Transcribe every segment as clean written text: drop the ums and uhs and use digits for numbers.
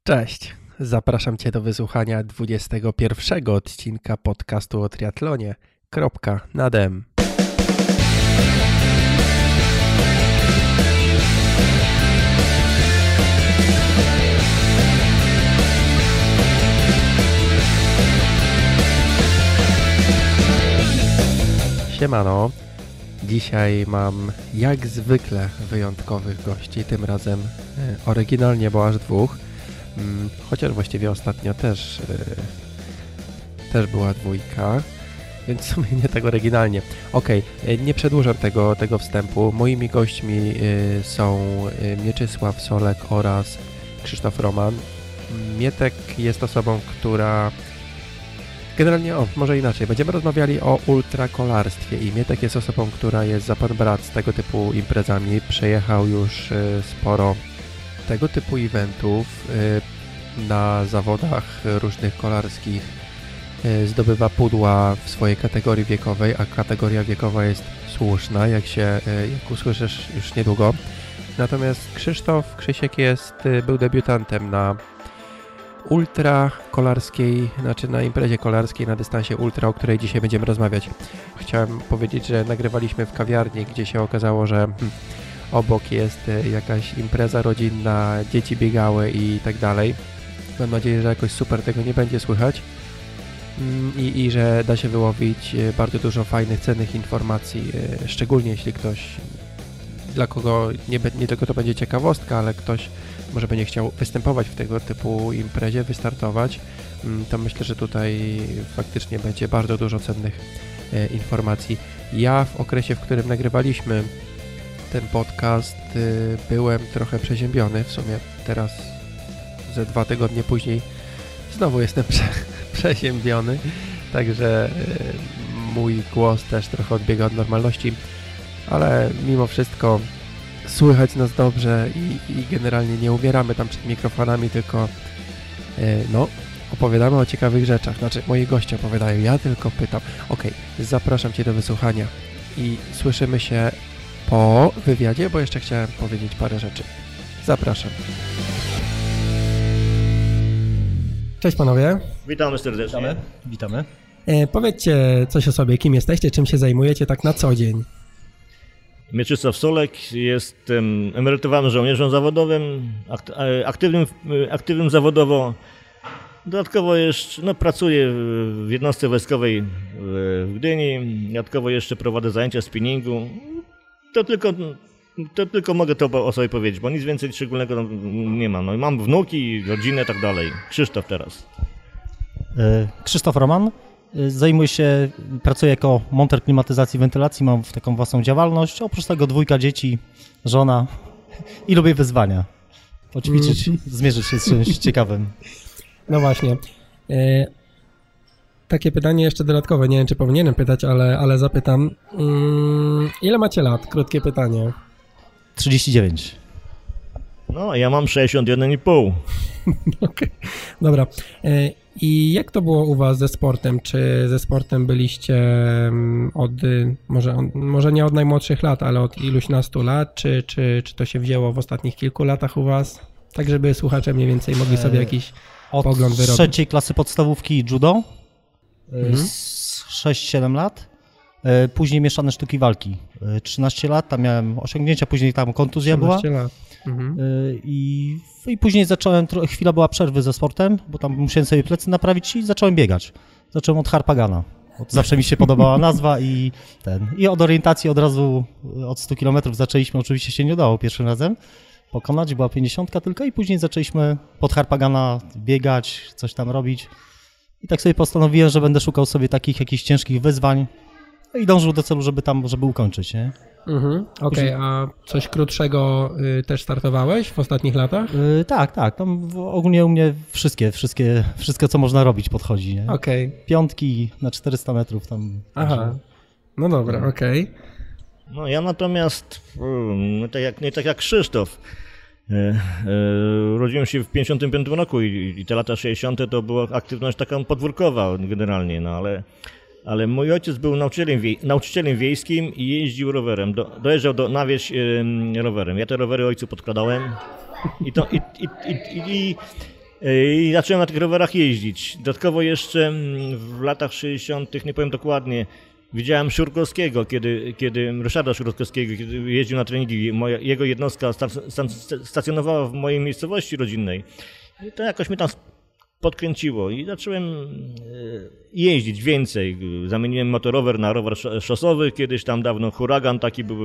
Cześć, zapraszam Cię do wysłuchania 21 odcinka podcastu o triatlonie. Nad M. Siemano, dzisiaj mam jak zwykle wyjątkowych gości, tym razem oryginalnie, bo aż dwóch. Chociaż właściwie ostatnio też była dwójka, więc w sumie nie tak oryginalnie. Okej, nie przedłużam tego wstępu. Moimi gośćmi są Mieczysław Solek oraz Krzysztof Roman. Mietek jest osobą, która... Generalnie, może inaczej, będziemy rozmawiali o ultrakolarstwie i Mietek jest osobą, która jest za pan brat z tego typu imprezami. Przejechał już sporo tego typu eventów na zawodach różnych kolarskich, zdobywa pudła w swojej kategorii wiekowej, a kategoria wiekowa jest słuszna, jak usłyszysz już niedługo. Natomiast Krzysiek był debiutantem na ultra kolarskiej, na imprezie kolarskiej na dystansie ultra, o której dzisiaj będziemy rozmawiać. Chciałem powiedzieć, że nagrywaliśmy w kawiarni, gdzie się okazało, że obok jest jakaś impreza rodzinna, dzieci biegały i tak dalej. Mam nadzieję, że jakoś super tego nie będzie słychać i że da się wyłowić bardzo dużo fajnych, cennych informacji, szczególnie jeśli ktoś, dla kogo nie tylko to będzie ciekawostka, ale ktoś może będzie chciał występować w tego typu imprezie, wystartować, to myślę, że tutaj faktycznie będzie bardzo dużo cennych informacji. Ja w okresie, w którym nagrywaliśmy ten podcast, byłem trochę przeziębiony, w sumie teraz ze 2 tygodnie później znowu jestem przeziębiony, także mój głos też trochę odbiega od normalności, ale mimo wszystko słychać nas dobrze i generalnie nie umieramy tam przed mikrofonami, tylko opowiadamy o ciekawych rzeczach, znaczy moi goście opowiadają, ja tylko pytam. Okej, zapraszam Cię do wysłuchania i słyszymy się po wywiadzie, bo jeszcze chciałem powiedzieć parę rzeczy. Zapraszam. Cześć panowie. Witamy serdecznie. Witamy. Powiedzcie coś o sobie, kim jesteście, czym się zajmujecie tak na co dzień. Mieczysław Solek, jestem emerytowanym żołnierzem zawodowym, aktywnym zawodowo. Dodatkowo jeszcze pracuję w jednostce wojskowej w Gdyni, dodatkowo jeszcze prowadzę zajęcia spinningu. To tylko mogę to o sobie powiedzieć, bo nic więcej szczególnego nie mam. No i mam wnuki, rodzinę i tak dalej. Krzysztof teraz. Krzysztof Roman. Pracuję jako monter klimatyzacji i wentylacji, mam taką własną działalność. Oprócz tego 2 dzieci, żona i lubię wyzwania. Poćwiczyć, zmierzyć się z czymś ciekawym. No właśnie. Takie pytanie jeszcze dodatkowe, nie wiem czy powinienem pytać, ale zapytam. Ile macie lat? Krótkie pytanie. 39. No, ja mam 61,5. Okej, dobra. I jak to było u was ze sportem? Czy ze sportem byliście może nie od najmłodszych lat, ale od iluś nastu lat? Czy to się wzięło w ostatnich kilku latach u was? Tak, żeby słuchacze mniej więcej mogli sobie jakiś pogląd wyrobić. Od 3. klasy podstawówki judo, 6-7 lat. Później mieszane sztuki walki. 13 lat, tam miałem osiągnięcia, później tam kontuzja była. Lat. I później chwila była przerwy ze sportem, bo tam musiałem sobie plecy naprawić i zacząłem biegać. Zacząłem od Harpagana. Zawsze mi się podobała nazwa i od orientacji od razu od 100 km zaczęliśmy, oczywiście się nie udało pierwszym razem pokonać, była 50 tylko i później zaczęliśmy pod Harpagana biegać, coś tam robić. I tak sobie postanowiłem, że będę szukał sobie takich jakichś ciężkich wyzwań i dążył do celu, żeby ukończyć, nie? Okej, a coś krótszego też startowałeś w ostatnich latach? Tak. Tam ogólnie u mnie wszystko co można robić podchodzi, nie? Okej. 5 na 400 metrów tam. Aha, no dobra, okej. No ja natomiast, nie tak jak Krzysztof, urodziłem się w 55 roku i te lata 60 to była aktywność taka podwórkowa generalnie, no ale mój ojciec był nauczycielem wiejskim i jeździł rowerem, dojeżdżał na wieś rowerem. Ja te rowery ojcu podkładałem I zacząłem na tych rowerach jeździć. Dodatkowo jeszcze w latach 60., nie powiem dokładnie, widziałem Szurkowskiego, kiedy Ryszarda Szurkowskiego, kiedy jeździł na treningi, jego jednostka stacjonowała w mojej miejscowości rodzinnej. I to jakoś mnie tam podkręciło i zacząłem jeździć więcej. Zamieniłem motorower na rower szosowy, kiedyś tam dawno huragan taki był.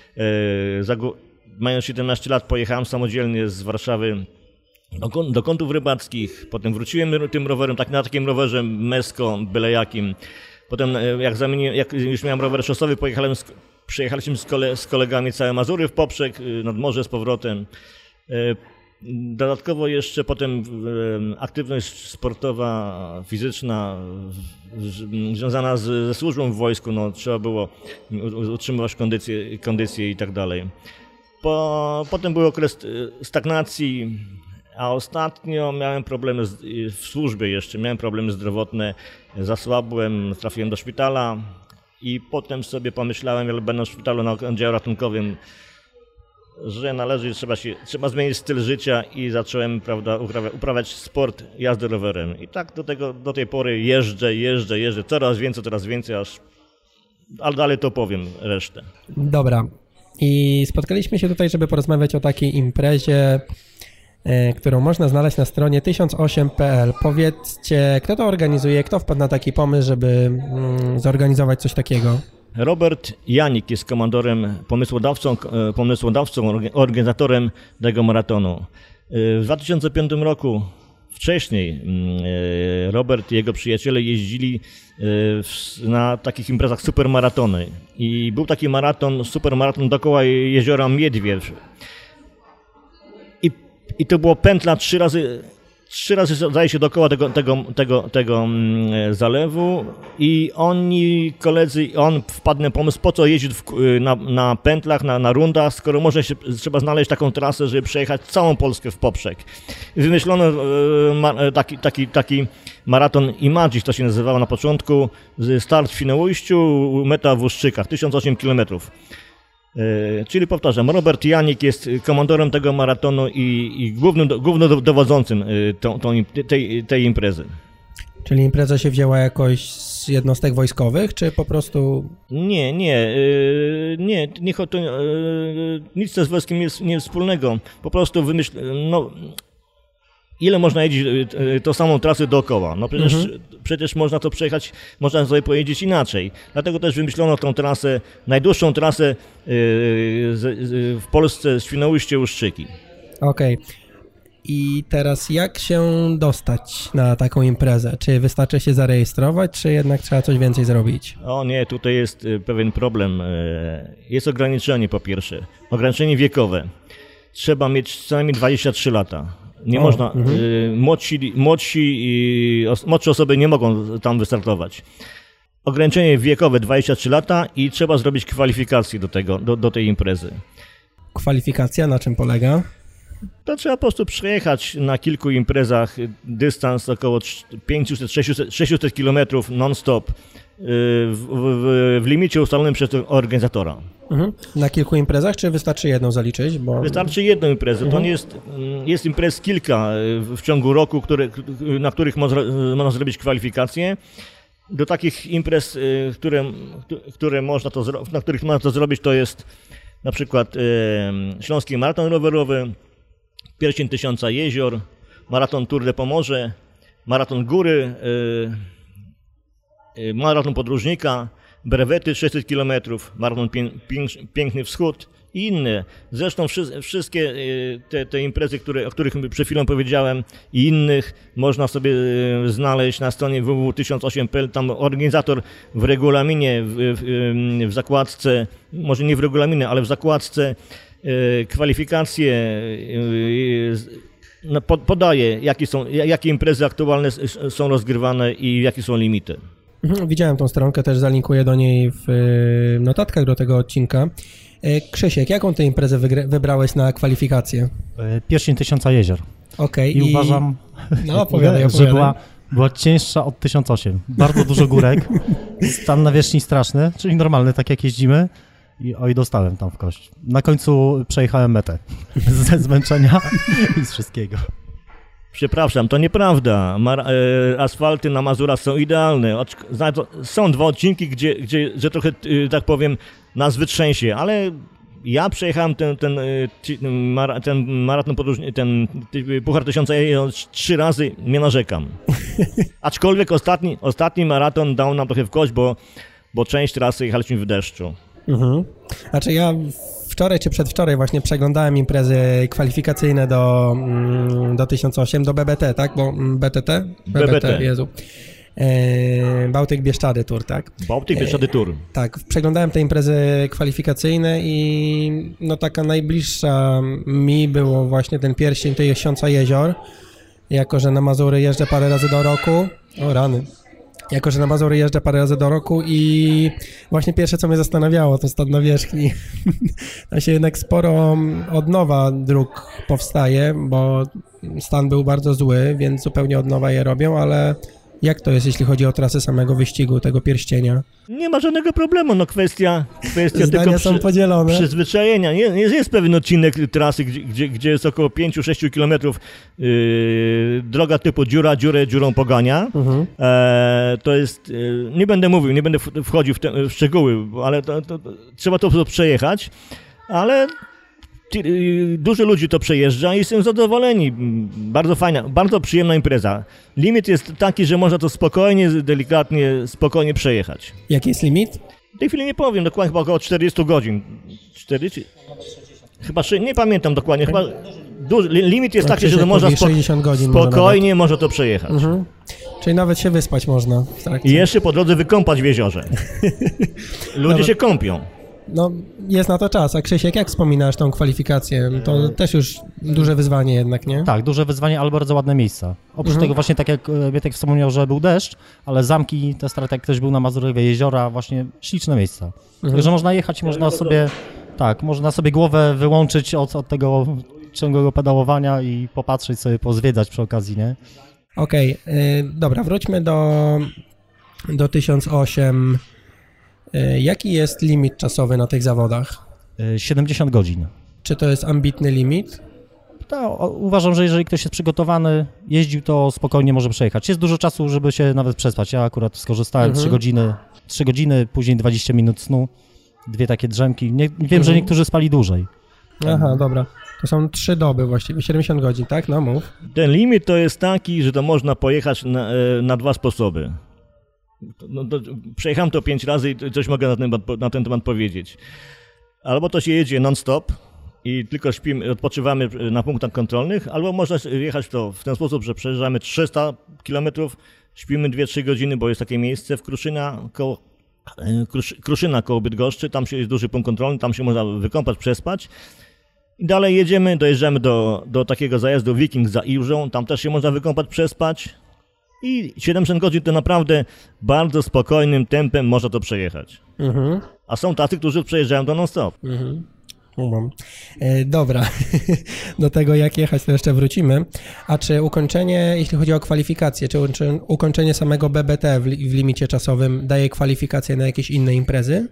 Mając 17 lat pojechałem samodzielnie z Warszawy do Kątów Rybackich, potem wróciłem tym rowerem, na takim rowerze Mesko, byle jakim. Potem jak już miałem rower szosowy, przejechaliśmy z kolegami całe Mazury w poprzek, nad morze z powrotem. Dodatkowo jeszcze potem aktywność sportowa, fizyczna związana ze służbą w wojsku, no, trzeba było utrzymywać kondycję i tak dalej. Potem był okres stagnacji, a ostatnio miałem problemy w służbie jeszcze, miałem problemy zdrowotne, zasłabłem, trafiłem do szpitala i potem sobie pomyślałem, ale będąc w szpitalu na oddziale ratunkowym, że trzeba zmienić styl życia i zacząłem, prawda, uprawiać sport jazdy rowerem. I tak do tej pory jeżdżę, coraz więcej, ale dalej to powiem resztę. Dobra. I spotkaliśmy się tutaj, żeby porozmawiać o takiej imprezie, którą można znaleźć na stronie 1008.pl. Powiedzcie, kto to organizuje, kto wpadł na taki pomysł, żeby zorganizować coś takiego? Robert Janik jest komandorem, pomysłodawcą, organizatorem tego maratonu. W 2005 roku, wcześniej, Robert i jego przyjaciele jeździli na takich imprezach supermaratony. I był taki supermaraton dookoła jeziora Miedwierz. I to było pętla 3 razy zdaje się dookoła tego zalewu i on wpadł na pomysł, po co jeździć na pętlach, na rundach, skoro trzeba znaleźć taką trasę, żeby przejechać całą Polskę w poprzek. Wymyślono taki maraton Imagis, to się nazywało na początku, start w Świnoujściu, meta w Łuszczykach, 1008 km. Czyli powtarzam, Robert Janik jest komandorem tego maratonu i głównym dowodzącym tej imprezy. Czyli impreza się wzięła jakoś z jednostek wojskowych, czy po prostu... Nie, nic z wojskiem nie jest wspólnego. Po prostu ile można jeździć tą samą trasę dookoła? No przecież można to przejechać, można sobie pojeździć inaczej. Dlatego też wymyślono tą trasę, najdłuższą trasę w Polsce, Świnoujście-Łuszczyki. Okej. I teraz jak się dostać na taką imprezę? Czy wystarczy się zarejestrować, czy jednak trzeba coś więcej zrobić? O nie, tutaj jest pewien problem. Jest ograniczenie po pierwsze, ograniczenie wiekowe. Trzeba mieć co najmniej 23 lata. Nie można, młodsze osoby nie mogą tam wystartować. Ograniczenie wiekowe 23 lata i trzeba zrobić kwalifikacje do tej imprezy. Kwalifikacja na czym polega? To trzeba po prostu przejechać na kilku imprezach dystans około 500-600 km non-stop w limicie ustalonym przez organizatora. Na kilku imprezach, czy wystarczy jedną zaliczyć? Wystarczy jedną imprezę. To nie jest imprez kilka w ciągu roku, na których można zrobić kwalifikacje. Do takich imprez, na których można to zrobić, to jest na przykład Śląski Maraton Rowerowy, Pierścień Tysiąca Jezior, Maraton Tour de Pomorze, Maraton Góry, Maraton Podróżnika, Brewety 600 km, Maraton Piękny Wschód i inne. Zresztą wszystkie te imprezy, o których przed chwilą powiedziałem i innych można sobie znaleźć na stronie www.1008.pl. Tam organizator w regulaminie, w zakładce, może nie w regulaminie, ale w zakładce kwalifikacje podaje, jakie imprezy aktualne są rozgrywane i jakie są limity. Widziałem tą stronkę, też zalinkuję do niej w notatkach do tego odcinka. Krzysiek, jaką tę imprezę wybrałeś na kwalifikację? Pierścień Tysiąca Jezior. Okej. I uważam, opowiadaj. Że była cięższa od 1008. Bardzo dużo górek, stan nawierzchni straszny, czyli normalny, tak jak jeździmy. I dostałem tam w kość. Na końcu przejechałem metę ze zmęczenia i z wszystkiego. Przepraszam, to nieprawda. Asfalty na Mazurach są idealne. Są 2 odcinki, gdzie trochę, tak powiem, nas wytrzęsie, ale ja przejechałem ten maraton podróżny, ten Puchar 1000 3 razy, nie narzekam. Aczkolwiek ostatni maraton dał nam trochę w kość, bo część trasy jechaliśmy w deszczu. Znaczy ja wczoraj czy przedwczoraj właśnie przeglądałem imprezy kwalifikacyjne do 1008, do BBT, tak? Bo BBT, Jezu. Bałtyk Bieszczady Tour, tak? Bałtyk Bieszczady Tour. Tak, przeglądałem te imprezy kwalifikacyjne i no taka najbliższa mi było właśnie ten pierścień 1000 jezior, jako że na Mazury jeżdżę parę razy do roku. O rany. Jako że na Mazury jeżdżę parę razy do roku i właśnie pierwsze, co mnie zastanawiało, to stan nawierzchni. Tam się jednak sporo odnowa dróg powstaje, bo stan był bardzo zły, więc zupełnie od nowa je robią, ale jak to jest, jeśli chodzi o trasę samego wyścigu, tego pierścienia? Nie ma żadnego problemu, no kwestia Zdania tylko są podzielone. Przyzwyczajenia. Jest pewien odcinek trasy, gdzie jest około 5-6 kilometrów droga typu dziurą pogania. To jest, nie będę mówił, nie będę wchodził w szczegóły, ale trzeba to przejechać, ale dużo ludzi to przejeżdża i są zadowoleni. Bardzo fajna, bardzo przyjemna impreza. Limit jest taki, że można to spokojnie, delikatnie, spokojnie przejechać. Jaki jest limit? W tej chwili nie powiem, dokładnie chyba około 40 godzin. 40? Chyba, nie pamiętam dokładnie. Chyba limit jest taki, że można 60 godzin spokojnie można to przejechać. Czyli nawet się wyspać można w trakcie. I jeszcze po drodze wykąpać w jeziorze. Ludzie się kąpią. No, jest na to czas. A Krzysiek, jak wspominasz tą kwalifikację? To też już duże wyzwanie jednak, nie? Tak, duże wyzwanie, ale bardzo ładne miejsca. Oprócz tego właśnie, tak jak Mietek wspomniał, że był deszcz, ale zamki, te stare, jak ktoś był na Mazurach, jeziora, właśnie śliczne miejsca. Także można jechać, można sobie głowę wyłączyć od tego ciągłego pedałowania i popatrzeć sobie, pozwiedzać przy okazji, nie? Okej, dobra, wróćmy do 1008. Jaki jest limit czasowy na tych zawodach? 70 godzin. Czy to jest ambitny limit? Uważam, że jeżeli ktoś jest przygotowany, jeździł, to spokojnie może przejechać. Jest dużo czasu, żeby się nawet przespać. Ja akurat skorzystałem 3 godziny, później 20 minut snu, 2 takie drzemki. Wiem, że niektórzy spali dłużej. Aha, dobra. To są 3 doby właściwie, 70 godzin, tak? No mów. Ten limit to jest taki, że to można pojechać na 2 sposoby. Przejechałem to 5 razy i coś mogę na ten temat powiedzieć. Albo to się jedzie non-stop i tylko odpoczywamy na punktach kontrolnych, albo można jechać to w ten sposób, że przejeżdżamy 300 km, śpimy 2-3 godziny, bo jest takie miejsce w Kruszyna koło Bydgoszczy, tam jest duży punkt kontrolny, tam się można wykąpać, przespać. I dalej jedziemy, dojeżdżamy do takiego zajazdu Wiking za Ilżą, tam też się można wykąpać, przespać. I 70 godzin to naprawdę bardzo spokojnym tempem można to przejechać. A są tacy, którzy przejeżdżają to non-stop. Dobra, do tego jak jechać to jeszcze wrócimy. A czy ukończenie, jeśli chodzi o kwalifikacje, czy ukończenie samego BBT w limicie czasowym daje kwalifikacje na jakieś inne imprezy?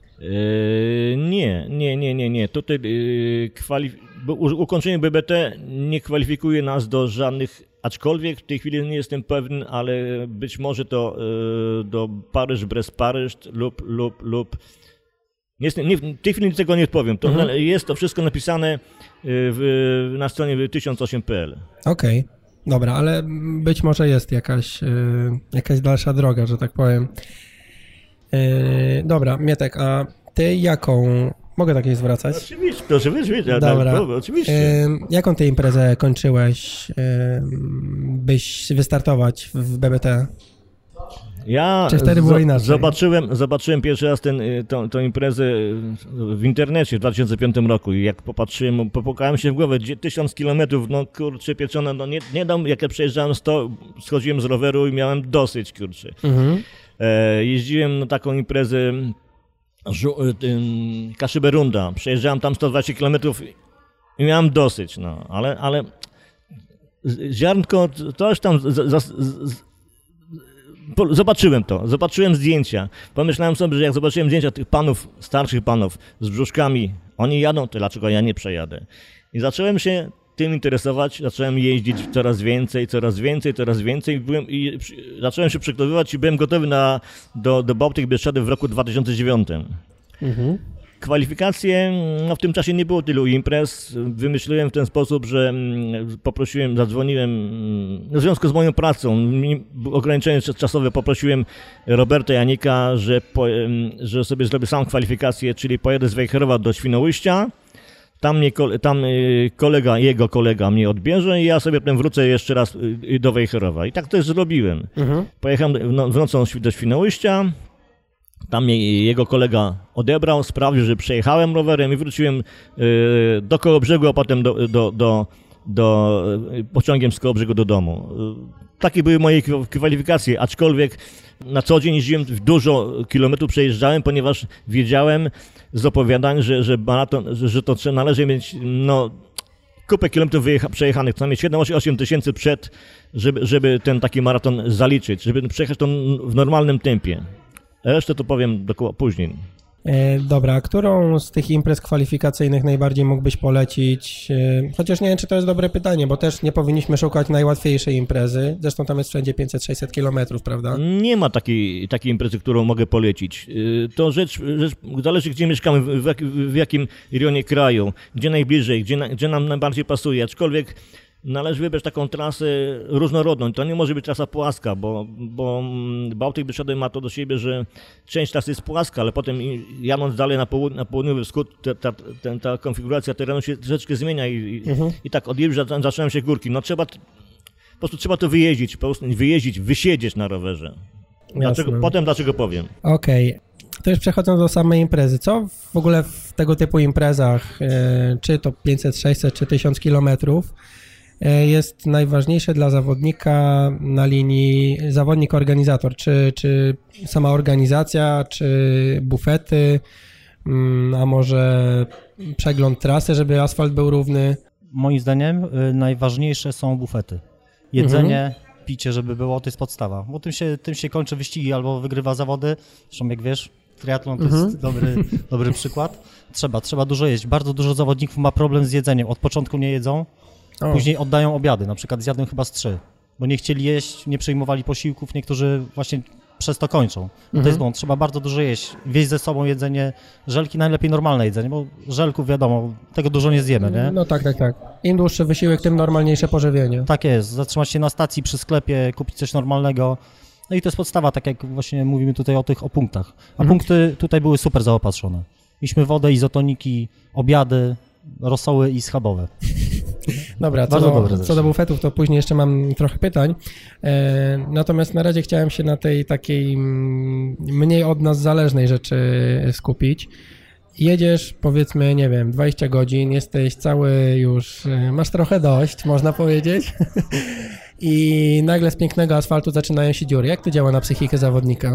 Nie. Tutaj ukończenie BBT nie kwalifikuje nas do żadnych, aczkolwiek w tej chwili nie jestem pewien, ale być może to do Paryż-Brest-Paryż lub w tej chwili tego nie powiem. Jest to wszystko napisane na stronie 1008.pl. Okej, dobra, ale być może jest jakaś dalsza droga, że tak powiem. Dobra, Mietek, a ty jaką... Mogę takiej zwracać? Oczywiście. Dobra. Oczywiście. Jaką ty imprezę kończyłeś, byś wystartować w BBT? Ja Czy wtedy było inaczej? Zobaczyłem pierwszy raz tą imprezę w internecie w 2005 roku i jak popatrzyłem, popukałem się w głowę, 1000 kilometrów, no kurczę pieczone, no nie dam, jak ja przejeżdżałem schodziłem z roweru i miałem dosyć, kurczę. Jeździłem na taką imprezę Kaszyberunda, przejeżdżałem tam 120 km i miałem dosyć, no, ale ziarnko, coś tam zobaczyłem zdjęcia, pomyślałem sobie, że jak zobaczyłem zdjęcia tych starszych panów z brzuszkami, oni jadą, to dlaczego ja nie przejadę? I zacząłem się tym interesować, zacząłem jeździć coraz więcej i zacząłem się przygotowywać i byłem gotowy do Bałtyk Bieszczady w roku 2009. Kwalifikacje, no w tym czasie nie było tylu imprez. Wymyśliłem w ten sposób, że zadzwoniłem, w związku z moją pracą, ograniczenie czasowe, poprosiłem Roberta Janika, że sobie zrobię sam kwalifikacje, czyli pojadę z Wejherowa do Świnoujścia. Tam jego kolega mnie odbierze i ja sobie potem wrócę jeszcze raz do Wejherowa. I tak też zrobiłem. Pojechałem w nocą do Świnoujścia. Tam mnie jego kolega odebrał, sprawdził, że przejechałem rowerem i wróciłem do Kołobrzegu, a potem pociągiem z Kołobrzegu do domu. Takie były moje kwalifikacje, aczkolwiek na co dzień jeździłem, dużo kilometrów przejeżdżałem, ponieważ wiedziałem z opowiadań, że maraton, że to należy mieć kupę kilometrów przejechanych, co najmniej 7-8 tysięcy przed, żeby ten taki maraton zaliczyć, żeby przejechać to w normalnym tempie. Resztę to powiem później. Dobra, a którą z tych imprez kwalifikacyjnych najbardziej mógłbyś polecić? Chociaż nie wiem, czy to jest dobre pytanie, bo też nie powinniśmy szukać najłatwiejszej imprezy. Zresztą tam jest wszędzie 500-600 kilometrów, prawda? Nie ma takiej imprezy, którą mogę polecić. To rzecz zależy, gdzie mieszkamy, w jakim rejonie kraju, gdzie najbliżej, gdzie nam najbardziej pasuje. Aczkolwiek należy wybrać taką trasę różnorodną. To nie może być trasa płaska, bo Bałtyk Bieszczady ma to do siebie, że część trasy jest płaska, ale potem jadąc dalej na południowy wschód, ta konfiguracja terenu się troszeczkę zmienia i tak od Ilż zaczynają się górki. No po prostu trzeba to wyjeździć, wysiedzieć na rowerze. Dlaczego powiem. Okej. To już przechodząc do samej imprezy, co w ogóle w tego typu imprezach, czy to 500, 600, czy 1000 kilometrów, jest najważniejsze dla zawodnika na linii zawodnik-organizator? Czy sama organizacja, czy bufety, a może przegląd trasy, żeby asfalt był równy? Moim zdaniem najważniejsze są bufety. Jedzenie, picie, żeby było, to jest podstawa. Bo tym się kończy wyścigi albo wygrywa zawody. Zresztą jak wiesz, triatlon to jest dobry przykład. Trzeba dużo jeść. Bardzo dużo zawodników ma problem z jedzeniem. Od początku nie jedzą. Później oddają obiady, na przykład zjadłem chyba z 3, bo nie chcieli jeść, nie przyjmowali posiłków, niektórzy właśnie przez to kończą. To jest błąd, trzeba bardzo dużo jeść, wieźć ze sobą jedzenie, żelki najlepiej normalne jedzenie, bo żelków wiadomo, tego dużo nie zjemy, nie? No tak. Im dłuższy wysiłek, tym normalniejsze pożywienie. Tak jest, zatrzymać się na stacji, przy sklepie, kupić coś normalnego. No i to jest podstawa, tak jak właśnie mówimy tutaj o punktach. A punkty tutaj były super zaopatrzone. Mieliśmy wodę, izotoniki, obiady, rosoły i schabowe. Dobra, co do bufetów, to później jeszcze mam trochę pytań. Natomiast na razie chciałem się na tej takiej mniej od nas zależnej rzeczy skupić. Jedziesz, powiedzmy, nie wiem, 20 godzin, jesteś cały już, masz trochę dość, można powiedzieć. I nagle z pięknego asfaltu zaczynają się dziury. Jak to działa na psychikę zawodnika?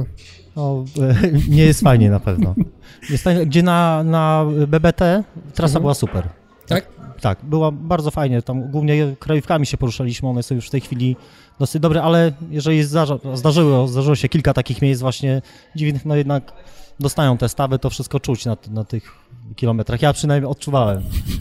Nie jest fajnie na pewno. Gdzie na BBT trasa była super. Tak? Tak, była bardzo fajnie, tam głównie krajówkami się poruszaliśmy, one są już w tej chwili dosyć dobre, ale jeżeli zdarzyło się kilka takich miejsc właśnie dziwnych, no jednak dostają te stawy, to wszystko czuć na tych kilometrach. Ja przynajmniej odczuwałem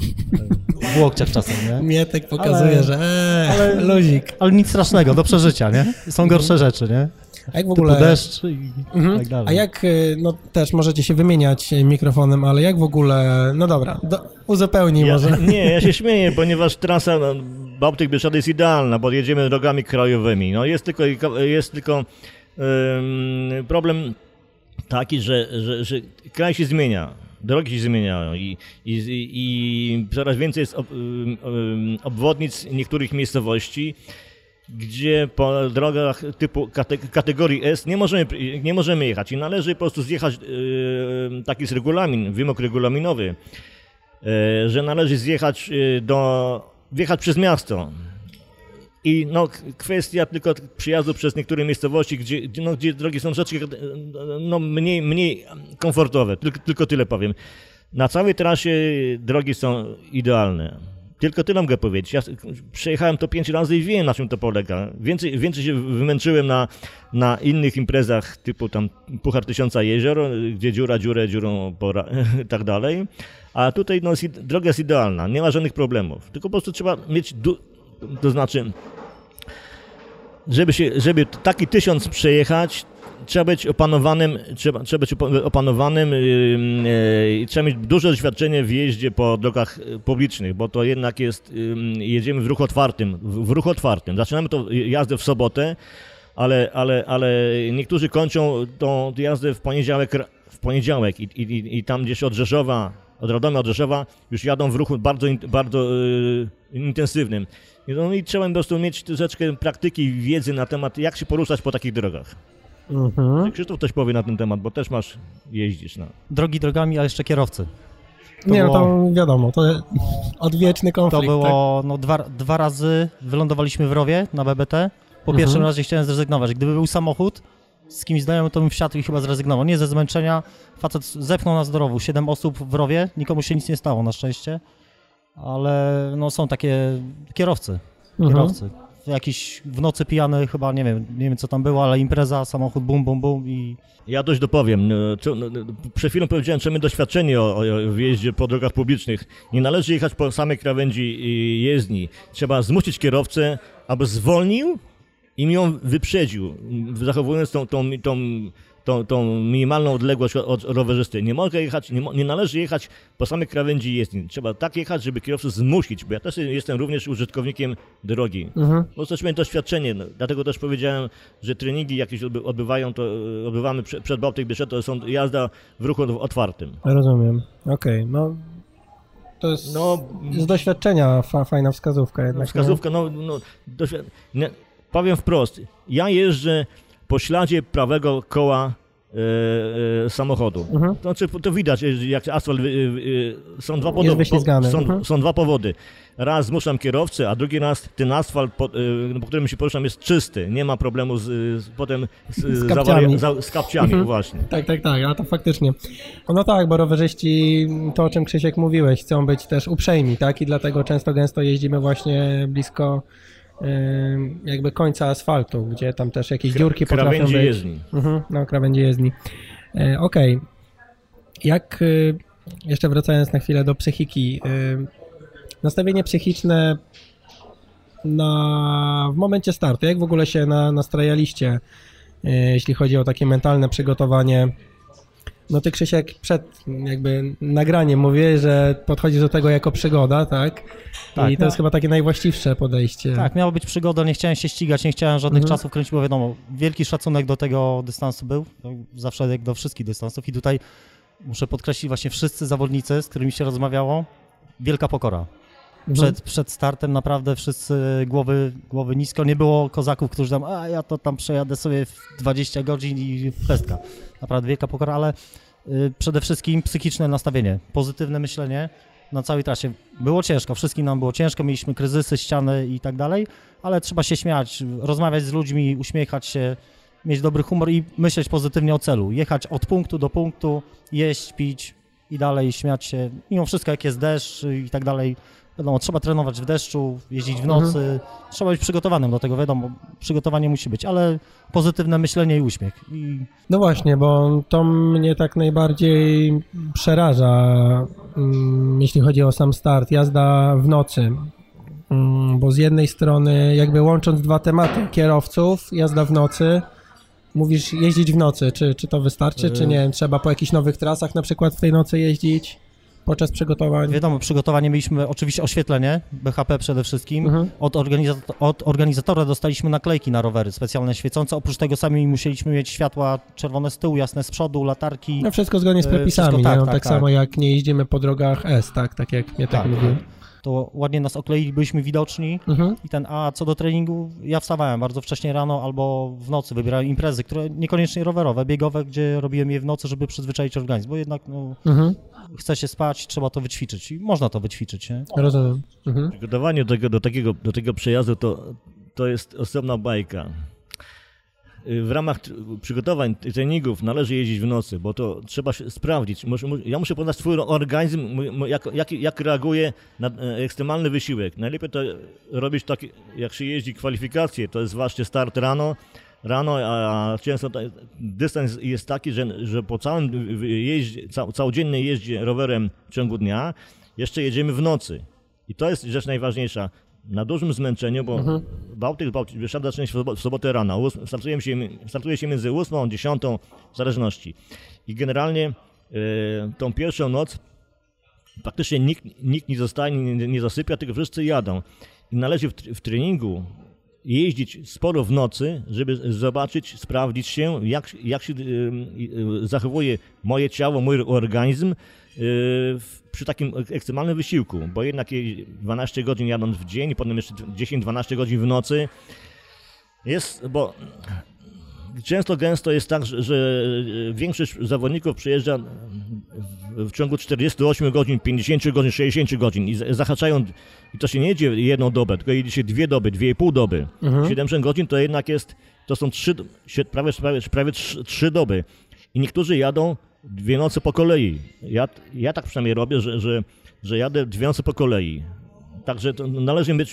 w łokciach czasem, nie? Mietek pokazuje, że luzik. Ale nic strasznego, do przeżycia, nie? Są gorsze rzeczy, nie? A jak w ogóle... Typu deszcz i tak dalej. A jak, no też możecie się wymieniać mikrofonem, ale jak w ogóle, no dobra, uzupełnij może. Nie, ja się śmieję, ponieważ trasa Bałtyk Bieszczady jest idealna, bo jedziemy drogami krajowymi. No jest tylko problem taki, że kraj się zmienia, drogi się zmieniają i coraz więcej jest obwodnic niektórych miejscowości, gdzie po drogach typu kategorii S nie możemy jechać i należy po prostu zjechać, taki jest regulamin, wymóg regulaminowy, że należy wjechać przez miasto. I no, kwestia tylko przyjazdu przez niektóre miejscowości, gdzie drogi są troszeczkę mniej komfortowe, tylko tyle powiem. Na całej trasie drogi są idealne. Tylko tyle mogę powiedzieć. Ja przejechałem to 5 razy i wiem, na czym to polega. Więcej się wymęczyłem na innych imprezach, typu tam Puchar Tysiąca Jezior, gdzie dziurą i tak dalej. A tutaj no, droga jest idealna, nie ma żadnych problemów. Tylko po prostu trzeba mieć, to znaczy, żeby taki 1000 przejechać, trzeba być opanowanym i trzeba mieć duże doświadczenie w jeździe po drogach publicznych, bo to jednak jest, jedziemy w ruchu otwartym. Zaczynamy to jazdę w sobotę, ale niektórzy kończą tą jazdę w poniedziałek i tam gdzieś od Radomia, od Rzeszowa już jadą w ruchu bardzo intensywnym. No i trzeba po prostu mieć troszeczkę praktyki i wiedzy na temat, jak się poruszać po takich drogach. Krzysztof coś powie na ten temat, bo też jeździsz. No. Drogi drogami, a jeszcze kierowcy. To wiadomo, to odwieczny konflikt. To było dwa razy wylądowaliśmy w rowie na BBT. Po pierwszym razie chciałem zrezygnować. Gdyby był samochód z kimś znajomym, to bym wsiadł i chyba zrezygnował. Nie ze zmęczenia. Facet zepchnął nas do rowu. 7 osób w rowie. Nikomu się nic nie stało na szczęście. Ale no, są takie kierowcy. Jakiś w nocy pijany chyba, nie wiem co tam było, ale impreza, samochód bum, bum, bum i... Ja dość dopowiem. Przed chwilą powiedziałem, że my doświadczenie w jeździe po drogach publicznych. Nie należy jechać po samej krawędzi jezdni. Trzeba zmusić kierowcę, aby zwolnił i ją wyprzedził, zachowując tą minimalną odległość od rowerzysty. Nie należy jechać po samej krawędzi jezdni. Trzeba tak jechać, żeby kierowcę zmusić, bo ja też jestem również użytkownikiem drogi. Bo też mieć doświadczenie, dlatego też powiedziałem, że treningi jakieś odbywamy przed Bałtyk Bieszczady, to są jazda w ruchu otwartym. Rozumiem, okej, no to jest z doświadczenia fajna wskazówka jednak. Wskazówka, powiem wprost, ja jeżdżę po śladzie prawego koła samochodu. To znaczy, to widać, jak asfalt, są dwa powody. Raz zmuszam kierowcę, a drugi raz ten asfalt, po którym się poruszam, jest czysty. Nie ma problemu z kapciami. Właśnie. Tak, a to faktycznie. No tak, bo rowerzyści, to o czym Krzysiek mówiłeś, chcą być też uprzejmi, tak? I dlatego gęsto jeździmy właśnie blisko jakby końca asfaltu, gdzie tam też jakieś dziurki potrafią być. Jezdni. Krawędzi jezdni. Okej. Jak, jeszcze wracając na chwilę do psychiki, nastawienie psychiczne w momencie startu, jak w ogóle się nastrajaliście, jeśli chodzi o takie mentalne przygotowanie? No ty, Krzysiek, przed jakby nagraniem mówię, że podchodzisz do tego jako przygoda, tak? I to jest chyba takie najwłaściwsze podejście. Tak, miało być przygoda, nie chciałem się ścigać, nie chciałem żadnych czasów kręcić, bo wiadomo, wielki szacunek do tego dystansu był, zawsze jak do wszystkich dystansów i tutaj muszę podkreślić właśnie wszyscy zawodnicy, z którymi się rozmawiało, wielka pokora. Przed startem naprawdę wszyscy głowy nisko, nie było kozaków, którzy tam, ja to tam przejadę sobie w 20 godzin i pestka. Naprawdę wielka pokora, ale przede wszystkim psychiczne nastawienie, pozytywne myślenie na całej trasie. Było ciężko, wszystkim nam było ciężko, mieliśmy kryzysy, ściany i tak dalej, ale trzeba się śmiać, rozmawiać z ludźmi, uśmiechać się, mieć dobry humor i myśleć pozytywnie o celu. Jechać od punktu do punktu, jeść, pić i dalej śmiać się. Mimo wszystko, jak jest deszcz i tak dalej, wiadomo, trzeba trenować w deszczu, jeździć w nocy, trzeba być przygotowanym do tego, wiadomo, przygotowanie musi być, ale pozytywne myślenie i uśmiech. No właśnie, bo to mnie tak najbardziej przeraża, jeśli chodzi o sam start, jazda w nocy, bo z jednej strony jakby łącząc dwa tematy, kierowców, jazda w nocy, mówisz jeździć w nocy, czy to wystarczy, czy nie, trzeba po jakichś nowych trasach na przykład w tej nocy jeździć? Podczas przygotowań? Wiadomo, przygotowanie mieliśmy oczywiście oświetlenie, BHP przede wszystkim. Od organizatora dostaliśmy naklejki na rowery specjalne świecące. Oprócz tego sami musieliśmy mieć światła czerwone z tyłu, jasne z przodu, latarki. No wszystko zgodnie z przepisami, tak samo jak nie jeździmy po drogach S, tak jak mnie tak mówił. To ładnie nas okleili, byliśmy widoczni a co do treningu, ja wstawałem bardzo wcześnie rano albo w nocy, wybierałem imprezy, które niekoniecznie rowerowe, biegowe, gdzie robiłem je w nocy, żeby przyzwyczaić organizm, bo jednak chce się spać, trzeba to wyćwiczyć i można to wyćwiczyć. Nie? Rozumiem. Przygotowanie do tego przejazdu to jest osobna bajka. w ramach przygotowań, treningów należy jeździć w nocy, bo to trzeba się sprawdzić. Ja muszę poznać swój organizm, jak reaguje na ekstremalny wysiłek. Najlepiej to robić tak, jak się jeździ kwalifikacje, to jest zwłaszcza start rano, a często dystans jest taki, że po całym całodziennej jeździe rowerem w ciągu dnia jeszcze jedziemy w nocy. I to jest rzecz najważniejsza. Na dużym zmęczeniu, bo Bałtyk trzeba zacząć w sobotę rano. Startuje się między 8 a 10 w zależności. I generalnie tą pierwszą noc praktycznie nikt nie zostaje, nie zasypia, tylko wszyscy jadą. I należy w treningu jeździć sporo w nocy, żeby zobaczyć, sprawdzić się, jak się zachowuje moje ciało, mój organizm przy takim ekstremalnym wysiłku, bo jednak 12 godzin jadąc w dzień, potem jeszcze 10-12 godzin w nocy bo gęsto jest tak, że większość zawodników przyjeżdża w ciągu 48 godzin, 50 godzin, 60 godzin i zahaczają, i to się nie jedzie jedną dobę, tylko jedzie się 2 doby, 2,5 doby. 7 godzin to jednak to są prawie 3 doby. I niektórzy jadą 2 noce po kolei. Ja tak przynajmniej robię, że jadę 2 noce po kolei. Także to należy mieć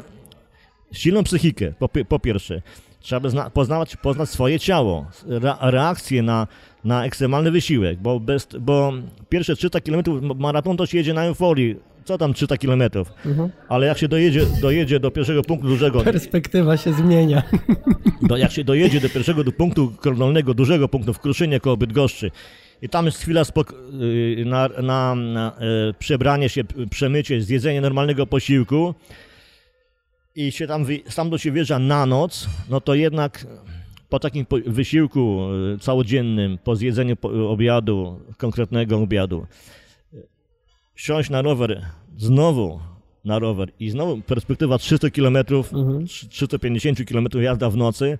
silną psychikę, po pierwsze. Trzeba poznać swoje ciało, reakcję na ekstremalny wysiłek, bo pierwsze 300 km maraton to się jedzie na euforii. Co tam 300 km? Ale jak się dojedzie do pierwszego punktu dużego... Perspektywa się zmienia. Jak się dojedzie do pierwszego punktu kontrolnego, dużego punktu w Kruszynie koło Bydgoszczy i tam jest chwila na przebranie się, przemycie, zjedzenie normalnego posiłku i się tam się wjeżdża na noc, no to jednak po takim wysiłku całodziennym, po zjedzeniu obiadu, konkretnego obiadu, wsiąść na rower, znowu na rower i znowu perspektywa 300 km, 350 km jazda w nocy,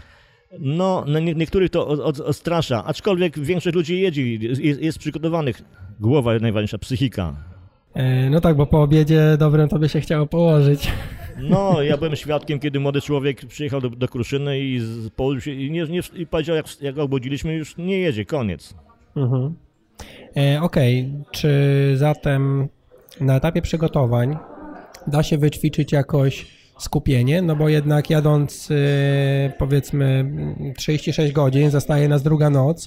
no niektórych to odstrasza, aczkolwiek większość ludzi jedzie, jest przygotowanych. Głowa jest najważniejsza, psychika. No tak, bo po obiedzie dobrym to by się chciało położyć. No, ja byłem świadkiem, kiedy młody człowiek przyjechał do Kruszyny i położył się i powiedział, jak go obudziliśmy, już nie jedzie, koniec. Okej, czy zatem na etapie przygotowań da się wyćwiczyć jakoś skupienie? No bo jednak jadąc powiedzmy 36 godzin, zostaje nas druga noc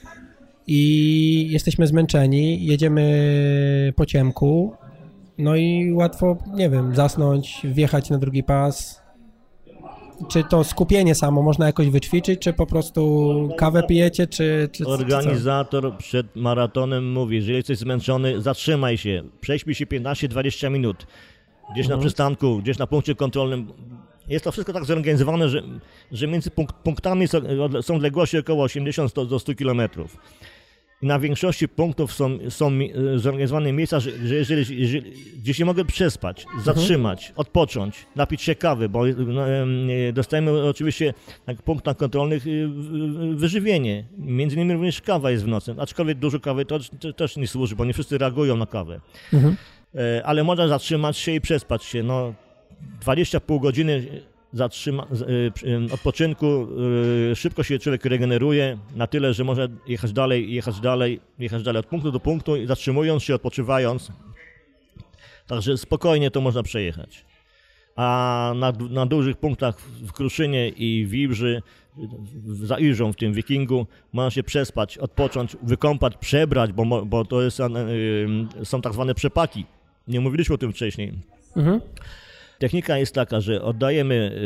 i jesteśmy zmęczeni, jedziemy po ciemku, no i łatwo, nie wiem, zasnąć, wjechać na drugi pas. Czy to skupienie samo można jakoś wyćwiczyć, czy po prostu kawę pijecie, czy Organizator przed maratonem mówi, że jesteś zmęczony, zatrzymaj się, prześpij się 15-20 minut, gdzieś na przystanku, gdzieś na punkcie kontrolnym. Jest to wszystko tak zorganizowane, że między punktami są odległości około 80 do 100 km. I na większości punktów są zorganizowane miejsca, że gdzie się mogę przespać, zatrzymać, odpocząć, napić się kawy, bo dostajemy oczywiście na punktach kontrolnych wyżywienie. Między innymi również kawa jest w nocy, aczkolwiek dużo kawy to też nie służy, bo nie wszyscy reagują na kawę. Ale można zatrzymać się i przespać się. 20,5 godziny odpoczynku, szybko się człowiek regeneruje na tyle, że może jechać dalej od punktu do punktu, zatrzymując się, odpoczywając. Także spokojnie to można przejechać. A na dużych punktach w Kruszynie i w Iłży, za Iłżą w tym Wikingu, można się przespać, odpocząć, wykąpać, przebrać, bo to są tak zwane przepaki. Nie mówiliśmy o tym wcześniej. Technika jest taka, że oddajemy,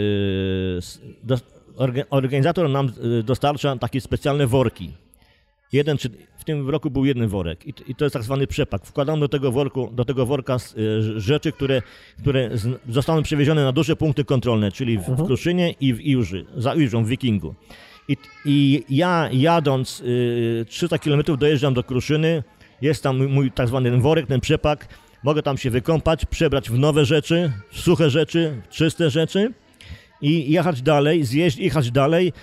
organizator nam dostarcza takie specjalne worki. W tym roku był jeden worek i to jest tak zwany przepak. Wkładamy do tego worka rzeczy, które zostaną przewiezione na duże punkty kontrolne, czyli w Kruszynie i w Iłży, za Iłżą w Wikingu. I ja jadąc 300 km dojeżdżam do Kruszyny, jest tam mój tak zwany worek, ten przepak. Mogę tam się wykąpać, przebrać w nowe rzeczy, w suche rzeczy, w czyste rzeczy i jechać dalej, jechać dalej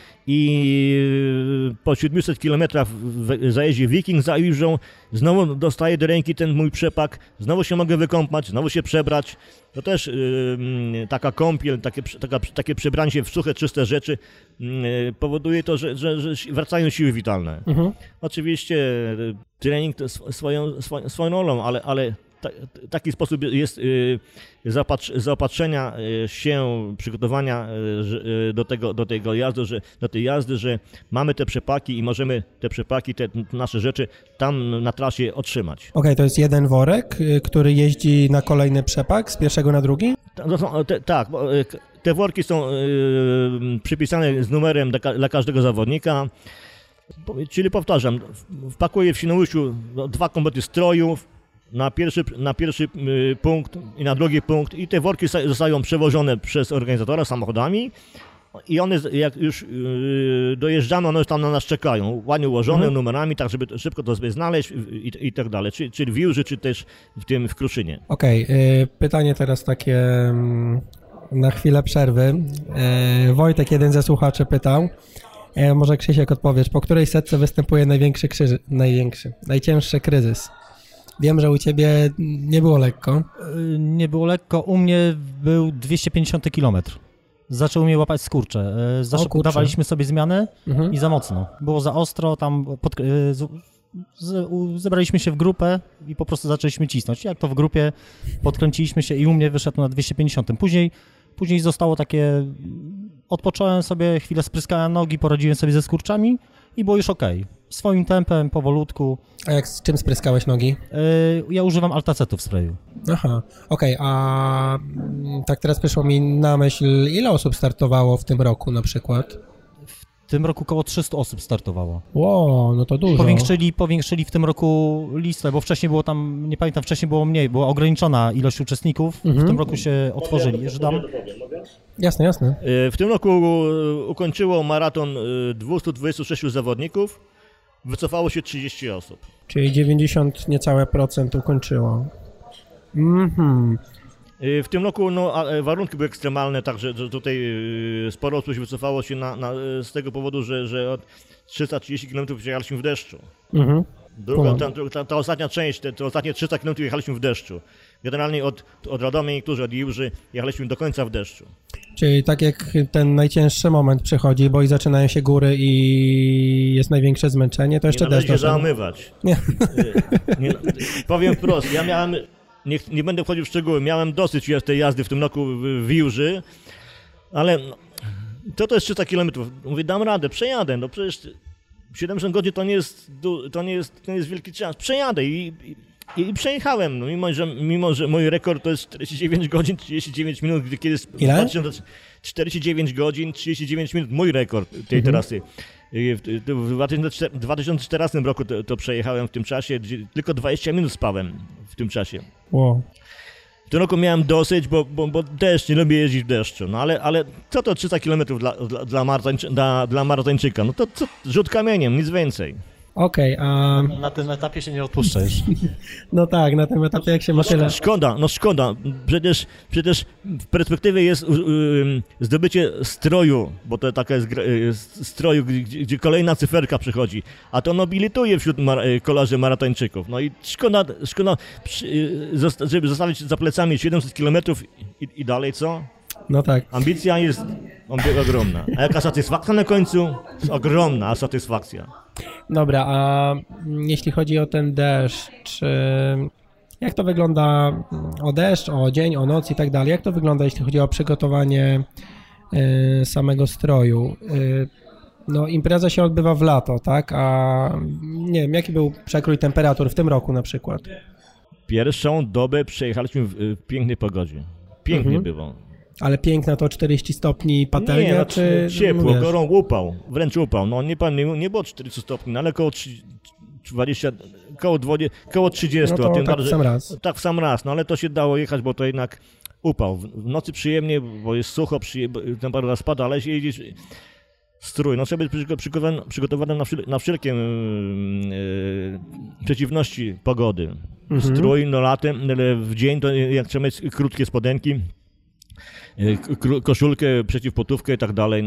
i po 700 kilometrach w zajeździe Wiking za Iwżą znowu dostaję do ręki ten mój przepak, znowu się mogę wykąpać, znowu się przebrać. To też taka kąpiel, takie przebranie się w suche, czyste rzeczy powoduje to, że wracają siły witalne. Oczywiście trening to swoją rolą, ale taki sposób jest zaopatrzenia się, przygotowania do tej jazdy, że mamy te przepaki i możemy te przepaki, te nasze rzeczy tam na trasie otrzymać. Okej, to jest jeden worek, który jeździ na kolejny przepak z pierwszego na drugi? Tak, te worki są przypisane z numerem dla każdego zawodnika, czyli powtarzam, wpakuję w Świnoujściu 2 komplety strojów, na pierwszy punkt i na drugi punkt i te worki zostają przewożone przez organizatora samochodami i one, jak już dojeżdżamy, one już tam na nas czekają, ładnie ułożone numerami, tak żeby szybko to sobie znaleźć i tak dalej, czy w Wiłży, czy też w Kruszynie. Okej, pytanie teraz takie na chwilę przerwy. Wojtek, jeden ze słuchaczy, pytał, może Krzysiek odpowiesz, po której setce występuje najcięższy kryzys? Wiem, że u ciebie nie było lekko. Nie było lekko, u mnie był 250 km. Zaczął mnie łapać skurcze. Dawaliśmy sobie zmianę i za mocno. Było za ostro, tam zebraliśmy się w grupę i po prostu zaczęliśmy cisnąć. Jak to w grupie, podkręciliśmy się i u mnie wyszedł na 250. Później zostało takie, odpocząłem sobie, chwilę spryskałem nogi, poradziłem sobie ze skurczami i było już okej. Swoim tempem, powolutku. A z czym spryskałeś nogi? Ja używam Altacetu w sprayu. Aha, okej, a tak teraz przyszło mi na myśl, ile osób startowało w tym roku na przykład? W tym roku około 300 osób startowało. Wow, no to dużo. Powiększyli w tym roku listę, bo wcześniej było tam, nie pamiętam, wcześniej było mniej, była ograniczona ilość uczestników. W tym roku się otworzyli. Jasne. W tym roku ukończyło maraton 226 zawodników, wycofało się 30 osób. Czyli 90 niecałe procent ukończyło. W tym roku warunki były ekstremalne, także tutaj sporo osób się wycofało się z tego powodu, że od 330 km jechaliśmy w deszczu. Ta ostatnia część, te ostatnie 300 km jechaliśmy w deszczu. Generalnie od Radomia, niektórzy od Iłży jechaliśmy do końca w deszczu. Czyli tak jak ten najcięższy moment przychodzi, bo i zaczynają się góry i jest największe zmęczenie, to jeszcze deszcz. Nie należy się załamywać. Powiem wprost, ja miałem, nie będę wchodził w szczegóły, miałem dosyć tej jazdy w tym roku w Iłży, ale to jest 300 km. Mówię, dam radę, przejadę, no przecież 70 godzin to nie jest wielki czas. Przejadę i przejechałem, no mimo że mój rekord to jest 49 godzin 39 minut, gdy kiedyś... Ile? 49 godzin 39 minut, mój rekord tej trasy. W 2014 roku to przejechałem w tym czasie, gdzie tylko 20 minut spałem w tym czasie. Wow. W tym roku miałem dosyć, bo deszcz, nie lubię jeździć w deszczu, no ale co to 300 km dla maratończyka? No to rzut kamieniem, nic więcej. Okej, a... Na tym etapie się nie odpuszczasz. No tak, na tym etapie jak się ma tyle... Szkoda. Przecież w perspektywie jest zdobycie stroju, bo to taka jest stroju, gdzie kolejna cyferka przychodzi, a to nobilituje wśród kolarzy maratończyków. No i szkoda, żeby zostawić za plecami 700 km i dalej co? No tak. Ambicja jest ogromna. A jaka satysfakcja na końcu? Jest ogromna satysfakcja. Dobra, a jeśli chodzi o ten deszcz, jak to wygląda o deszcz, o dzień, o noc i tak dalej? Jak to wygląda, jeśli chodzi o przygotowanie samego stroju? No, impreza się odbywa w lato, tak? A nie wiem, jaki był przekrój temperatur w tym roku na przykład? Pierwszą dobę przejechaliśmy w pięknej pogodzie. Pięknie było. Ale piękna to 40 stopni patelnia, nie, czy... ciepło, wiesz? gorą wręcz upał. No nie było 40 stopni, no, ale około 20, koło 30. No to tym tak bardziej, w sam raz. Tak w sam raz, no ale to się dało jechać, bo to jednak upał. W nocy przyjemnie, bo jest sucho, temperatura spada, ale jeśli jeździsz strój, no trzeba być przygotowany na wszelkie przeciwności pogody. Strój, no latem, w dzień to jak trzeba mieć krótkie spodenki, koszulkę przeciwpotówkę i tak dalej,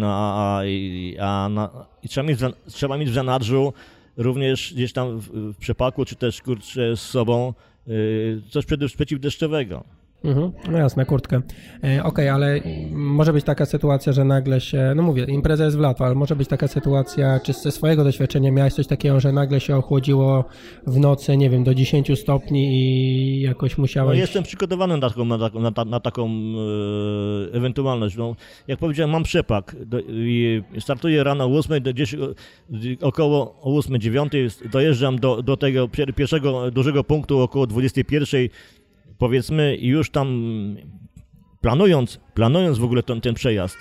i trzeba mieć w zanadrzu również gdzieś tam w przepaku, czy też kurczę z sobą coś przeciwdeszczowego. No jasne, kurtkę. Okej, ale może być taka sytuacja, że nagle się, no mówię, impreza jest w lato, ale może być taka sytuacja, czy ze swojego doświadczenia miałeś coś takiego, że nagle się ochłodziło w nocy, nie wiem, do 10 stopni i jakoś musiałeś... No, jestem przygotowany na taką ewentualność. No, jak powiedziałem, mam przepak i startuję rano o 8, gdzieś około o 8-9 dojeżdżam do tego pierwszego dużego punktu około 21. Powiedzmy, i już tam planując w ogóle ten przejazd,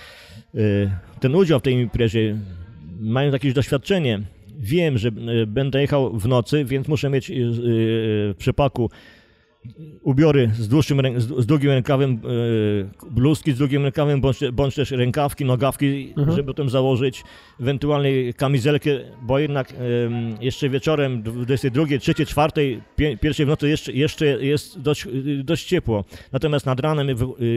ten udział w tej imprezie, mając jakieś doświadczenie, wiem, że będę jechał w nocy, więc muszę mieć w przepaku ubiory z długim rękawem, bluzki z długim rękawem, bądź też rękawki, nogawki, żeby potem założyć, ewentualnie kamizelkę, bo jednak jeszcze wieczorem, 22, 3, 4, 1 w nocy jeszcze jest dość ciepło. Natomiast nad ranem,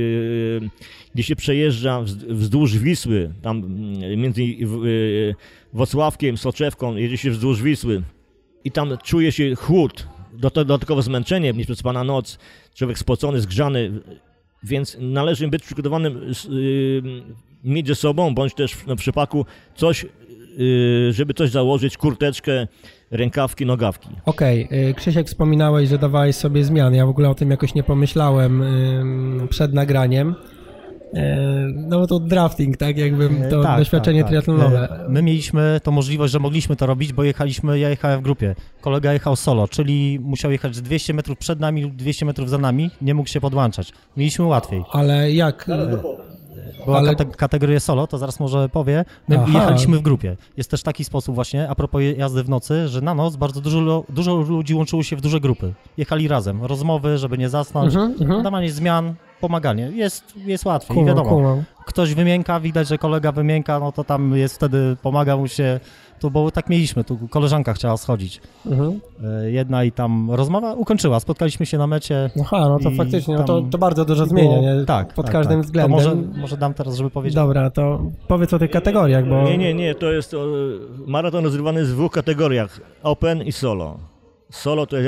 gdzie się przejeżdża wzdłuż Wisły, tam między Włocławkiem, Soczewką, jedzie się wzdłuż Wisły i tam czuje się chłód, dodatkowo zmęczenie, nieprzespana noc, człowiek spocony, zgrzany, więc należy być przygotowanym, mieć ze sobą, bądź też w przepaku coś, żeby coś założyć, kurteczkę, rękawki, nogawki. Okej, Krzysiek, wspominałeś, że dawałeś sobie zmiany, ja w ogóle o tym jakoś nie pomyślałem przed nagraniem. No bo to drafting, tak? Jakby to doświadczenie triatlonowe. My mieliśmy tą możliwość, że mogliśmy to robić, bo ja jechałem w grupie. Kolega jechał solo, czyli musiał jechać 200 metrów przed nami lub 200 metrów za nami, nie mógł się podłączać. Mieliśmy łatwiej. Ale jak? Była kategoria solo, to zaraz może powie. My jechaliśmy w grupie. Jest też taki sposób właśnie, a propos jazdy w nocy, że na noc bardzo dużo ludzi łączyło się w duże grupy. Jechali razem, rozmowy, żeby nie zasnąć, dawanie zmian, pomaganie. Jest łatwiej, wiadomo. Ktoś wymięka, widać, że kolega wymięka, no to tam jest wtedy, pomaga mu się. Bo tak mieliśmy, tu koleżanka chciała schodzić. Jedna i tam rozmowa ukończyła, spotkaliśmy się na mecie. Aha, no to faktycznie, no to bardzo dużo zmienia, nie? Tak, pod każdym względem. To może dam teraz, żeby powiedzieć. Dobra, to powiedz o tych kategoriach, bo... Nie, to jest maraton rozgrywany w 2 kategoriach, open i solo. Solo to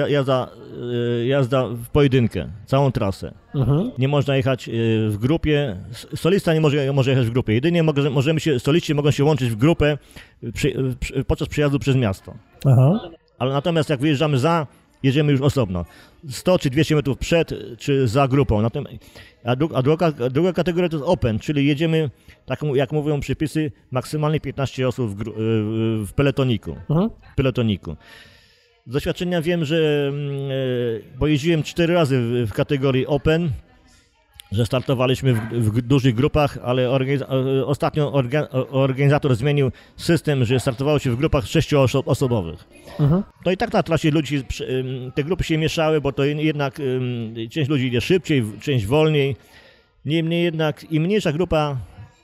jazda w pojedynkę, całą trasę. Nie można jechać w grupie, solista nie może jechać w grupie, jedynie soliści mogą się łączyć w grupę podczas przejazdu przez miasto. Ale natomiast jak wyjeżdżamy jedziemy już osobno, 100 czy 200 metrów przed czy za grupą. A druga kategoria to jest open, czyli jedziemy, tak jak mówią przepisy, maksymalnie 15 osób w peletoniku. Z doświadczenia wiem, że, bo jeździłem 4 razy w kategorii Open, że startowaliśmy w dużych grupach, ale ostatnio organizator zmienił system, że startowało się w grupach 6-osobowych. No i tak na trasie te grupy się mieszały, bo to jednak część ludzi idzie szybciej, część wolniej. Niemniej jednak im mniejsza grupa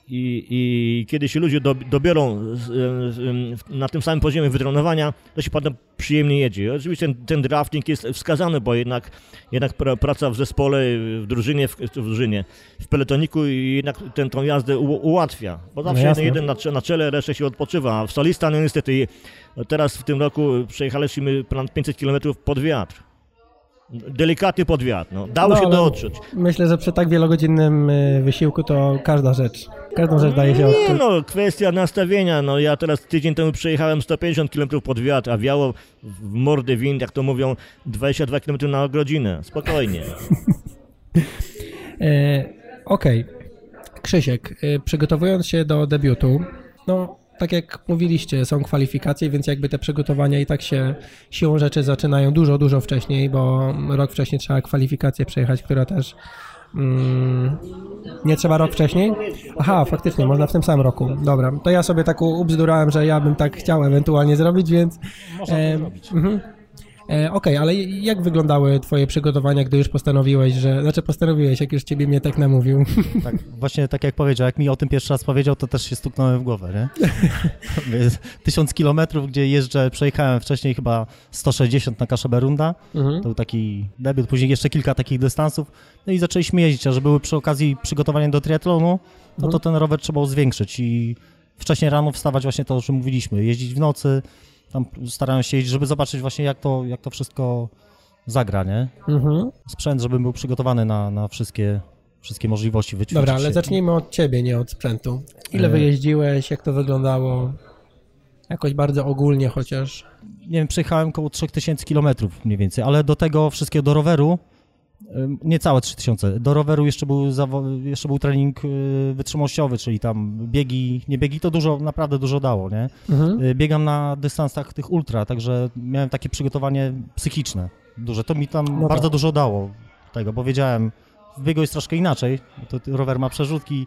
i kiedy się ludzie dobiorą na tym samym poziomie wytrenowania, to się potem przyjemnie jedzie. Oczywiście ten drafting jest wskazany, bo jednak praca w zespole, w drużynie, w peletoniku jednak tą jazdę ułatwia. Bo zawsze jeden na czele, resztę się odpoczywa. A w solista, no niestety, teraz w tym roku przejechaliśmy ponad 500 km pod wiatr. Delikatny pod wiatr, dało się to odczuć. Myślę, że przy tak wielogodzinnym wysiłku to każdą rzecz daje się odczuć. Kwestia nastawienia, ja teraz tydzień temu przejechałem 150 km pod wiatr, a wiało w mordę wind, jak to mówią, 22 km na godzinę, spokojnie. Okej. Krzysiek, przygotowując się do debiutu, tak jak mówiliście, są kwalifikacje, więc jakby te przygotowania i tak się siłą rzeczy zaczynają dużo wcześniej, bo rok wcześniej trzeba kwalifikację przejechać, która też... nie trzeba rok wcześniej? Aha, faktycznie, można w tym samym roku. Dobra, to ja sobie tak ubzdurałem, że ja bym tak chciał ewentualnie zrobić, więc... Można to zrobić. Okej, ale jak wyglądały twoje przygotowania, gdy już postanowiłeś, jak już ciebie mnie tak namówił? Tak, właśnie tak jak powiedział, jak mi o tym pierwszy raz powiedział, to też się stuknąłem w głowę, nie? 1000 kilometrów, gdzie przejechałem wcześniej chyba 160 na Kaszeberunda, to był taki debiut, później jeszcze kilka takich dystansów, no i zaczęliśmy jeździć, a że były przy okazji przygotowania do triatlonu, no to ten rower trzeba było zwiększyć i wcześniej rano wstawać właśnie to, o czym mówiliśmy, jeździć w nocy, tam starałem się jeździć, żeby zobaczyć właśnie jak to wszystko zagra, nie? Sprzęt, żeby był przygotowany na wszystkie możliwości wyćwiczyć. Dobra, ale się. zacznijmy od ciebie, nie od sprzętu. Ile wyjeździłeś, jak to wyglądało? Jakoś bardzo ogólnie chociaż. Nie wiem, przejechałem około 3000 kilometrów mniej więcej, ale do tego wszystkiego do roweru, niecałe 3000. Do roweru jeszcze był trening wytrzymałościowy, czyli tam nie biegi, to naprawdę dużo dało, nie? Biegam na dystansach tych ultra, także miałem takie przygotowanie psychiczne duże. To mi tam bardzo dużo dało tego, bo wiedziałem, w biegu jest troszkę inaczej, to rower ma przerzutki,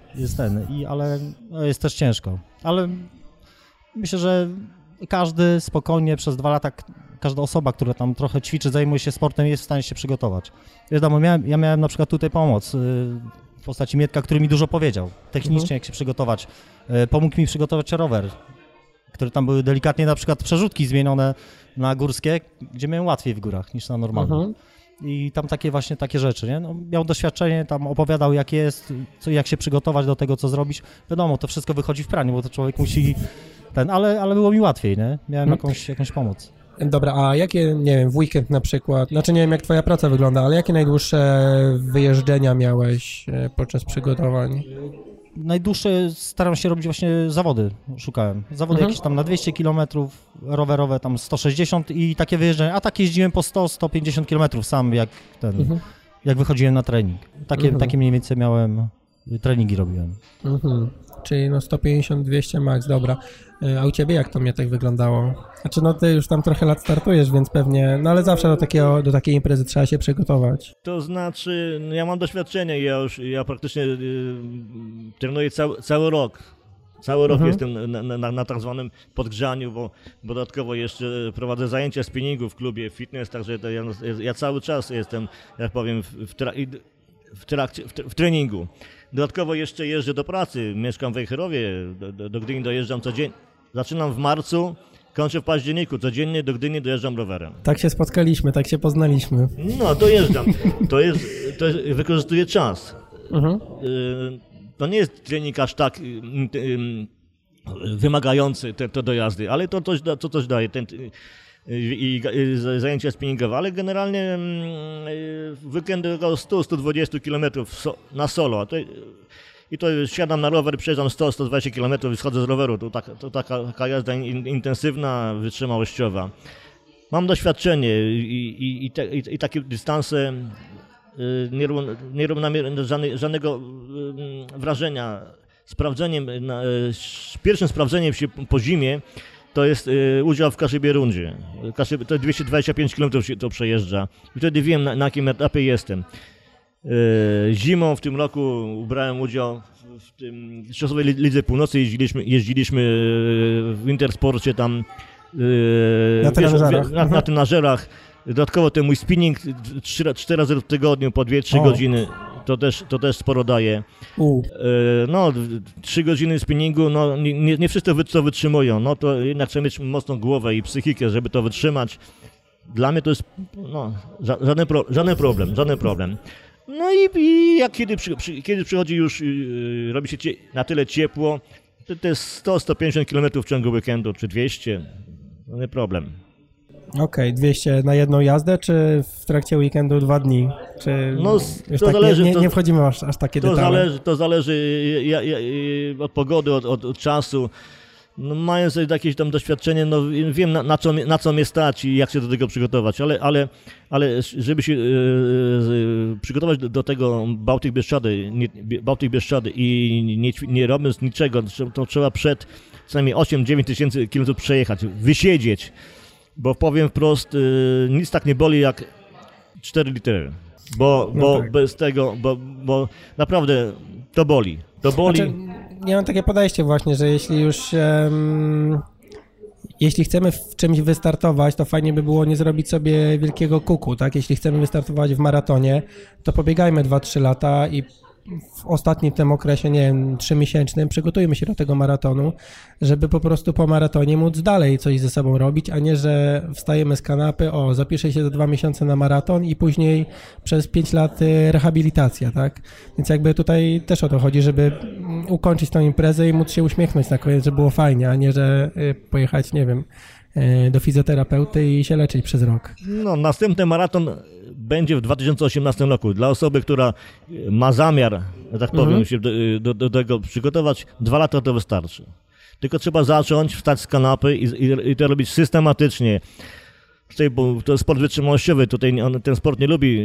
ale jest też ciężko. Ale myślę, że każdy spokojnie przez 2 lata, każda osoba, która tam trochę ćwiczy, zajmuje się sportem, jest w stanie się przygotować. Wiadomo, ja miałem na przykład tutaj pomoc w postaci Mietka, który mi dużo powiedział technicznie, jak się przygotować. Pomógł mi przygotować rower, które tam były delikatnie na przykład przerzutki zmienione na górskie, gdzie miałem łatwiej w górach niż na normalnym. I tam takie rzeczy, nie? No, miał doświadczenie, tam opowiadał jak jest, jak się przygotować do tego, co zrobić. Wiadomo, to wszystko wychodzi w praniu, bo to człowiek musi ale było mi łatwiej, nie? Miałem jakąś pomoc. Dobra, a jakie, nie wiem, w weekend na przykład, znaczy nie wiem jak twoja praca wygląda, ale jakie najdłuższe wyjeżdżenia miałeś podczas przygotowań? Najdłuższe staram się robić właśnie zawody, szukałem. Zawody jakieś tam na 200 km, rowerowe tam 160 i takie wyjeżdżenia, a tak jeździłem po 100-150 km sam jak wychodziłem na trening. Takie mniej więcej miałem, treningi robiłem. Czyli 150-200 max, dobra. A u ciebie jak to mnie tak wyglądało? Znaczy ty już tam trochę lat startujesz, więc pewnie, ale zawsze do takiej imprezy trzeba się przygotować. To znaczy, ja mam doświadczenie, ja praktycznie trenuję cały rok. Cały rok jestem na tak zwanym podgrzaniu, bo dodatkowo jeszcze prowadzę zajęcia spinningu w klubie fitness, także ja cały czas jestem, jak powiem, w treningu. Dodatkowo jeszcze jeżdżę do pracy, mieszkam w Wejherowie, do Gdyni dojeżdżam codziennie. Zaczynam w marcu, kończę w październiku, codziennie do Gdyni dojeżdżam rowerem. Tak się spotkaliśmy, tak się poznaliśmy. No, dojeżdżam. To wykorzystuję czas. To nie jest trening aż tak wymagający te dojazdy, ale to coś daje. I zajęcia spinningowe, ale generalnie w weekendy około 100-120 km na solo. I to siadam na rower, przejeżdżam 100-120 km i schodzę z roweru. To taka jazda intensywna, wytrzymałościowa. Mam doświadczenie i takie dystanse nie robią żadnego wrażenia. Pierwszym sprawdzeniem się po zimie to jest udział w Kaszebierundzie. To 225 km się to przejeżdża. I wtedy wiem, na jakim etapie jestem. Zimą w tym roku brałem udział w tym czasowej Lidze Północy. Jeździliśmy w Intersporcie tam na trenażerach. Dodatkowo ten mój spinning 4 razy w tygodniu po 2-3 godziny. To też sporo daje. 3 godziny spinningu, nie wszyscy to wytrzymują. No to jednak trzeba mieć mocną głowę i psychikę, żeby to wytrzymać. Dla mnie to jest żaden problem. No i kiedy przychodzi już, robi się na tyle ciepło, to jest 100-150 km w ciągu weekendu, czy 200, no nie problem. Okej, 200 na jedną jazdę, czy w trakcie weekendu 2 dni? Czy to zależy. Nie wchodzimy aż takie detale. To zależy od pogody, od czasu. No, mając jakieś tam doświadczenie, wiem na co mnie stać i jak się do tego przygotować, ale żeby się przygotować do tego Bałtyk Bieszczady i nie robiąc niczego, to trzeba przed co najmniej 8-9 tysięcy kilometrów przejechać, wysiedzieć. Bo powiem wprost, nic tak nie boli jak 4 litry, bo bez tego, bo naprawdę to boli. Znaczy, ja mam takie podejście właśnie, że jeśli już jeśli chcemy w czymś wystartować, to fajnie by było nie zrobić sobie wielkiego kuku, tak? Jeśli chcemy wystartować w maratonie, to pobiegajmy 2-3 lata i w ostatnim tym okresie, nie wiem, 3-miesięcznym, przygotujmy się do tego maratonu, żeby po prostu po maratonie móc dalej coś ze sobą robić, a nie, że wstajemy z kanapy, zapiszę się za 2 miesiące na maraton i później przez 5 lat rehabilitacja, tak? Więc jakby tutaj też o to chodzi, żeby ukończyć tą imprezę i móc się uśmiechnąć na koniec, że było fajnie, a nie, że pojechać, nie wiem, do fizjoterapeuty i się leczyć przez rok. No, następny maraton będzie w 2018 roku. Dla osoby, która ma zamiar, że tak powiem, się do tego przygotować, 2 lata to wystarczy. Tylko trzeba zacząć, wstać z kanapy i to robić systematycznie. Tutaj, bo to jest sport wytrzymałościowy, tutaj ten sport nie lubi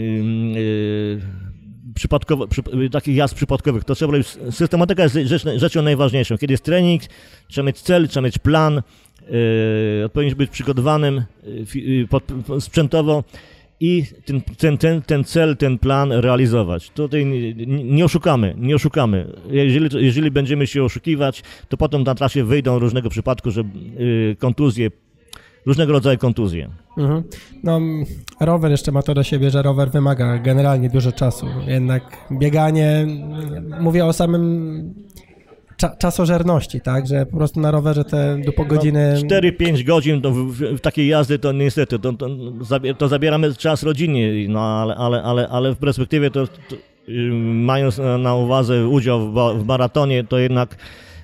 takich jazd przypadkowych. To trzeba robić. Systematyka jest rzeczą najważniejszą. Kiedy jest trening, trzeba mieć cel, trzeba mieć plan, odpowiednio być przygotowanym sprzętowo i ten cel, ten plan realizować. Tutaj nie oszukamy. Jeżeli będziemy się oszukiwać, to potem na trasie wyjdą różnego przypadku, że kontuzje, różnego rodzaju kontuzje. Mhm. No, rower jeszcze ma to do siebie, że rower wymaga generalnie dużo czasu. Jednak bieganie, mówię o samym czasożerności, tak, że po prostu na rowerze te do po godziny... 4-5 godzin w takiej jazdy to niestety, to zabieramy czas rodzinie, no ale w perspektywie to mając na uwadze udział w maratonie, to jednak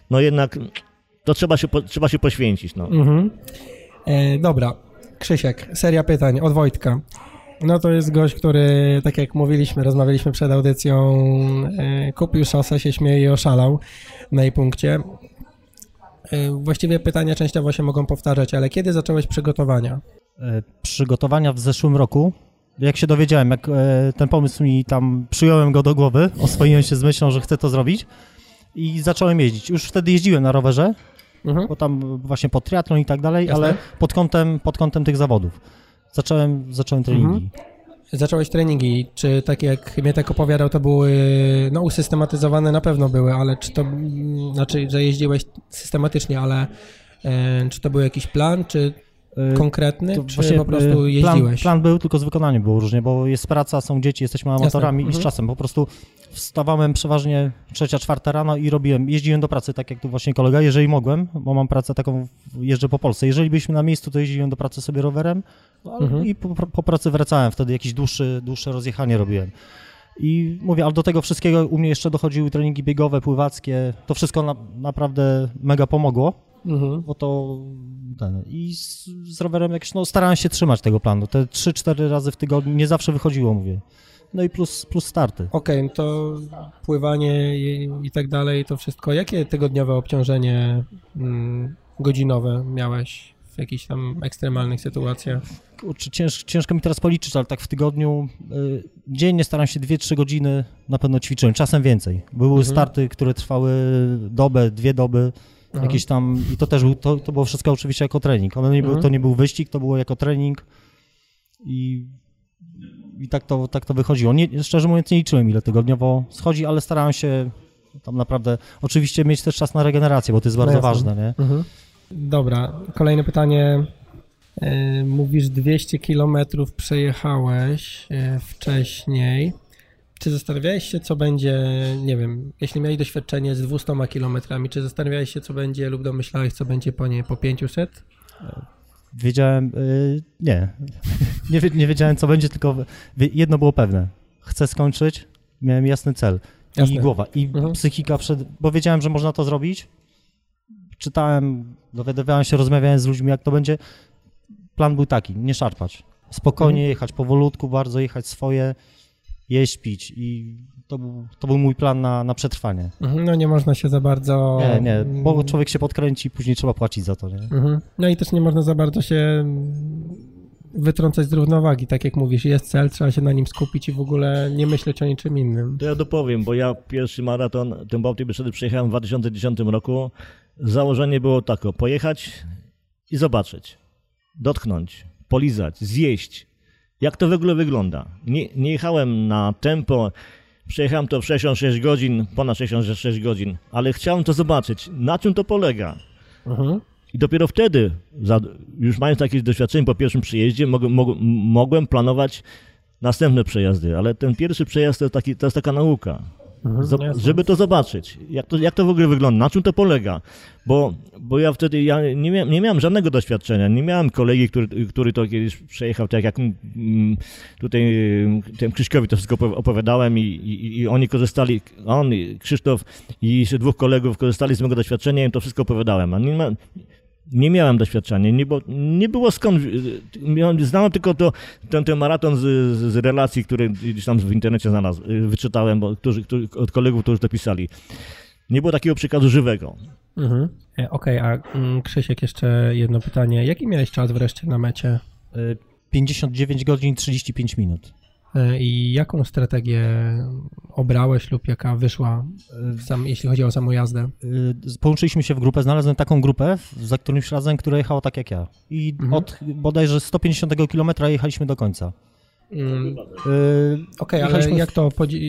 to trzeba się poświęcić. No. Mhm. Dobra, Krzysiek, seria pytań od Wojtka. No to jest gość, który, tak jak rozmawialiśmy przed audycją, kupił szosę, się śmieje i oszalał na jej punkcie. Właściwie pytania częściowo się mogą powtarzać, ale kiedy zacząłeś przygotowania? Przygotowania w zeszłym roku. Jak się dowiedziałem, jak ten pomysł mi tam, przyjąłem go do głowy, oswoiłem się z myślą, że chcę to zrobić i zacząłem jeździć. Już wtedy jeździłem na rowerze, bo tam właśnie pod triatlon i tak dalej, jasne, ale pod kątem tych zawodów. Zacząłem treningi. Zacząłeś treningi, czy tak jak mnie tak opowiadał, to były, no usystematyzowane na pewno były, ale czy to, znaczy, że jeździłeś systematycznie, ale czy to był jakiś plan, czy konkretny, czy po prostu jeździłeś? Plan był, tylko z wykonaniem było różnie, bo jest praca, są dzieci, jesteśmy amatorami i z czasem po prostu wstawałem przeważnie 3-4 rano i jeździłem do pracy, tak jak tu właśnie kolega, jeżeli mogłem, bo mam pracę taką, jeżdżę po Polsce. Jeżeli byliśmy na miejscu, to jeździłem do pracy sobie rowerem i po pracy wracałem, wtedy jakieś dłuższe rozjechanie robiłem. I mówię, ale do tego wszystkiego u mnie jeszcze dochodziły treningi biegowe, pływackie, to wszystko naprawdę mega pomogło. Bo to i z rowerem jakoś, starałem się trzymać tego planu. Te 3-4 razy w tygodniu nie zawsze wychodziło, mówię. No i plus starty. Okej, to pływanie i tak dalej, to wszystko. Jakie tygodniowe obciążenie godzinowe miałeś w jakichś tam ekstremalnych sytuacjach? Kurczę, ciężko mi teraz policzyć, ale tak w tygodniu dziennie staram się 2-3 godziny na pewno ćwiczyłem, czasem więcej. Były starty, które trwały dobę, 2 doby. Jakieś tam, i to też to było wszystko oczywiście jako trening. To nie był wyścig, to było jako trening i tak to wychodziło. Szczerze mówiąc nie liczyłem, ile tygodniowo schodzi, ale starałem się tam naprawdę oczywiście mieć też czas na regenerację, bo to jest bardzo ważne, nie? Dobra, kolejne pytanie. Mówisz 200 kilometrów przejechałeś wcześniej. Czy zastanawiałeś się, co będzie, nie wiem, jeśli miałeś doświadczenie z 200 kilometrami, czy zastanawiałeś się, co będzie lub domyślałeś, co będzie po 500? Wiedziałem, nie wiedziałem, co będzie, tylko jedno było pewne. Chcę skończyć, miałem jasny cel. Jasne. I głowa, i psychika, bo wiedziałem, że można to zrobić. Czytałem, dowiadywałem się, rozmawiałem z ludźmi, jak to będzie. Plan był taki, nie szarpać. Spokojnie jechać, powolutku bardzo jechać swoje, jeść, pić i to był mój plan na przetrwanie. No nie można się za bardzo... Nie, bo człowiek się podkręci i później trzeba płacić za to, nie? No i też nie można za bardzo się wytrącać z równowagi, tak jak mówisz, jest cel, trzeba się na nim skupić i w ogóle nie myśleć o niczym innym. To ja dopowiem, bo ja pierwszy maraton, ten Bałtyk wtedy przejechałem w 2010 roku. Założenie było takie, pojechać i zobaczyć, dotknąć, polizać, zjeść. Jak to w ogóle wygląda? Nie jechałem na tempo, przejechałem to w 66 godzin, ponad 66 godzin, ale chciałem to zobaczyć, na czym to polega. I dopiero wtedy, już mając jakieś doświadczenie po pierwszym przyjeździe, mogłem planować następne przejazdy, ale ten pierwszy przejazd to jest taka nauka. Żeby to zobaczyć, jak to w ogóle wygląda, na czym to polega, bo ja wtedy nie miałem żadnego doświadczenia, nie miałem kolegi, który to kiedyś przejechał, tak jak tutaj tym Krzyśkowi to wszystko opowiadałem i oni korzystali, Krzysztof i jeszcze 2 kolegów korzystali z mojego doświadczenia i im to wszystko opowiadałem, a nie miałem doświadczenia, nie było skąd, znałem tylko ten maraton z relacji, które gdzieś tam w internecie wyczytałem, od kolegów, którzy to pisali. Nie było takiego przekazu żywego. Okej, a Krzysiek, jeszcze jedno pytanie. Jaki miałeś czas wreszcie na mecie? 59 godzin 35 minut. I jaką strategię obrałeś lub jaka wyszła, jeśli chodzi o samą jazdę? Połączyliśmy się w grupę, znalazłem taką grupę za którymś razem, która jechała tak jak ja. I od bodajże 150 km jechaliśmy do końca. Okej, ale jak to,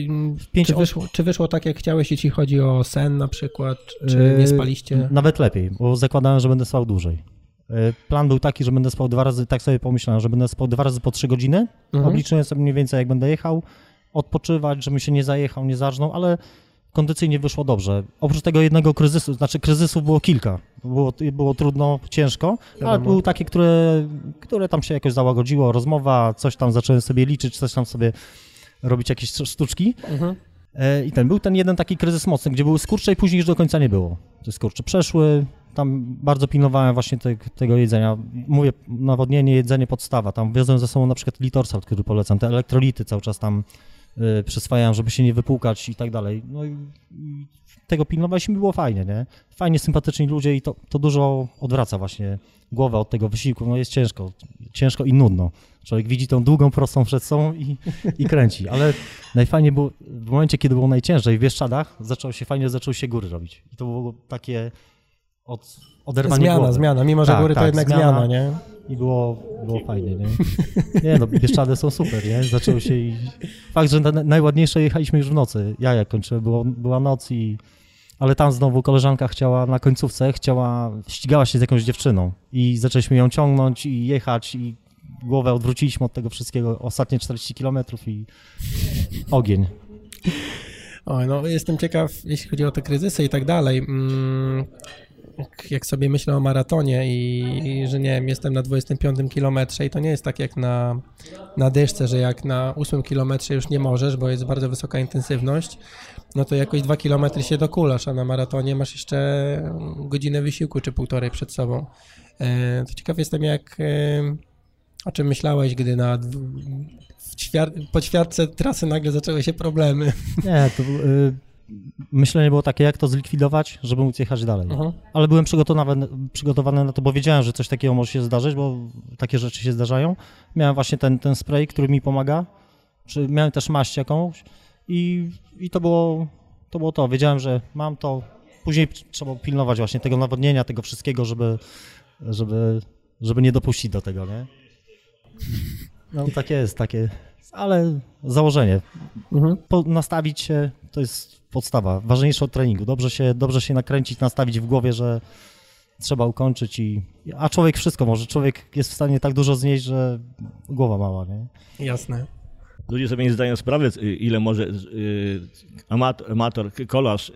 czy wyszło tak jak chciałeś, jeśli chodzi o sen na przykład, czy nie spaliście? Nawet lepiej, bo zakładałem, że będę spał dłużej. Plan był taki, że będę spał 2 razy, tak sobie pomyślałem, że będę spał 2 razy po 3 godziny. Obliczyłem sobie mniej więcej, jak będę jechał, odpoczywać, żebym się nie zajechał, nie zarżnął, ale kondycyjnie wyszło dobrze. Oprócz tego jednego kryzysu, znaczy kryzysów było kilka. Było trudno, ciężko, ale były takie, które tam się jakoś załagodziło, rozmowa, coś tam zacząłem sobie liczyć, coś tam sobie robić, jakieś sztuczki. I był ten jeden taki kryzys mocny, gdzie były skurcze i później już do końca nie było. Te skurcze przeszły, tam bardzo pilnowałem właśnie tego jedzenia. Mówię, nawodnienie, jedzenie, podstawa. Tam wiozłem ze sobą na przykład Litorsal, który polecam, te elektrolity cały czas tam przyswajałem, żeby się nie wypłukać i tak dalej. No i tego pilnowaliśmy, było fajnie, nie? Fajnie, sympatyczni ludzie i to dużo odwraca właśnie głowę od tego wysiłku. No jest ciężko i nudno. Człowiek widzi tą długą, prostą przed sobą i kręci, ale najfajniej było w momencie, kiedy było najciężej w Bieszczadach, zaczęły się góry robić. I to było takie oderwanie głowy. Zmiana, mimo że góry to jednak zmiana, nie? I było fajnie, nie? Nie no, Bieszczady są super, nie? Zaczęło się i fakt, że najładniejsze jechaliśmy już w nocy. Ja jak kończyłem, była noc ale tam znowu koleżanka na końcówce ścigała się z jakąś dziewczyną i zaczęliśmy ją ciągnąć i jechać i głowę odwróciliśmy od tego wszystkiego, ostatnie 40 km i ogień. No jestem ciekaw, jeśli chodzi o te kryzysy i tak dalej. Jak sobie myślę o maratonie i że nie wiem, jestem na 25 kilometrze i to nie jest tak jak na dyszce, że jak na 8 kilometrze już nie możesz, bo jest bardzo wysoka intensywność, no to jakoś 2 kilometry się dokulasz, a na maratonie masz jeszcze godzinę wysiłku czy 1,5 przed sobą. To ciekaw jestem, o czym myślałeś, gdy po ćwiartce trasy nagle zaczęły się problemy. Nie, to myślenie było takie, jak to zlikwidować, żeby móc jechać dalej. Ale byłem przygotowany na to, bo wiedziałem, że coś takiego może się zdarzyć, bo takie rzeczy się zdarzają. Miałem właśnie ten spray, który mi pomaga. Miałem też maść jakąś i to było to. Wiedziałem, że mam to. Później trzeba pilnować właśnie tego nawodnienia, tego wszystkiego, żeby nie dopuścić do tego, nie? No tak jest, ale założenie. Nastawić się to jest podstawa, ważniejsze od treningu. Dobrze się nakręcić, nastawić w głowie, że trzeba ukończyć a człowiek wszystko może. Człowiek jest w stanie tak dużo znieść, że głowa mała, nie? Jasne. Ludzie sobie nie zdają sprawy, ile może amator, kolarz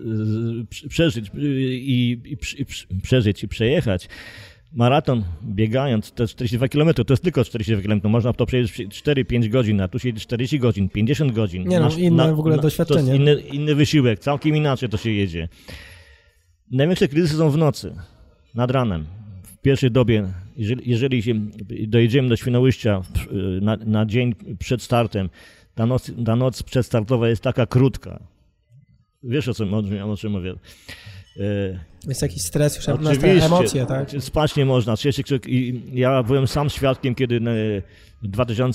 przeżyć i przejechać. Maraton biegając to 42 km, to jest tylko 42 km, można to przejść 4-5 godzin, a tu się 40 godzin, 50 godzin. Nie no, inne w ogóle doświadczenie. To jest inny wysiłek, całkiem inaczej to się jedzie. Największe kryzysy są w nocy, nad ranem. W pierwszej dobie, jeżeli dojedziemy do Świnoujścia na dzień przed startem, ta noc przedstartowa jest taka krótka. Wiesz o czym mówię? Jest jakiś stres, już emocje, tak? Spać nie można. Ja byłem sam świadkiem, kiedy w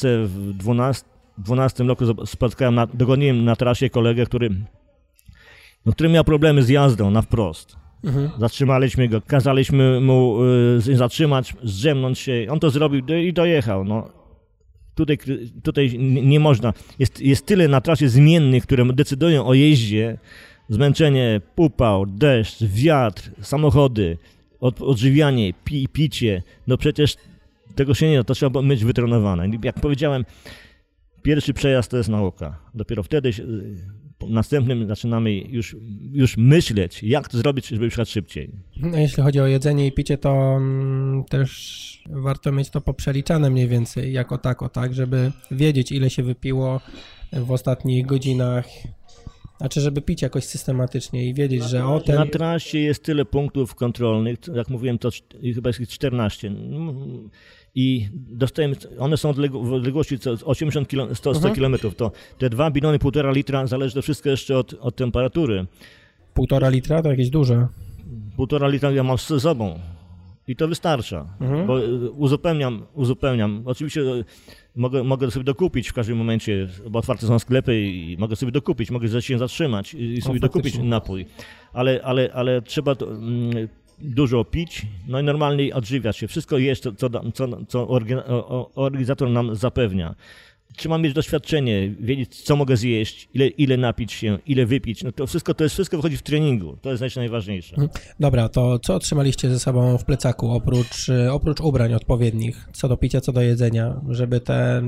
2012 roku dogoniłem na trasie kolegę, który miał problemy z jazdą na wprost. Zatrzymaliśmy go, kazaliśmy mu zatrzymać, zdrzemnąć się. On to zrobił i dojechał. No. Tutaj nie można. Jest tyle na trasie zmiennych, które decydują o jeździe. Zmęczenie, upał, deszcz, wiatr, samochody, odżywianie, picie, no przecież tego się nie da, to trzeba mieć wytrenowane. Jak powiedziałem, pierwszy przejazd to jest nauka. Dopiero wtedy następnym zaczynamy już myśleć, jak to zrobić, żeby jechać szybciej. No, jeśli chodzi o jedzenie i picie, to też warto mieć to poprzeliczane mniej więcej, jako tak, żeby wiedzieć, ile się wypiło w ostatnich godzinach. Znaczy, żeby pić jakoś systematycznie i wiedzieć, że Na trasie jest tyle punktów kontrolnych, jak mówiłem, to chyba jest 14. I dostajemy, one są w odległości 80 km, 100 km, to te 2 bidony 1,5 litra, zależy to wszystko jeszcze od temperatury. 1,5 litra to jakieś duże. 1,5 litra ja mam z sobą i to wystarcza, bo uzupełniam. Oczywiście mogę sobie dokupić w każdym momencie, bo otwarte są sklepy i mogę sobie dokupić, mogę się zatrzymać i sobie dokupić napój, ale trzeba to, dużo pić, no i normalnie odżywiać się. Wszystko jest, co organizator nam zapewnia. Trzeba mieć doświadczenie, wiedzieć, co mogę zjeść, ile napić się, ile wypić. No to wszystko wychodzi w treningu. To jest najważniejsze. Dobra, to co otrzymaliście ze sobą w plecaku, oprócz ubrań odpowiednich, co do picia, co do jedzenia, żeby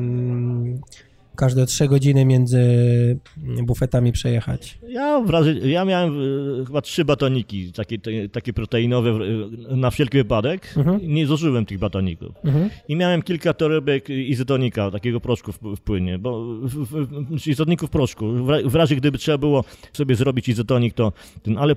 każde 3 godziny między bufetami przejechać? Ja miałem chyba 3 batoniki, takie proteinowe na wszelki wypadek. Nie zużyłem tych batoników. I miałem kilka torebek izotonika, takiego proszku w płynie, bo izotoniku w proszku. W razie gdyby trzeba było sobie zrobić izotonik, to ale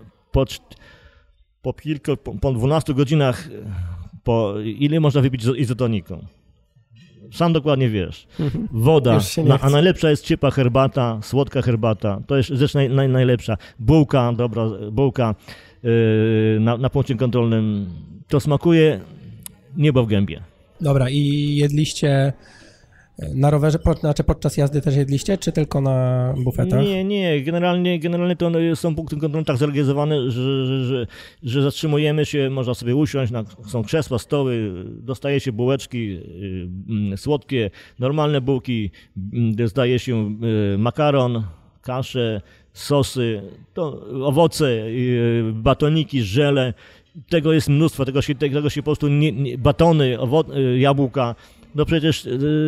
po 12 godzinach, ile można wypić izotoniką? Sam dokładnie wiesz. Woda, a najlepsza jest ciepła herbata, słodka herbata, to jest rzecz najlepsza. Bułka, dobra bułka na punkcie kontrolnym, to smakuje niebo w gębie. Dobra, i jedliście na rowerze, znaczy podczas jazdy też jedliście, czy tylko na bufetach? Nie, generalnie to są punkty kontrolne tak zorganizowane, że zatrzymujemy się, można sobie usiąść, są krzesła, stoły, dostaje się bułeczki słodkie, normalne bułki, zdaje się makaron, kasze, sosy, to owoce, batoniki, żele, tego jest mnóstwo, tego się po prostu batony, jabłka, no przecież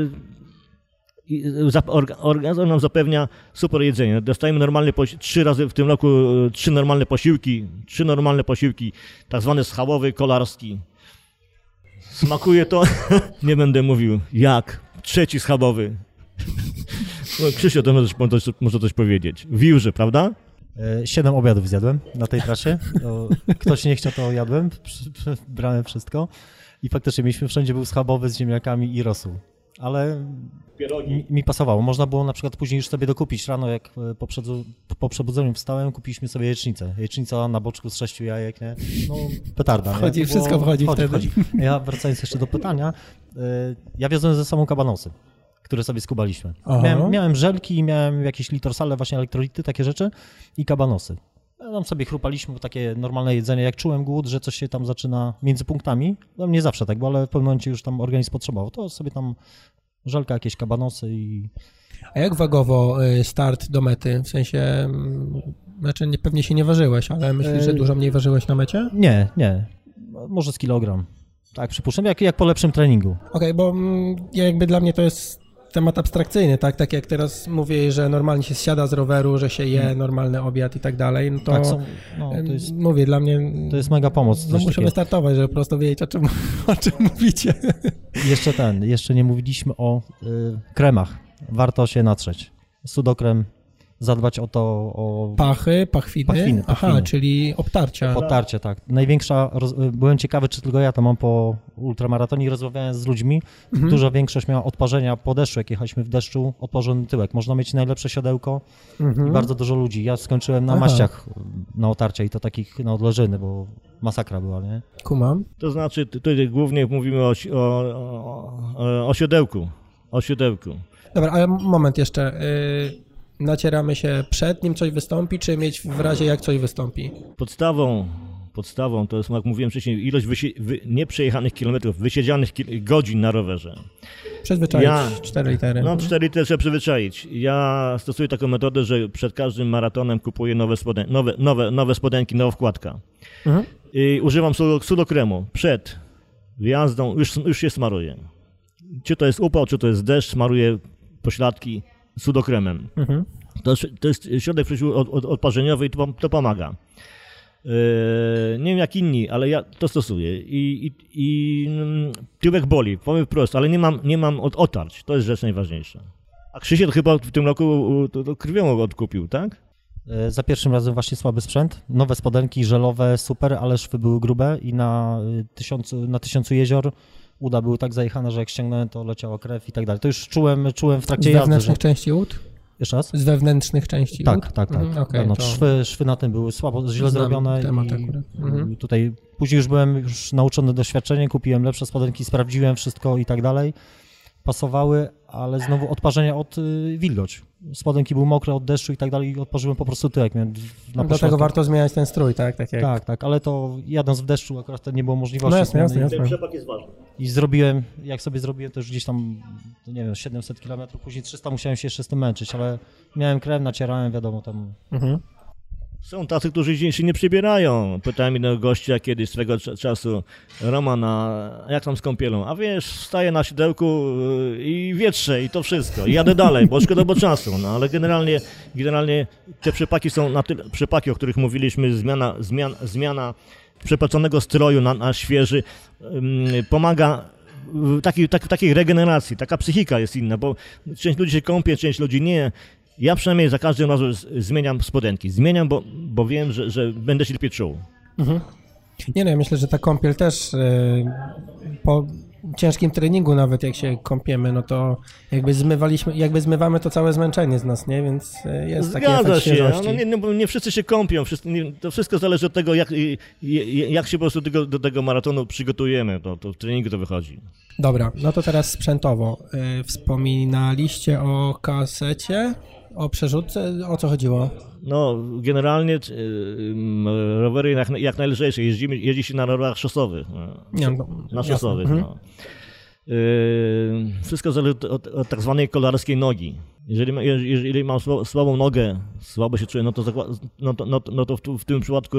organizator nam zapewnia super jedzenie. Dostajemy normalne 3 razy w tym roku 3 normalne posiłki, tak zwany schabowy, kolarski. Smakuje to, nie będę mówił jak, 3 schabowy. No, Krzysiu, to może coś powiedzieć. W Wiórze, prawda? 7 obiadów zjadłem na tej trasie. Ktoś nie chciał, to jadłem, brałem wszystko. I faktycznie mieliśmy wszędzie, był schabowy z ziemniakami i rosół. Ale mi pasowało. Można było na przykład później już sobie dokupić. Rano, jak po przebudzeniu wstałem, kupiliśmy sobie jajecznicę. Jajecznica na boczku z 6 jajek, nie? No, petarda. Wszystko wchodzi wtedy. Ja wracając jeszcze do pytania, ja wiozłem ze sobą kabanosy, które sobie skubaliśmy. Miałem żelki, miałem jakieś litorsale, właśnie elektrolity, takie rzeczy i kabanosy. Tam sobie chrupaliśmy, takie normalne jedzenie. Jak czułem głód, że coś się tam zaczyna między punktami, no nie zawsze tak było, ale w pewnym momencie już tam organizm potrzebował, to sobie tam żelka, jakieś kabanosy i... A jak wagowo start do mety? W sensie, znaczy pewnie się nie ważyłeś, ale myślisz, że dużo mniej ważyłeś na mecie? Nie. Może z kilogram. Tak, przypuszczam, jak po lepszym treningu. Okej, bo jakby dla mnie to jest temat abstrakcyjny, tak? Tak jak teraz mówię, że normalnie się zsiada z roweru, że się je normalny obiad i tak dalej, no to, tak, to jest, mówię, dla mnie... To jest mega pomoc. No musimy startować, żeby po prostu wiedzieć, o czym mówicie. Jeszcze nie mówiliśmy o kremach. Warto się natrzeć. Sudokrem, zadbać o to... Pachwiny. Aha, czyli obtarcia. Podtarcie, tak. Byłem ciekawy, czy tylko ja to mam po ultramaratonie i rozmawiałem z ludźmi. Duża większość miała odparzenia po deszczu, jak jechaliśmy w deszczu, odparzony tyłek. Można mieć najlepsze siodełko i bardzo dużo ludzi. Ja skończyłem na maściach na otarcia i to takich na odleżyny, bo masakra była, nie? Kumam. To znaczy, tutaj głównie mówimy o siodełku. Dobra, ale moment jeszcze. Nacieramy się przed nim coś wystąpi, czy mieć w razie jak coś wystąpi? Podstawą podstawą to jest, jak mówiłem wcześniej, ilość nieprzejechanych kilometrów, wysiedzianych godzin na rowerze. Przyzwyczaić 4 litery. No 4 litery trzeba przyzwyczaić. Ja stosuję taką metodę, że przed każdym maratonem kupuję nowe spodenki, nowa wkładka. I używam sudokremu. Przed wjazdą już je smaruję. Czy to jest upał, czy to jest deszcz, smaruję pośladki sudokremem. To jest środek przeciwodparzeniowy i to pomaga. Nie wiem jak inni, ale ja to stosuję. I tyłek boli, powiem wprost, ale nie mam otarć. To jest rzecz najważniejsza. A Krzysiek chyba w tym roku to krwią odkupił, tak? Za pierwszym razem właśnie słaby sprzęt. Nowe spodenki żelowe, super, ale szwy były grube i na 1000 jezior uda były tak zajechane, że jak ściągnąłem, to leciała krew i tak dalej. To już czułem w trakcie jazdy. Z wewnętrznych części ud? Jeszcze raz? Z wewnętrznych części ud? Tak. Okay, no, szwy na tym były źle zrobione i tutaj później już byłem nauczony doświadczeniem, kupiłem lepsze spodenki, sprawdziłem wszystko i tak dalej. Pasowały, ale znowu odparzenia od wilgoć. Spodenki były mokre od deszczu i tak dalej i odparzyłem po prostu tyłek. Dlatego warto zmieniać ten strój, tak? Tak, ale to jadąc w deszczu akurat to nie było możliwości. No jasne. Ten przepak jest ważny. I zrobiłem, jak sobie zrobiłem, to już gdzieś tam, nie wiem, 700 km, później 300 musiałem się jeszcze z tym męczyć, ale miałem krew, nacierałem, wiadomo, tam... Są tacy, którzy się nie przybierają. Pytałem jednego gościa kiedyś swego czasu, Romana, jak tam z kąpielą? A wiesz, wstaję na sidełku i wietrzę i to wszystko. I jadę dalej, bo szkoda czasu. No ale generalnie te przepaki są na tyle, przepaki, o których mówiliśmy, zmiana przepaconego stroju na świeży pomaga w takiej regeneracji. Taka psychika jest inna, bo część ludzi się kąpie, część ludzi nie. Ja przynajmniej za każdym razem zmieniam spodenki. Zmieniam, bo wiem, że będę się lepiej czuł. Nie no, ja myślę, że ta kąpiel też po ciężkim treningu nawet jak się kąpiemy, no to jakby zmywamy to całe zmęczenie z nas, nie? Więc jest taki efekt świeżości. Nie wszyscy się kąpią, to wszystko zależy od tego, jak się po prostu do tego maratonu przygotujemy, to w treningu to wychodzi. Dobra, no to teraz sprzętowo. Wspominaliście o kasecie, o przerzutce, o co chodziło? No, generalnie rowery jak najlżejsze, jeździ się na rowerach szosowych. Na szosowych, no. Wszystko zależy od tak zwanej kolarskiej nogi. Jeżeli mam słabą nogę, słabo się czuję, no to w tym przypadku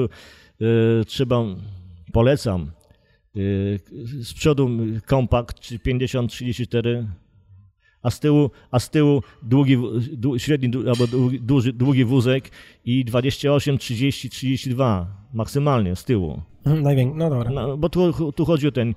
polecam z przodu kompakt 50-34, a z tyłu średni albo długi wózek i 28, 30, 32 maksymalnie z tyłu. No dobra. No, bo tu chodzi o ten.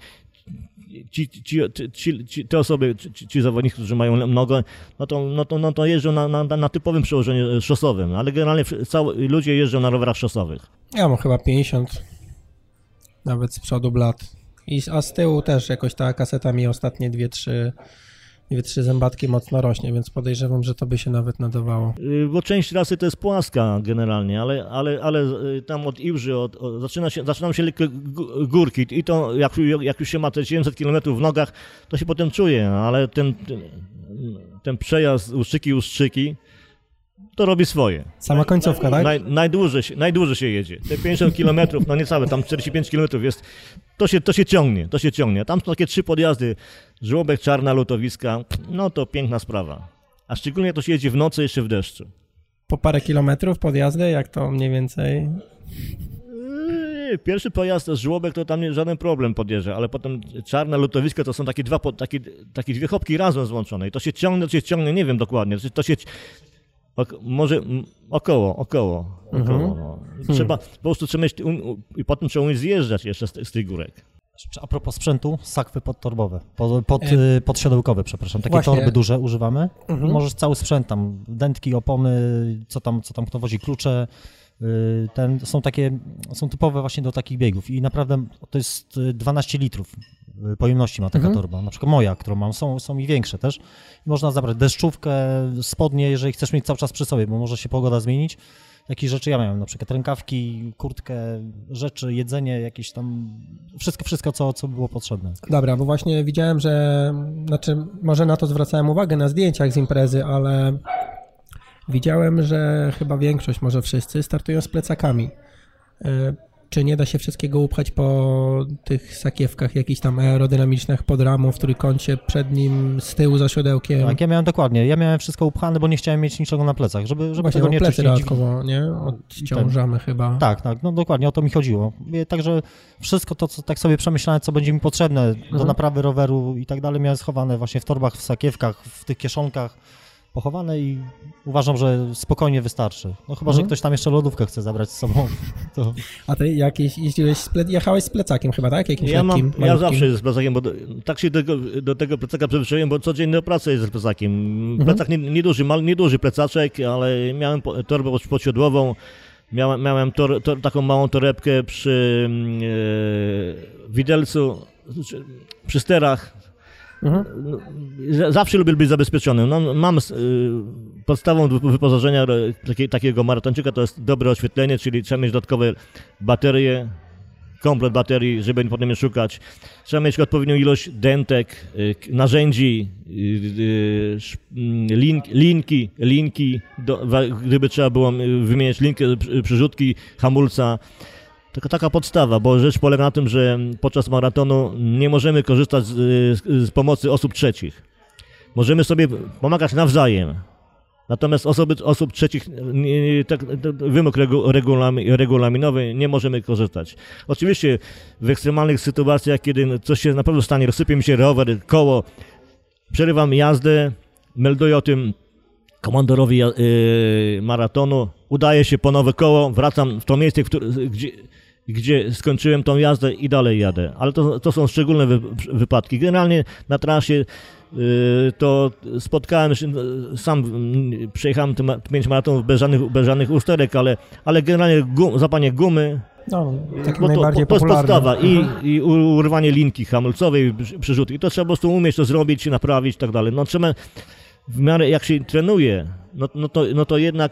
Te osoby, ci zawodnicy, którzy mają nogę, no to jeżdżą na typowym przełożeniu szosowym, ale generalnie ludzie jeżdżą na rowerach szosowych. Ja mam chyba 50, nawet z przodu blat. A z tyłu też jakoś ta kaseta mi ostatnie 2-3 zębatki mocno rośnie, więc podejrzewam, że to by się nawet nadawało. Bo część trasy to jest płaska generalnie, ale tam od Iłży zaczynają się lekkie górki i to jak już się ma te 700 km w nogach, to się potem czuje, ale ten przejazd Ustrzyki to robi swoje. Sama końcówka, tak? Najdłużej się jedzie. Te 50 km, no niecałe, tam 45 km jest, to się ciągnie. Tam są takie 3 podjazdy, Żłobek, Czarna, Lutowiska, no to piękna sprawa. A szczególnie to się jedzie w nocy, jeszcze w deszczu. Po parę kilometrów podjazdy, jak to mniej więcej? Pierwszy pojazd z Żłobek to tam żaden problem podjeżdża, ale potem Czarna, Lutowiska to są takie dwie chopki razem złączone i to się ciągnie, nie wiem dokładnie, to się... Może około. No. Po prostu trzeba mieć, i potem trzeba umieć zjeżdżać jeszcze z tych górek. A propos sprzętu, sakwy podtorbowe, podsiodełkowe, przepraszam, takie Właśnie. torby duże używamy i możesz cały sprzęt tam, dętki, opony, co tam kto wozi, klucze, są typowe właśnie do takich biegów i naprawdę to jest 12 litrów pojemności ma taka torba, na przykład moja, którą mam, są i większe też. I można zabrać deszczówkę, spodnie, jeżeli chcesz mieć cały czas przy sobie, bo może się pogoda zmienić. Jakieś rzeczy ja miałem, na przykład rękawki, kurtkę, rzeczy, jedzenie, jakieś tam, wszystko co było potrzebne. Dobra, bo właśnie widziałem, że, może na to zwracałem uwagę na zdjęciach z imprezy, ale widziałem, że chyba większość, może wszyscy startują z plecakami. czy nie da się wszystkiego upchać po tych sakiewkach jakichś tam aerodynamicznych pod ramą, w trójkącie, przed nim, z tyłu za siodełkiem? Tak, ja miałem wszystko upchane, bo nie chciałem mieć niczego na plecach, żeby Właśnie, tego nie plecy czuć. dodatkowo, nie? Odciążamy chyba. Tak, no dokładnie, o to mi chodziło. Także wszystko to, co tak sobie przemyślałem, co będzie mi potrzebne do naprawy roweru i tak dalej, miałem schowane właśnie w torbach, w sakiewkach, w tych kieszonkach, pochowane i uważam, że spokojnie wystarczy. No chyba, że ktoś tam jeszcze lodówkę chce zabrać z sobą. To... A ty jechałeś z plecakiem chyba, tak? Jakimś Ja malutkim? zawsze z plecakiem, bo tak się do tego plecaka przyzwyczaiłem, bo codziennie do pracy jest z plecakiem. Plecak nieduży plecaczek, ale miałem torbę podsiodłową, miałem taką małą torebkę przy widelcu, przy sterach. Zawsze lubię być zabezpieczony. No, mam podstawą wyposażenia takiego maratończyka to jest dobre oświetlenie, czyli trzeba mieć dodatkowe baterie, komplet baterii, żeby potem je szukać. Trzeba mieć odpowiednią ilość dentek, narzędzi, linki, gdyby trzeba było wymieniać linkę, przyrzutki, hamulca. Taka podstawa, bo rzecz polega na tym, że podczas maratonu nie możemy korzystać z pomocy osób trzecich. Możemy sobie pomagać nawzajem. Natomiast osób trzecich, wymóg regulaminowy, nie możemy korzystać. Oczywiście w ekstremalnych sytuacjach, kiedy coś się na pewno stanie, rozsypie mi się rower, koło, przerywam jazdę, melduję o tym komandorowi maratonu, udaje się po nowe koło, wracam w to miejsce, gdzie skończyłem tą jazdę i dalej jadę. Ale to są szczególne wypadki. Generalnie na trasie to spotkałem się, sam przejechałem 5 maratonów bez żadnych usterek, ale generalnie zapanie gumy, najbardziej to jest popularne. podstawa i urwanie linki hamulcowej, przyrzutki. I to trzeba po prostu umieć to zrobić, naprawić i tak dalej. No trzeba w miarę jak się trenuje, no to jednak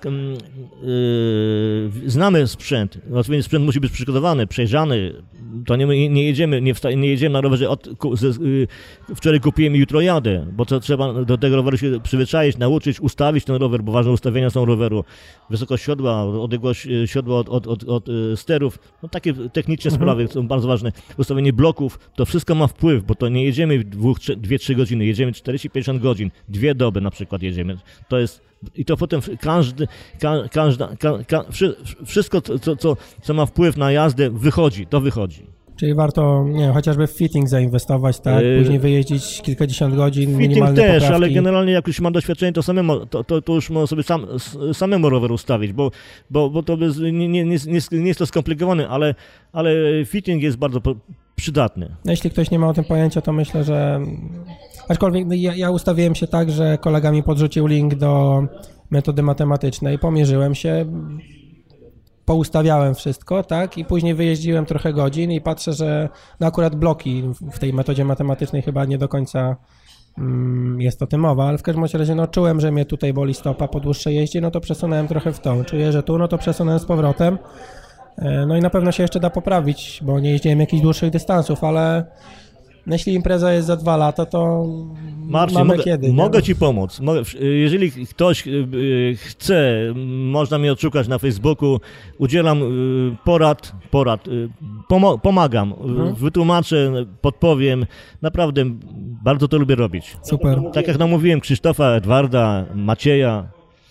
znamy sprzęt. Odpowiedni sprzęt musi być przygotowany, przejrzany. To nie jedziemy na rowerze wczoraj kupiłem i jutro jadę, bo to trzeba do tego roweru się przyzwyczaić, nauczyć, ustawić ten rower, bo ważne ustawienia są roweru. Wysokość siodła, odległość siodła od sterów, no takie techniczne sprawy są bardzo ważne. Ustawienie bloków, to wszystko ma wpływ, bo to nie jedziemy 2-3 godziny, jedziemy 40-50 godzin, 2 doby na przykład jedziemy. To jest i to potem wszystko, co ma wpływ na jazdę, wychodzi. Czyli warto, nie wiem, chociażby w fitting zainwestować, tak? Później wyjeździć kilkadziesiąt godzin, minimalne też, poprawki. ale generalnie jak już ma doświadczenie, to już można sobie samemu rower ustawić, bo to nie jest to skomplikowane, ale fitting jest bardzo przydatny. No, jeśli ktoś nie ma o tym pojęcia, to myślę, że... Aczkolwiek ja ustawiłem się tak, że kolega mi podrzucił link do metody matematycznej, pomierzyłem się, poustawiałem wszystko, tak, i później wyjeździłem trochę godzin i patrzę, że no akurat bloki w tej metodzie matematycznej chyba nie do końca jest o tym mowa, ale w każdym razie no czułem, że mnie tutaj boli stopa po dłuższej jeździe, no to przesunąłem trochę w tą, czuję, że tu, no to przesunąłem z powrotem, no i na pewno się jeszcze da poprawić, bo nie jeździłem jakichś dłuższych dystansów, ale jeśli impreza jest za 2 lata, to Marcin, mamy kiedy. Mogę ci pomóc. Jeżeli ktoś chce, można mnie odszukać na Facebooku, udzielam porad, pomagam, wytłumaczę, podpowiem. Naprawdę bardzo to lubię robić. Super. Tak jak namówiłem Krzysztofa, Edwarda, Macieja,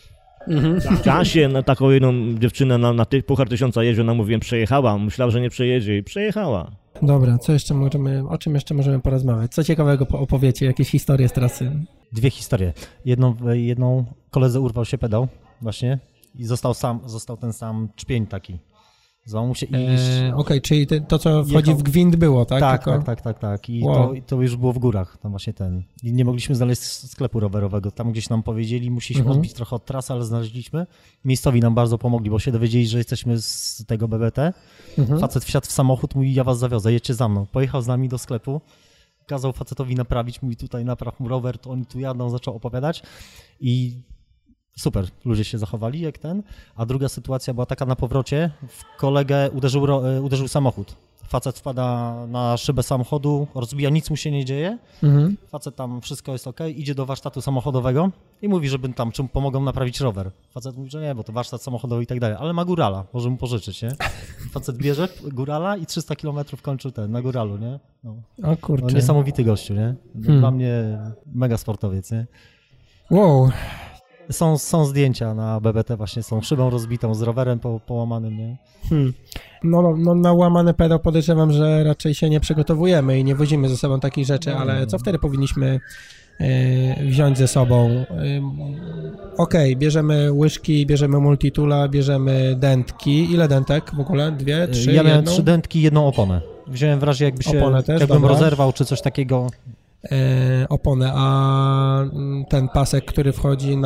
Kasię, taką jedną dziewczynę na Puchar 1000 jeździł, namówiłem, przejechała. Myślałem, że nie przejedzie i przejechała. Dobra, o czym jeszcze możemy porozmawiać? Co ciekawego opowiecie? Jakieś historie z trasy? 2 historie. Jedną koledze urwał się pedał właśnie i został ten sam czpień taki. Złamał mu się Okej, czyli to, co wchodzi w gwint było, tak? Tak. I wow. to już było w górach, tam właśnie I nie mogliśmy znaleźć sklepu rowerowego. Tam gdzieś nam powiedzieli, musieliśmy odbić trochę od trasy, ale znaleźliśmy. Miejscowi nam bardzo pomogli, bo się dowiedzieli, że jesteśmy z tego BBT. Facet wsiadł w samochód, mówi, ja was zawiozę, jedźcie za mną. Pojechał z nami do sklepu, kazał facetowi naprawić, mówi, tutaj napraw mu rower, to oni tu jadą, zaczął opowiadać i super, ludzie się zachowali jak ten. A druga sytuacja była taka na powrocie, w kolegę uderzył samochód. Facet wpada na szybę samochodu, rozbija, nic mu się nie dzieje. Facet tam, wszystko jest ok, idzie do warsztatu samochodowego i mówi, żeby tam czym pomogą naprawić rower. Facet mówi, że nie, bo to warsztat samochodowy i tak dalej, ale ma górala, może mu pożyczyć, nie? Facet bierze górala i 300 km kończy na góralu, nie? No. O kurczę. No, niesamowity gościu, nie? Dla mnie mega sportowiec, nie? Wow. Są zdjęcia na BBT właśnie z tą szybą rozbitą, z rowerem połamanym, nie? No na łamany pedał podejrzewam, że raczej się nie przygotowujemy i nie wozimy ze sobą takich rzeczy, ale co wtedy powinniśmy wziąć ze sobą? Okej, bierzemy łyżki, bierzemy multitoola, bierzemy dętki. Ile dętek w ogóle? 2, 3, Ja miałem jedną? 3 dętki i 1 oponę. Wziąłem w razie Oponę też, jakbym dobra. rozerwał czy coś takiego. Oponę, a ten pasek, który wchodzi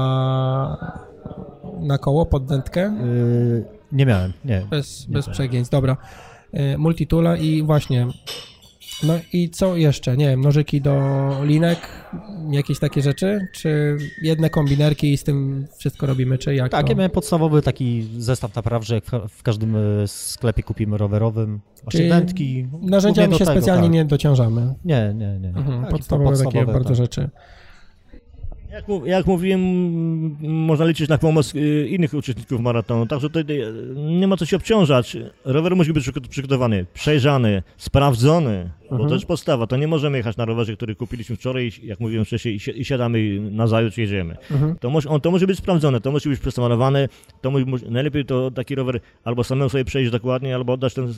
na koło pod dętkę? Nie miałem, nie. Bez przegięć, dobra. Multitoola i właśnie, no i co jeszcze? Nie wiem, nożyki do linek, jakieś takie rzeczy? Czy jedne kombinerki i z tym wszystko robimy, czy jak Tak, to? ja miałem podstawowy taki zestaw naprawczy, jak w każdym sklepie kupimy rowerowym. Właśnie Czyli dętki. narzędziami głównie się do tego, specjalnie tak. nie dociążamy. Nie. Tak, Podstawowe takie bardzo tak. rzeczy. Jak mówiłem, można liczyć na pomoc innych uczestników maratonu, także tutaj nie ma co się obciążać. Rower musi być przygotowany, przejrzany, sprawdzony, bo to jest podstawa. To nie możemy jechać na rowerze, który kupiliśmy wczoraj, jak mówiłem wcześniej, i siadamy na zajutrz jedziemy. To musi być sprawdzone, to musi być przesamalowane, najlepiej to taki rower albo samemu sobie przejść dokładnie, albo oddać ten...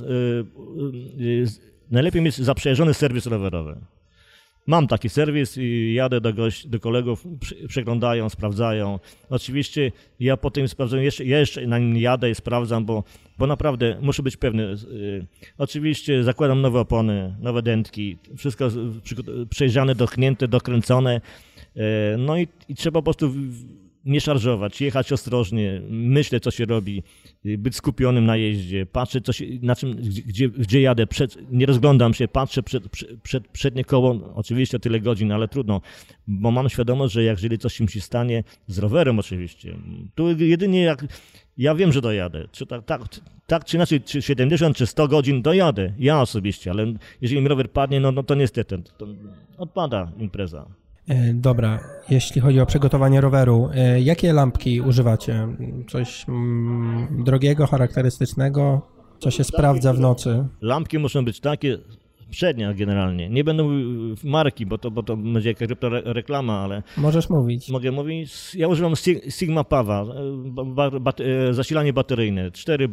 najlepiej mieć zaprzyjaźniony serwis rowerowy. Mam taki serwis i jadę do kolegów, przeglądają, sprawdzają. Oczywiście ja po tym sprawdzam, ja jeszcze na nim jadę i sprawdzam, bo naprawdę muszę być pewny. Oczywiście zakładam nowe opony, nowe dętki, wszystko przejrzane, dochnięte, dokręcone. No i trzeba po prostu nie szarżować, jechać ostrożnie, myśleć, co się robi, być skupionym na jeździe, patrzeć, gdzie jadę, nie rozglądam się, patrzę przed przednie koło, oczywiście tyle godzin, ale trudno, bo mam świadomość, że jeżeli coś mi się stanie, z rowerem oczywiście, tu jedynie ja wiem, że dojadę, czy inaczej, czy 70, czy 100 godzin dojadę, ja osobiście, ale jeżeli mi rower padnie, no to niestety, to odpada impreza. Dobra, jeśli chodzi o przygotowanie roweru, jakie lampki używacie? Coś drogiego, charakterystycznego, co się sprawdza w nocy? Lampki muszą być takie, przednie generalnie, nie będą marki, bo to będzie jakaś reklama, ale... Możesz mówić. Mogę mówić? Ja używam Sigma Pawa, zasilanie bateryjne, 4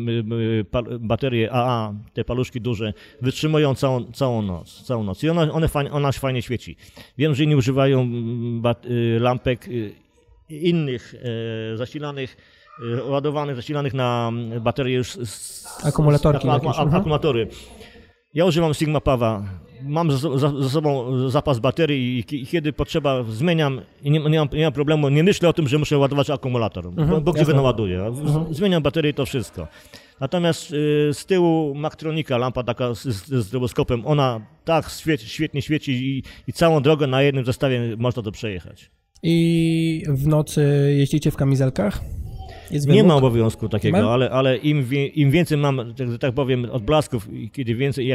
baterie AA, te paluszki duże, wytrzymują całą noc i ona fajnie świeci. Wiem, że inni używają lampek innych zasilanych, ładowanych, zasilanych na baterie już Akumulatorki akumulatory. Ja używam Sigma Pawa. Mam za sobą zapas baterii i kiedy potrzeba zmieniam i nie mam problemu, nie myślę o tym, że muszę ładować akumulator, bo gdzie będę ładuję. Zmieniam baterię i to wszystko. Natomiast z tyłu Maktronika, lampa taka z stroboskopem, ona tak świetnie świeci i całą drogę na jednym zestawie można to przejechać. I w nocy jeździcie w kamizelkach? Nie ma obowiązku takiego, ale im więcej mam, tak powiem, odblasków, kiedy więcej,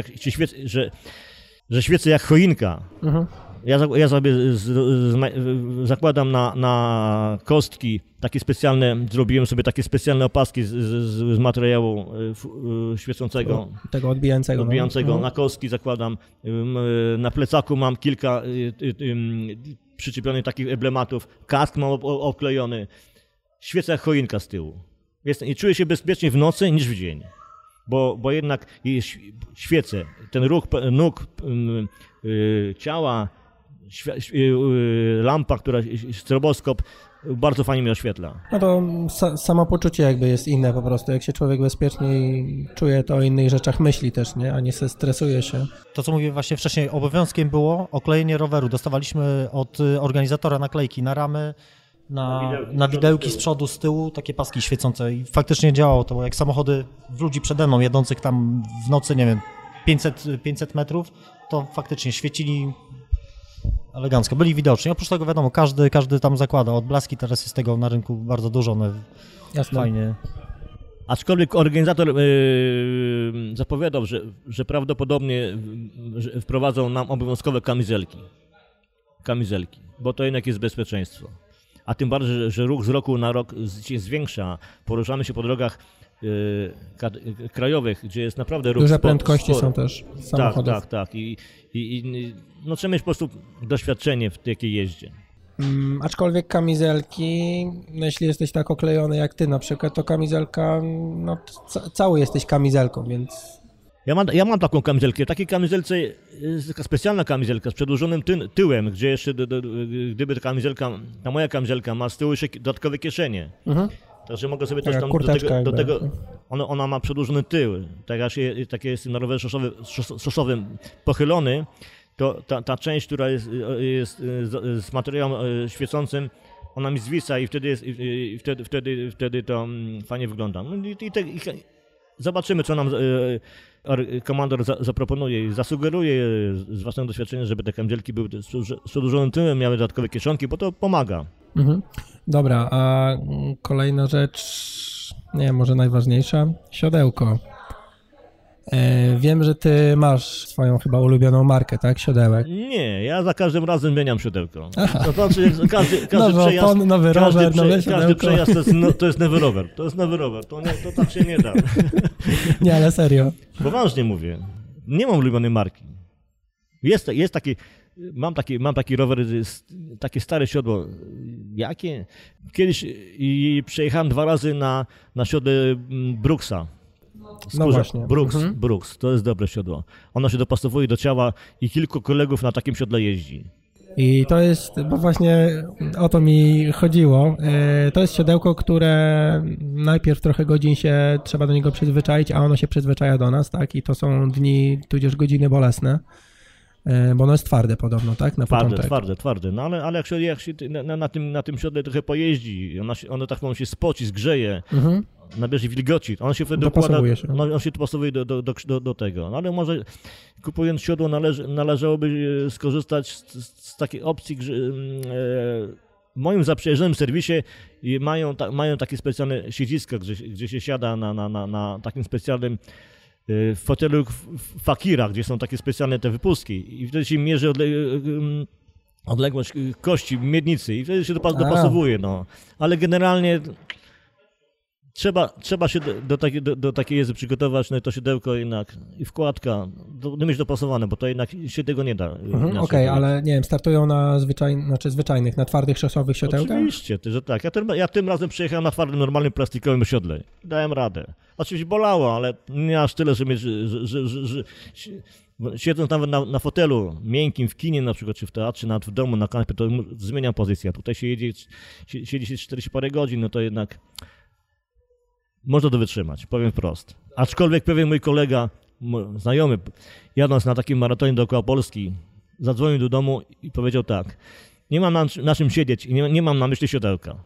że świecę jak choinka. Ja sobie zakładam na kostki takie specjalne, zrobiłem sobie takie specjalne opaski z materiału świecącego. Tego odbijającego. Na kostki zakładam. Na plecaku mam kilka przyczepionych takich emblematów. Kask mam obklejony. Świecę jak choinka z tyłu. I czuję się bezpiecznie w nocy niż w dzień. Bo jednak świecę, ten ruch nóg, ciała, lampa, stroboskop bardzo fajnie mnie oświetla. No to samopoczucie jakby jest inne po prostu. Jak się człowiek bezpieczniej czuje, to o innych rzeczach myśli też, nie? A nie se stresuje się. To, co mówiłem właśnie wcześniej, obowiązkiem było oklejenie roweru. Dostawaliśmy od organizatora naklejki na ramy, na widełki z przodu, z tyłu, takie paski świecące i faktycznie działało to, bo jak samochody w ludzi przede mną jadących tam w nocy, nie wiem, 500 metrów, to faktycznie świecili elegancko, byli widoczni. Oprócz tego wiadomo, każdy tam zakłada odblaski, teraz jest tego na rynku bardzo dużo, one Jasne. fajnie. Aczkolwiek organizator zapowiadał, że prawdopodobnie wprowadzą nam obowiązkowe kamizelki, bo to jednak jest bezpieczeństwo. A tym bardziej, że ruch z roku na rok się zwiększa. Poruszamy się po drogach krajowych, gdzie jest naprawdę ruch. Duże prędkości są też samochodów. Tak. I no, trzeba mieć po prostu doświadczenie w takiej jeździe. Aczkolwiek kamizelki, no jeśli jesteś tak oklejony jak ty na przykład, to kamizelka, no cały jesteś kamizelką, więc... Ja mam taką kamizelkę. W takiej kamizelce jest taka specjalna kamizelka z przedłużonym tyłem, gdzie jeszcze, gdyby ta moja kamizelka ma z tyłu jeszcze dodatkowe kieszenie. Także mogę sobie też tam do tego ona ma przedłużony tył. Tak jest na rowerze szosowym pochylony, to ta część, która jest z materiałem świecącym, ona mi zwisa i wtedy to fajnie wygląda. No zobaczymy, co nam komandor zaproponuje i zasugeruje z własnego doświadczenia, żeby te kamizelki były z przedłużonym tyłem, miały dodatkowe kieszonki, bo to pomaga. Dobra, a kolejna rzecz, nie wiem, może najważniejsza, siodełko. Wiem, że ty masz swoją chyba ulubioną markę, tak? Siodełek. Nie, ja za każdym razem zmieniam siodełko. Aha. To znaczy, każdy przejazd, opon, nowy rower, nowe każdy przejazd to jest nowy rower. To jest nowy rower. To tak się nie da. Nie, ale serio. Poważnie mówię. Nie mam ulubionej marki. Jest taki... Mam taki rower, takie stare siodło. Jakie? Kiedyś przejechałem 2 razy na siodle Brooksa. No właśnie. Brooks, to jest dobre siodło. Ono się dopasowuje do ciała i kilku kolegów na takim siodle jeździ. I to jest, bo właśnie o to mi chodziło, to jest siodełko, które najpierw trochę godzin się trzeba do niego przyzwyczaić, a ono się przyzwyczaja do nas, tak? I to są dni, tudzież godziny bolesne. Bo ono jest twarde podobno, tak? Na początek. Twarde. No ale jak się na tym siodle trochę pojeździ, ono tak się spoci, zgrzeje, nabierze wilgoci, on się wtedy dokłada, on się dopasowuje do tego. No ale może kupując siodło należałoby skorzystać z takiej opcji, że w moim zaprzyjaźnionym serwisie mają takie specjalne siedziska, gdzie się siada na takim specjalnym w fotelu fakira, gdzie są takie specjalne te wypustki i wtedy się mierzy odległość kości miednicy i wtedy się dopasowuje, no. Ale generalnie trzeba się do takiej jezdy przygotować, no i to siodełko jednak i wkładka, mieć dopasowane, bo to jednak się tego nie da. Okej, ale nie wiem, startują na zwyczajnych, na twardych szosowych siodełkach? Oczywiście, że tak. Ja tym razem przejechałem na twardym, normalnym, plastikowym siodle. Dałem radę. Oczywiście bolało, ale nie aż tyle, że siedząc nawet na fotelu miękkim w kinie na przykład, czy w teatrze, nawet w domu, na kanapie, to zmieniam pozycję. Tutaj się siedzi się 40 parę godzin, no to jednak można to wytrzymać, powiem wprost. Aczkolwiek pewien mój kolega, znajomy, jadąc na takim maratonie dookoła Polski, zadzwonił do domu i powiedział tak: nie mam na czym siedzieć i nie mam na myśli siodełka.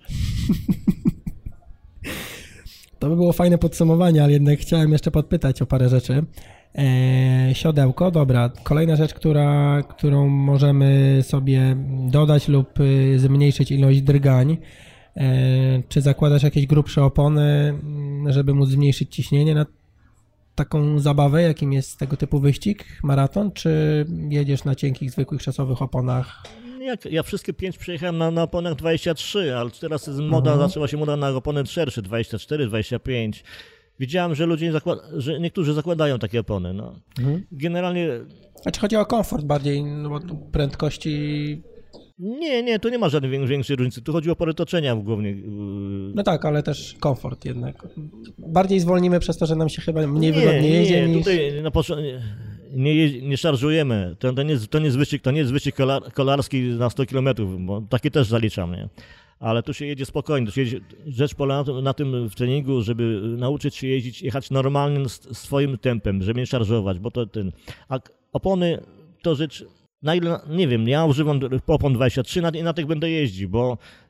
To by było fajne podsumowanie, ale jednak chciałem jeszcze podpytać o parę rzeczy. Siodełko, dobra. Kolejna rzecz, którą możemy sobie dodać lub zmniejszyć ilość drgań. Czy zakładasz jakieś grubsze opony, żeby móc zmniejszyć ciśnienie na taką zabawę, jakim jest tego typu wyścig, maraton, czy jedziesz na cienkich, zwykłych, szosowych oponach? Ja wszystkie 5 przejechałem na oponach 23, ale teraz zaczęła się moda na opony szersze, 24, 25. Widziałem, że że niektórzy zakładają takie opony. No. Generalnie... A czy chodzi o komfort bardziej, no bo prędkości... Nie, tu nie ma żadnej większej różnicy. Tu chodzi o pory toczenia głównie. No tak, ale też komfort jednak. Bardziej zwolnimy przez to, że nam się chyba mniej wygodnie jeździ niż... Tutaj nie szarżujemy. To nie jest wyścig kolarski na 100 km, bo takie też zaliczam, nie? Ale tu się jedzie spokojnie. Rzecz polega na tym w treningu, żeby nauczyć się jechać normalnym swoim tempem, żeby nie szarżować, bo a opony to rzecz... nie wiem, ja używam opon 23 i na tych będę jeździł, bo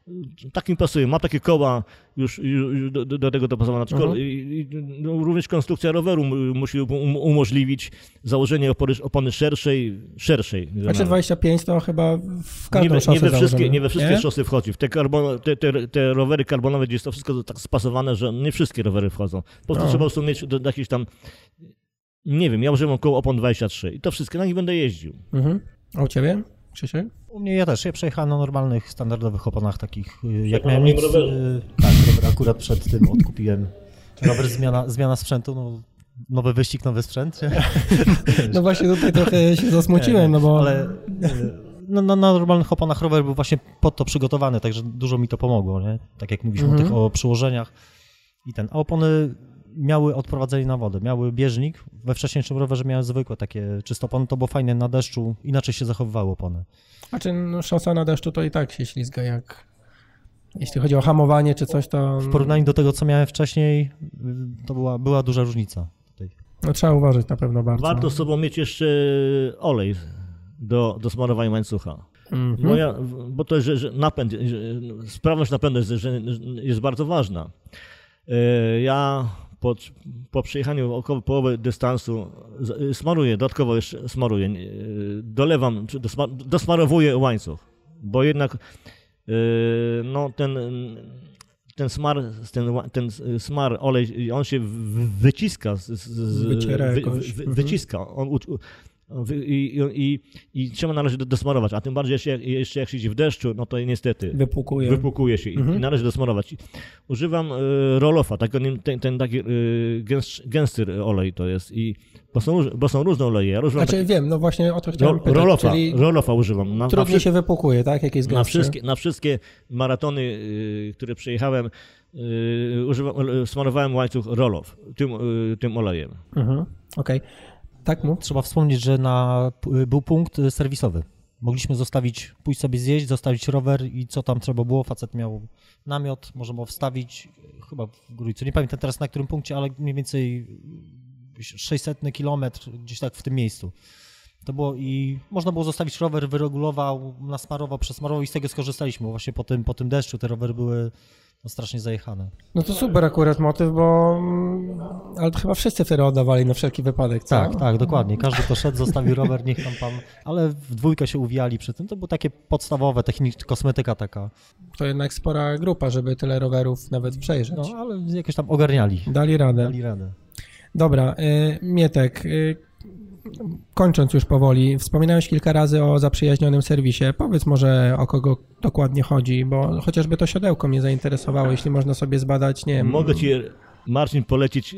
tak mi pasuje. Mam takie koła już do tego dopasowane. No, również konstrukcja roweru musi umożliwić założenie opony szerszej. Znaczy 25 to chyba w każdą szosę nie we wszystkie szosy wchodzi. Te rowery karbonowe, gdzie jest to wszystko tak spasowane, że nie wszystkie rowery wchodzą. Po prostu trzeba po prostu mieć do jakichś tam, nie wiem, ja używam około opon 23 i to wszystko, na nich będę jeździł. A u ciebie, Krzysiek? U mnie ja też. Ja przejechałem na normalnych, standardowych oponach takich, jak na miałem moim nic. rowerze. Tak, rower akurat przed tym odkupiłem. Rower, zmiana sprzętu, no, nowy wyścig, nowy sprzęt. Nie? No właśnie tutaj trochę się zasmuciłem, no bo... Ale no, na normalnych oponach rower był właśnie pod to przygotowany, także dużo mi to pomogło, nie? Tak jak mówiliśmy o przyłożeniach i ten. A opony miały odprowadzenie na wodę, miały bieżnik. We wcześniejszym rowerze miałem zwykłe takie czyste opony, to było fajne na deszczu, inaczej się zachowywały opony. Znaczy szosa na deszczu to i tak się ślizga jak... Jeśli chodzi o hamowanie czy coś, to... W porównaniu do tego, co miałem wcześniej, to była duża różnica tutaj. No, trzeba uważać na pewno bardzo. Warto z sobą mieć jeszcze olej do smarowania łańcucha. Bo to jest, że napęd, sprawność napędu jest bardzo ważna. Ja po przejechaniu około połowy dystansu smaruję, dodatkowo jeszcze smaruję, dolewam, czy dosmarowuję łańcuch, bo jednak no ten smar, olej, on się wyciska, wyciska. I trzeba należy dosmarować, a tym bardziej jeszcze jak się idzie w deszczu, no to niestety wypłukuje się i należy dosmarować. Używam Rolofa, ten taki gęsty olej to jest, bo są różne oleje. Ja znaczy wiem, no właśnie o to chciałem pytać. Rolofa używam. Trudniej się wypłukuje, tak? Jak jest gęstszy? Na wszystkie maratony, które przejechałem, smarowałem łańcuch Rolof tym olejem. Okej. Tak, mów. Trzeba wspomnieć, że był punkt serwisowy. Mogliśmy pójść sobie zjeść, zostawić rower i co tam trzeba było. Facet miał namiot, można było wstawić chyba w Grójcu. Nie pamiętam teraz na którym punkcie, ale mniej więcej 600 kilometr gdzieś tak w tym miejscu. To było i można było zostawić rower, wyregulował, nasmarował, przesmarował i z tego skorzystaliśmy. Bo właśnie po tym deszczu te rowery były strasznie zajechane. No to super akurat motyw, bo ale to chyba wszyscy wtedy oddawali na wszelki wypadek, co? Tak, dokładnie. Każdy kto szedł, zostawił rower, niech tam pan... Ale w dwójkę się uwijali przy tym. To było takie podstawowe, kosmetyka taka. To jednak spora grupa, żeby tyle rowerów nawet przejrzeć. No, ale jakoś tam ogarniali. Dali radę. Dobra, Mietek, kończąc już powoli, wspominałeś kilka razy o zaprzyjaźnionym serwisie. Powiedz może, o kogo dokładnie chodzi, bo chociażby to siodełko mnie zainteresowało, jeśli można sobie zbadać, nie wiem... Mogę ci, Marcin, polecić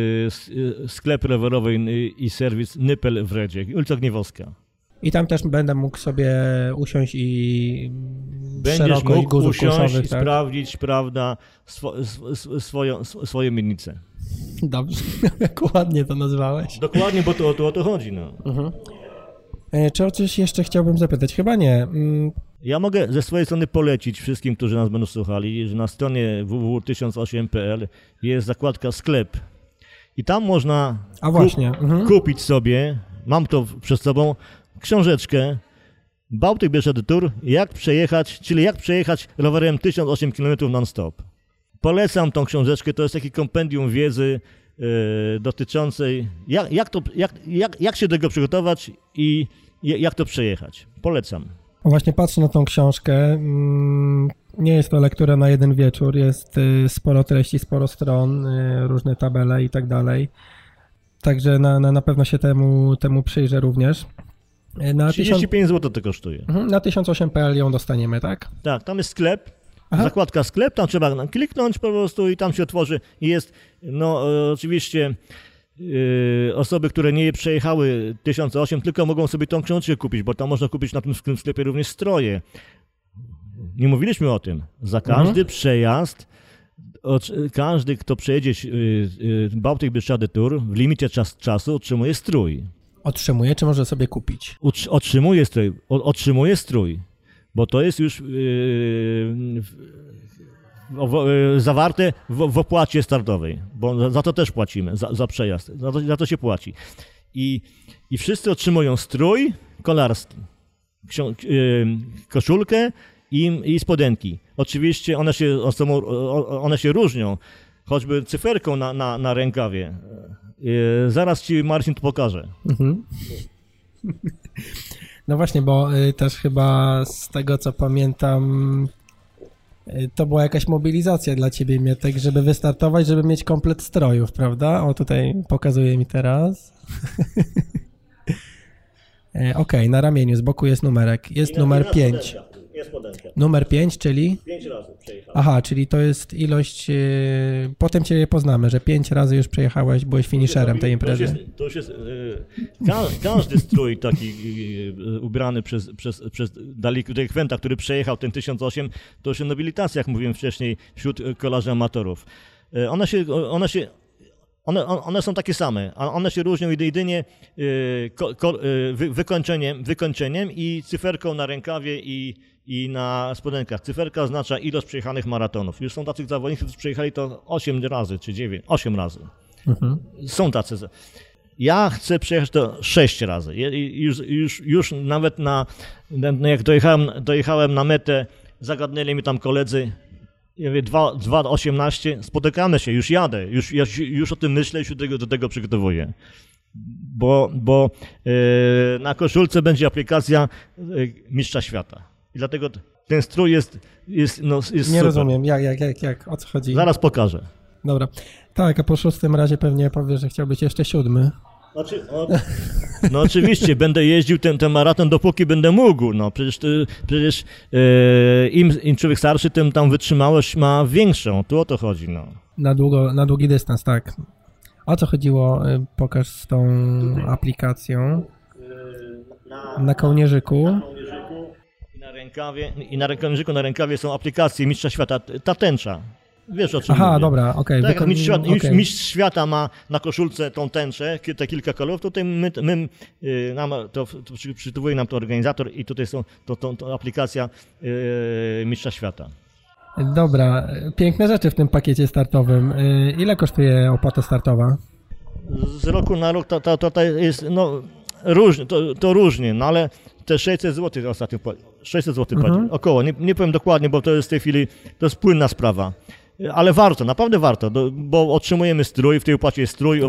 sklep rowerowy i serwis Nypel w Redzie, ulica Gniewowska. I tam też będę mógł sobie usiąść i będziesz mógł usiąść i tak? sprawdzić, prawda, swoje miednice. Dobrze, jak ładnie to nazwałeś. Dokładnie, bo to o to chodzi. No. Czy o coś jeszcze chciałbym zapytać? Chyba nie. Ja mogę ze swojej strony polecić wszystkim, którzy nas będą słuchali, że na stronie www.1008.pl jest zakładka sklep i tam można kupić sobie, mam to przed sobą, książeczkę Bałtyk Bieszczady Tour, jak przejechać rowerem 1008 km non-stop. Polecam tą książeczkę, to jest taki kompendium wiedzy dotyczącej jak się do tego przygotować i jak to przejechać. Polecam. Właśnie patrzę na tą książkę. Nie jest to lektura na jeden wieczór, jest sporo treści, sporo stron, różne tabele i tak dalej. Także na pewno się temu przyjrzę również. 35 zł to kosztuje. Na 1008.pl ją dostaniemy, tak? Tak, tam jest sklep, zakładka sklep, tam trzeba kliknąć po prostu i tam się otworzy i jest, no oczywiście osoby, które nie przejechały 1008, tylko mogą sobie tą książkę kupić, bo tam można kupić na tym sklepie również stroje. Nie mówiliśmy o tym. Za każdy przejazd, każdy, kto przejedzie Bałtyk Bieszczady Tour w limicie czasu otrzymuje strój. Otrzymuje, czy może sobie kupić? Otrzymuje strój, bo to jest już zawarte w opłacie startowej, bo za to też płacimy, za przejazd, za to się płaci. I wszyscy otrzymują strój kolarski, koszulkę i spodenki. Oczywiście one się różnią, choćby cyferką na rękawie. Zaraz ci Marcin to pokaże. Mhm. No właśnie, bo też chyba z tego, co pamiętam, to była jakaś mobilizacja dla ciebie, Mietek, żeby wystartować, żeby mieć komplet strojów, prawda? O, tutaj pokazuje mi teraz. Okej, na ramieniu, z boku jest numerek. Jest numer 5. Jest spodenka. Numer 5, czyli? 5 razy przejechałem. Aha, czyli to jest ilość... Potem cię poznamy, że 5 razy już przejechałeś, byłeś finisherem tej imprezy. To już jest każdy strój taki ubrany przez delikwenta, który przejechał ten 1008, to już nobilitacja, jak mówiłem wcześniej, wśród kolarzy amatorów. One są takie same, a one się różnią jedynie wykończeniem i cyferką na rękawie i na spodenkach. Cyferka oznacza ilość przejechanych maratonów. Już są tacy zawodnicy, którzy przejechali to 8 razy czy 9, 8 razy. Mhm. Są tacy. Ja chcę przejechać to 6 razy. Już nawet jak dojechałem na metę, zagadnęli mi tam koledzy, ja mówię, 2:18, spotykamy się, już jadę, już o tym myślę, już się do tego przygotowuję. Bo na koszulce będzie aplikacja mistrza świata. I dlatego ten strój jest Nie super. rozumiem, jak, o co chodzi? Zaraz pokażę. Dobra. Tak, a po 6 razie pewnie powiesz, że chciał być jeszcze 7. No oczywiście, będę jeździł ten maraton, dopóki będę mógł. No przecież im człowiek starszy, tym tam wytrzymałość ma większą. Tu o to chodzi, no. Na długi dystans, tak. O co chodziło? Pokaż z tą aplikacją. Na kołnierzyku. Na rękawie, i na kołnierzyku, na rękawie są aplikacje mistrza świata, ta tęcza. Wiesz o czym Aha, mówię. dobra, okej. Tak, mistrz świata ma na koszulce tą tęczę, te kilka kolorów, tutaj przygotowuje nam to organizator i tutaj są to aplikacja mistrza świata. Dobra, piękne rzeczy w tym pakiecie startowym. Ile kosztuje opłata startowa? Z roku na rok to jest, no, różnie, to różnie, no ale te 600 zł ostatnio 600 zł płaci, około, nie powiem dokładnie, bo to jest w tej chwili, to jest płynna sprawa. Ale warto, naprawdę warto, bo otrzymujemy strój, w tej opłacie jest strój,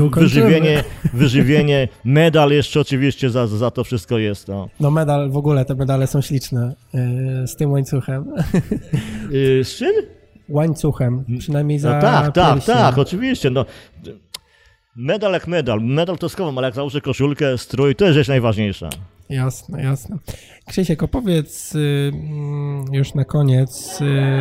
wyżywienie, medal jeszcze oczywiście za to wszystko jest. No medal, w ogóle te medale są śliczne, z tym łańcuchem. Z czym? Łańcuchem, przynajmniej za tak, oczywiście. No. Medal jak medal to schowam, ale jak założę koszulkę, strój, to jest rzecz najważniejsza. Jasne. Krzysiek, opowiedz już na koniec,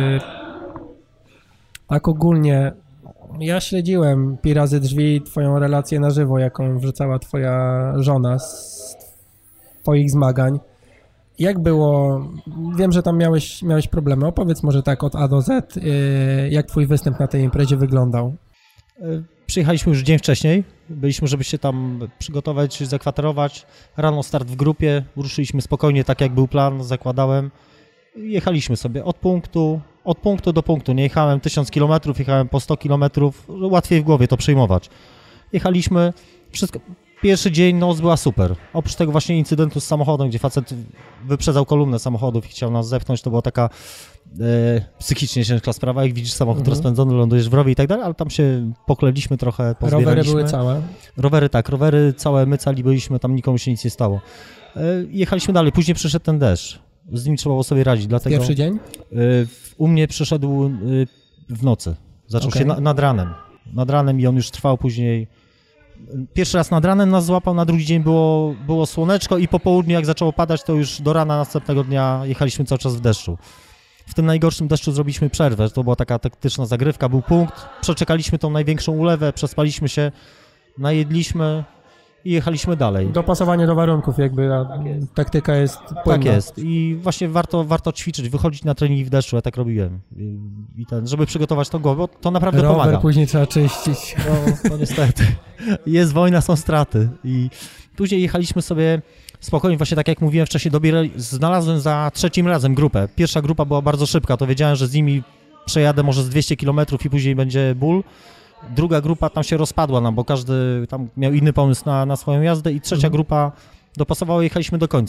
tak ogólnie, ja śledziłem Pi razy drzwi, twoją relację na żywo, jaką wrzucała twoja żona z twoich zmagań. Jak było, wiem, że tam miałeś problemy, opowiedz może tak od A do Z, jak twój występ na tej imprezie wyglądał? Przyjechaliśmy już dzień wcześniej, byliśmy, żeby się tam przygotować, zakwaterować. Rano start w grupie, ruszyliśmy spokojnie, tak jak był plan, zakładałem. Jechaliśmy sobie od punktu do punktu. Nie jechałem 1000 km, jechałem po 100 km, łatwiej w głowie to przyjmować. Jechaliśmy, wszystko. Pierwszy dzień, noc była super. Oprócz tego właśnie incydentu z samochodem, gdzie facet wyprzedzał kolumnę samochodów i chciał nas zepchnąć, to była taka psychicznie ciężka sprawa. Jak widzisz samochód rozpędzony, lądujesz w rowie i tak dalej, ale tam się pokleliśmy trochę, pozbieraliśmy. Rowery były całe? Rowery całe, my cali byliśmy, tam nikomu się nic nie stało. Jechaliśmy dalej, później przyszedł ten deszcz. Z nim trzeba było sobie radzić, dlatego... Pierwszy dzień? U mnie przyszedł w nocy. Zaczął się nad ranem i on już trwał później. Pierwszy raz nad ranem nas złapał, na drugi dzień było słoneczko i po południu jak zaczęło padać, to już do rana następnego dnia jechaliśmy cały czas w deszczu. W tym najgorszym deszczu zrobiliśmy przerwę, to była taka taktyczna zagrywka, był punkt, przeczekaliśmy tą największą ulewę, przespaliśmy się, najedliśmy i jechaliśmy dalej. Dopasowanie do warunków, jakby taktyka jest płynna. Tak jest i właśnie warto ćwiczyć, wychodzić na treningi w deszczu, ja tak robiłem, żeby przygotować tą głowę, bo to naprawdę pomaga. Rower później trzeba czyścić. No niestety, jest wojna, są straty i później jechaliśmy sobie spokojnie, właśnie tak jak mówiłem wcześniej, znalazłem za trzecim razem grupę. Pierwsza grupa była bardzo szybka, to wiedziałem, że z nimi przejadę może z 200 km i później będzie ból. Druga grupa tam się rozpadła nam, bo każdy tam miał inny pomysł na swoją jazdę i trzecia grupa dopasowała, jechaliśmy do końca.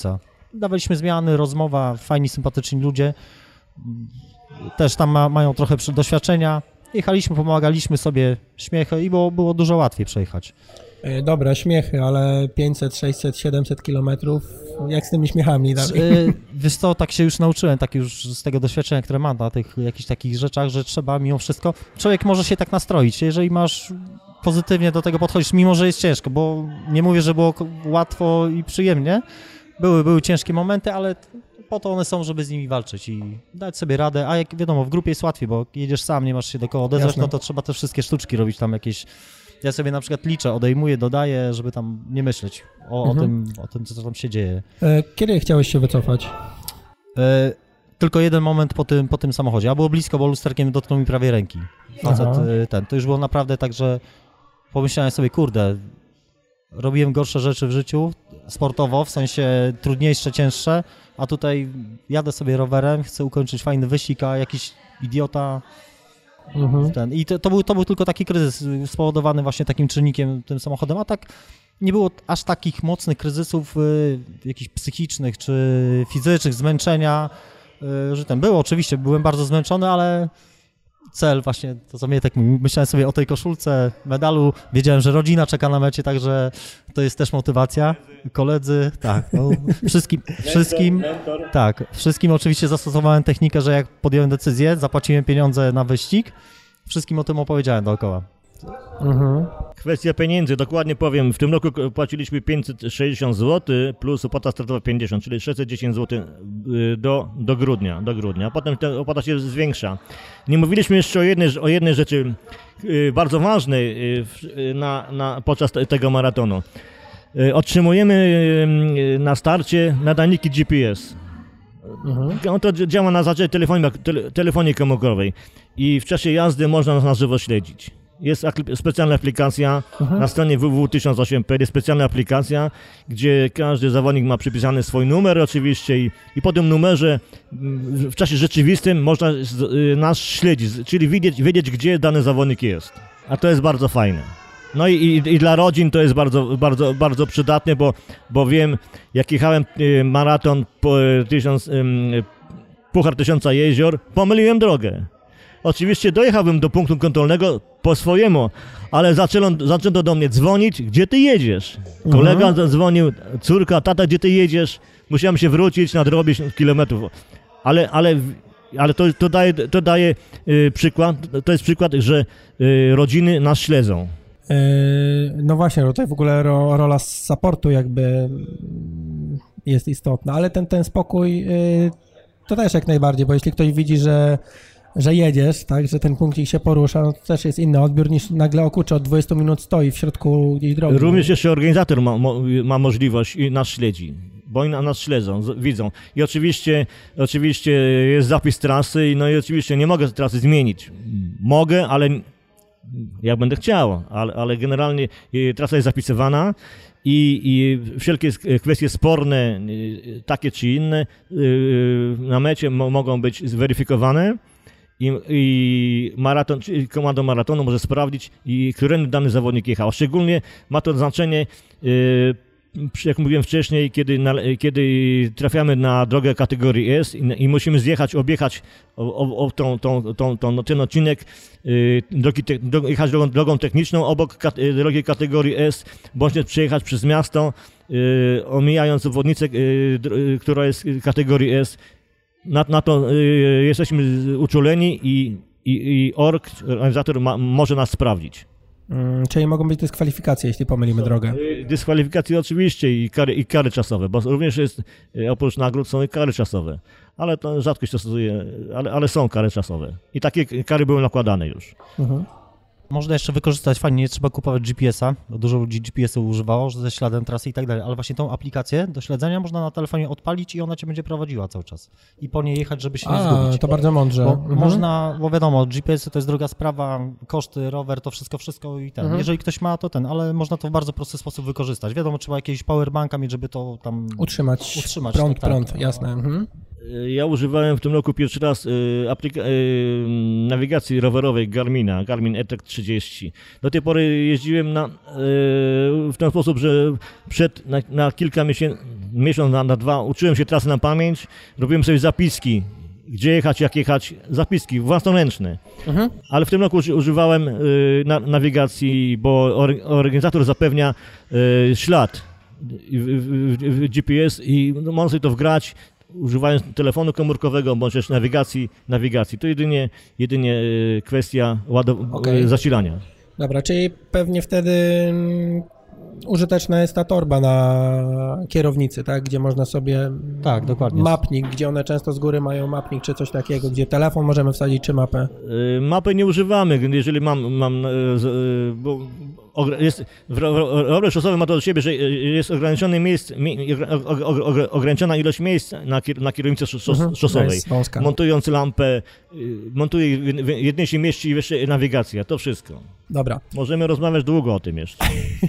dawaliśmy zmiany, rozmowa, fajni, sympatyczni ludzie, też tam mają trochę doświadczenia. Jechaliśmy, pomagaliśmy sobie, śmiechy i było dużo łatwiej przejechać. Dobra, śmiechy, ale 500, 600, 700 kilometrów, jak z tymi śmiechami dalej? Wiesz co, tak się już nauczyłem, tak już z tego doświadczenia, które mam na tych jakichś takich rzeczach, że trzeba mimo wszystko, człowiek może się tak nastroić, jeżeli masz pozytywnie do tego podchodzisz, mimo że jest ciężko, bo nie mówię, że było łatwo i przyjemnie, były ciężkie momenty, ale po to one są, żeby z nimi walczyć i dać sobie radę, a jak wiadomo, w grupie jest łatwiej, bo jedziesz sam, nie masz się do kogo odezwać, Jasne. no to trzeba te wszystkie sztuczki robić tam jakieś. Ja sobie na przykład liczę, odejmuję, dodaję, żeby tam nie myśleć o tym, co tam się dzieje. Kiedy chciałeś się wycofać? Tylko jeden moment po tym samochodzie, a było blisko, bo lusterkiem dotknął mi prawie ręki. Facet to już było naprawdę tak, że pomyślałem sobie, kurde, robiłem gorsze rzeczy w życiu, sportowo, w sensie trudniejsze, cięższe, a tutaj jadę sobie rowerem, chcę ukończyć fajny wyścig, a jakiś idiota... I to był tylko taki kryzys spowodowany właśnie takim czynnikiem, tym samochodem, a tak nie było aż takich mocnych kryzysów jakichś psychicznych czy fizycznych, zmęczenia, że było oczywiście, byłem bardzo zmęczony, ale cel właśnie, to co mnie tak myślałem sobie o tej koszulce, medalu, wiedziałem, że rodzina czeka na mecie, także to jest też motywacja, koledzy, tak, no, wszystkim oczywiście zastosowałem technikę, że jak podjąłem decyzję, zapłaciłem pieniądze na wyścig, wszystkim o tym opowiedziałem dookoła. Kwestia pieniędzy, dokładnie powiem, w tym roku płaciliśmy 560 zł plus opłata startowa 50, czyli 610 zł do grudnia, a potem ta opłata się zwiększa. Nie mówiliśmy jeszcze o jednej rzeczy bardzo ważnej podczas tego maratonu. Otrzymujemy na starcie nadajniki GPS. On to działa na zasadzie telefonii komórkowej i w czasie jazdy można nas na żywo śledzić. Jest specjalna aplikacja na stronie www.1008.pl, jest specjalna aplikacja, gdzie każdy zawodnik ma przypisany swój numer oczywiście i po tym numerze w czasie rzeczywistym można nas śledzić, czyli wiedzieć, gdzie dany zawodnik jest. A to jest bardzo fajne. No i dla rodzin to jest bardzo, bardzo, bardzo przydatne, bo wiem, jak jechałem maraton Puchar Tysiąca Jezior, pomyliłem drogę. Oczywiście dojechałbym do punktu kontrolnego po swojemu, ale zaczęto do mnie dzwonić, gdzie ty jedziesz? Kolega zadzwonił, córka, tata, gdzie ty jedziesz? Musiałem się wrócić, nadrobić kilometrów. Ale to daje przykład, to jest przykład, że rodziny nas śledzą. No właśnie, tutaj w ogóle rola supportu jakby jest istotna, ale ten spokój to też jak najbardziej, bo jeśli ktoś widzi, że jedziesz, tak, że ten punkcik się porusza, no to też jest inny odbiór niż nagle kurczę, od 20 minut stoi w środku gdzieś drogi. Również jeszcze organizator ma możliwość i nas śledzi, bo oni nas śledzą, widzą. I oczywiście jest zapis trasy, no i oczywiście nie mogę trasy zmienić. Mogę, ale jak będę chciał, ale generalnie trasa jest zapisywana i wszelkie kwestie sporne, takie czy inne, na mecie mogą być zweryfikowane i maraton, czyli komanda maratonu może sprawdzić, którędy dany zawodnik jechał. Szczególnie ma to znaczenie, jak mówiłem wcześniej, kiedy trafiamy na drogę kategorii S i musimy objechać ten odcinek, jechać drogą techniczną obok drogi kategorii S, bądź też przejechać przez miasto, omijając obwodnicę, która jest kategorii S. Na to jesteśmy uczuleni i organizator może nas sprawdzić. Czyli mogą być dyskwalifikacje, jeśli pomylimy drogę. Dyskwalifikacje oczywiście i kary czasowe, bo również jest, oprócz nagród są i kary czasowe, ale to rzadko się stosuje, ale są kary czasowe i takie kary były nakładane już. Można jeszcze wykorzystać, fajnie, nie trzeba kupować GPS-a, bo dużo ludzi GPS-u używało ze śladem trasy i tak dalej, ale właśnie tą aplikację do śledzenia można na telefonie odpalić i ona cię będzie prowadziła cały czas i po niej jechać, żeby się nie zgubić. To bardzo mądrze. Bo można, bo wiadomo, GPS-y to jest druga sprawa, koszty, rower, to wszystko i ten. Jeżeli ktoś ma, to ale można to w bardzo prosty sposób wykorzystać. Wiadomo, trzeba jakiegoś powerbanka mieć, żeby to tam utrzymać prąd, jasne. Ja używałem w tym roku pierwszy raz nawigacji rowerowej Garmin ETEC 30. Do tej pory jeździłem w ten sposób, że na kilka miesięcy, miesiąc na 2 uczyłem się trasy na pamięć, robiłem sobie zapiski, gdzie jechać, jak jechać, zapiski własnoręczne. Ale w tym roku używałem nawigacji, bo organizator zapewnia ślad w GPS i można sobie to wgrać, używając telefonu komórkowego bądź też nawigacji. To jedynie kwestia zasilania. Dobra, czyli pewnie wtedy użyteczna jest ta torba na kierownicy, tak? Gdzie można sobie... Tak, dokładnie. Mapnik, gdzie one często z góry mają mapnik czy coś takiego, gdzie telefon możemy wsadzić czy mapę? Mapę nie używamy, jeżeli bo rower szosowy ma to do siebie, że jest ograniczona ilość miejsc na kierownicy szosowej. Montując lampę, jedynie się mieści jeszcze nawigacja, to wszystko. Dobra. Możemy rozmawiać długo o tym jeszcze.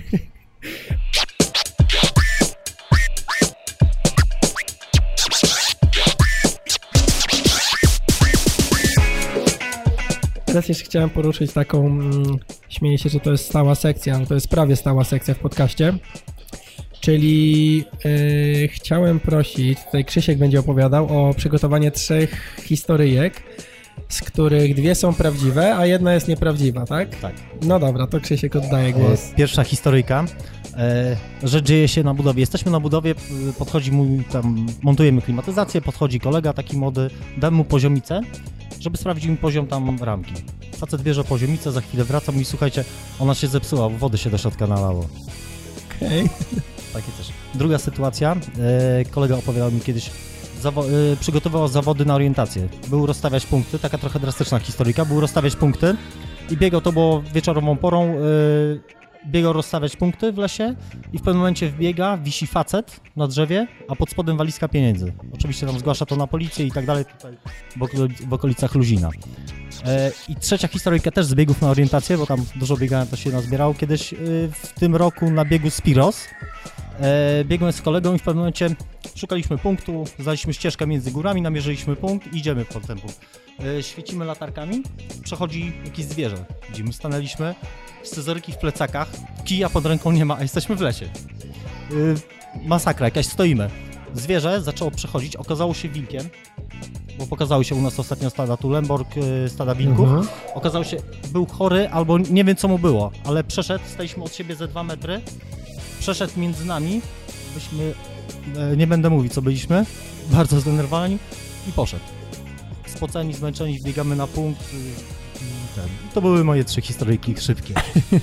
Teraz jeszcze chciałem poruszyć taką, śmieję się, że to jest stała sekcja, ale to jest prawie stała sekcja w podcaście, czyli chciałem prosić, tutaj Krzysiek będzie opowiadał o przygotowanie 3 historyjek, z których 2 są prawdziwe, a 1 jest nieprawdziwa, tak? Tak. No dobra, to Krzysiek oddaje głos. Pierwsza historyjka. Rzecz dzieje się na budowie. Jesteśmy na budowie, podchodzi mój, tam montujemy klimatyzację, podchodzi kolega taki młody, dam mu poziomicę, żeby sprawdzić mi poziom tam ramki. Facet bierze poziomicę, za chwilę wraca, mówi, słuchajcie, ona się zepsuła, wody się do środka nalało. Okej. Takie też. Druga sytuacja, kolega opowiadał mi kiedyś, przygotowywał zawody na orientację. Był rozstawiać punkty, taka trochę drastyczna historyjka, był rozstawiać punkty i biegał, to było wieczorową porą, biegał rozstawiać punkty w lesie i w pewnym momencie wbiega, wisi facet na drzewie, a pod spodem walizka pieniędzy. Oczywiście tam zgłasza to na policję i tak dalej, tutaj w okolicach Luzina. I trzecia historyjka też z biegów na orientację, bo tam dużo biegałem, to się nazbierało. Kiedyś w tym roku na biegu Spiros biegłem z kolegą i w pewnym momencie szukaliśmy punktu, znaleźliśmy ścieżkę między górami, namierzyliśmy punkt i idziemy pod ten punkt. Świecimy latarkami, przechodzi jakieś zwierzę. Widzimy, stanęliśmy, scyzoryki w plecakach, kija pod ręką nie ma, a jesteśmy w lesie. Masakra, jakaś stoimy. Zwierzę zaczęło przechodzić, okazało się wilkiem, bo pokazały się u nas ostatnio stada Tulemborg, stada wilków. Okazało się, był chory albo nie wiem co mu było, ale przeszedł, staliśmy od siebie ze 2 metry, przeszedł między nami, byśmy, nie będę mówić co byliśmy, bardzo zdenerwowani i poszedł. Spoceni, zmęczeni, biegamy na punkt. To były moje 3 historyjki szybkie.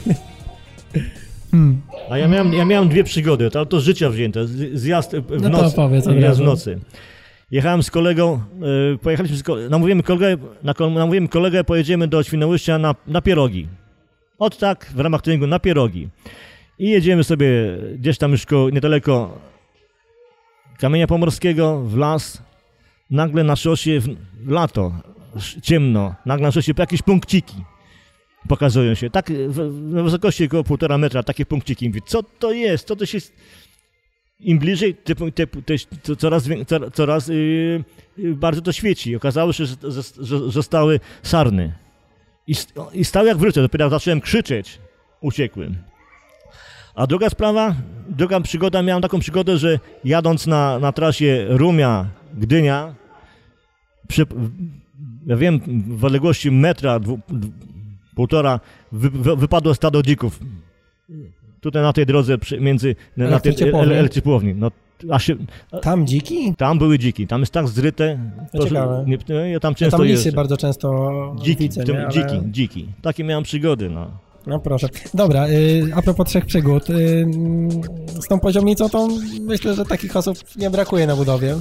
A ja miałem 2 przygody, to z życia wzięte, zjazd w nocy. Zjazd w nocy. Jechałem z kolegą, pojechaliśmy namówimy kolegę, pojedziemy do Świnoujścia na pierogi. Od tak, w ramach treningu na pierogi. I jedziemy sobie gdzieś tam już niedaleko Kamienia Pomorskiego, w las. Nagle na szosie, w lato, ciemno, nagle na szosie jakieś punkciki pokazują się. Tak na wysokości około 1,5 metra takie punkciki. Mówię, co to jest? Co to się... Im bliżej, coraz bardziej to świeci. Okazało się, że stały sarny. I stały jak wrócę. Dopiero jak zacząłem krzyczeć, uciekłem. A druga sprawa, druga przygoda, miałem taką przygodę, że jadąc na trasie Rumia-Gdynia, ja wiem, w odległości metra, 1,5 wypadło stado dzików. Tutaj na tej drodze między na tej elektryczpłowni. No, tam dziki? Tam były dziki, tam jest tak zryte. Ciekawe. Ja tam często lisy bardzo często dziki. Takie miałem przygody, no. No proszę. Dobra, a propos 3 przygód. Z tą poziomicą to myślę, że takich osób nie brakuje na budowie.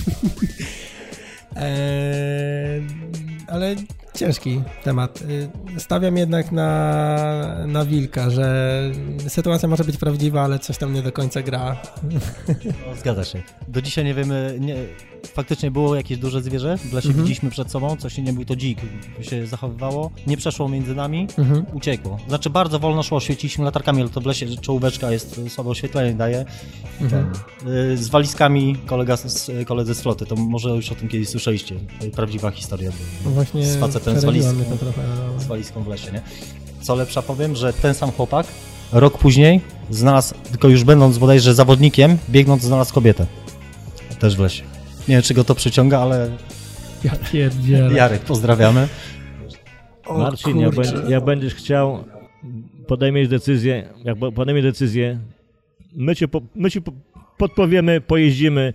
Ale ciężki temat. Stawiam jednak na wilka, że sytuacja może być prawdziwa, ale coś tam nie do końca gra. No, zgadza się. Do dzisiaj nie wiemy, faktycznie było jakieś duże zwierzę, w lesie widzieliśmy przed sobą, coś nie był to dzik, się zachowywało, nie przeszło między nami, uciekło. Znaczy bardzo wolno szło, świeciliśmy latarkami, ale to w lesie czołóweczka jest, słabe oświetlenie daje. Z walizkami koledzy z floty, to może już o tym kiedyś słyszeliście, prawdziwa historia. Właśnie z facetem z walizką w lesie, nie? Co lepsza powiem, że ten sam chłopak Rok później znalazł, tylko już będąc bodajże zawodnikiem, biegnąc znalazł kobietę. Też w lesie. Nie wiem, czy go to przyciąga, ale Ja pierdzielę. Jarek, pozdrawiamy. Marcin, jak będziesz chciał, podejmiesz decyzję, my ci podpowiemy, pojeździmy.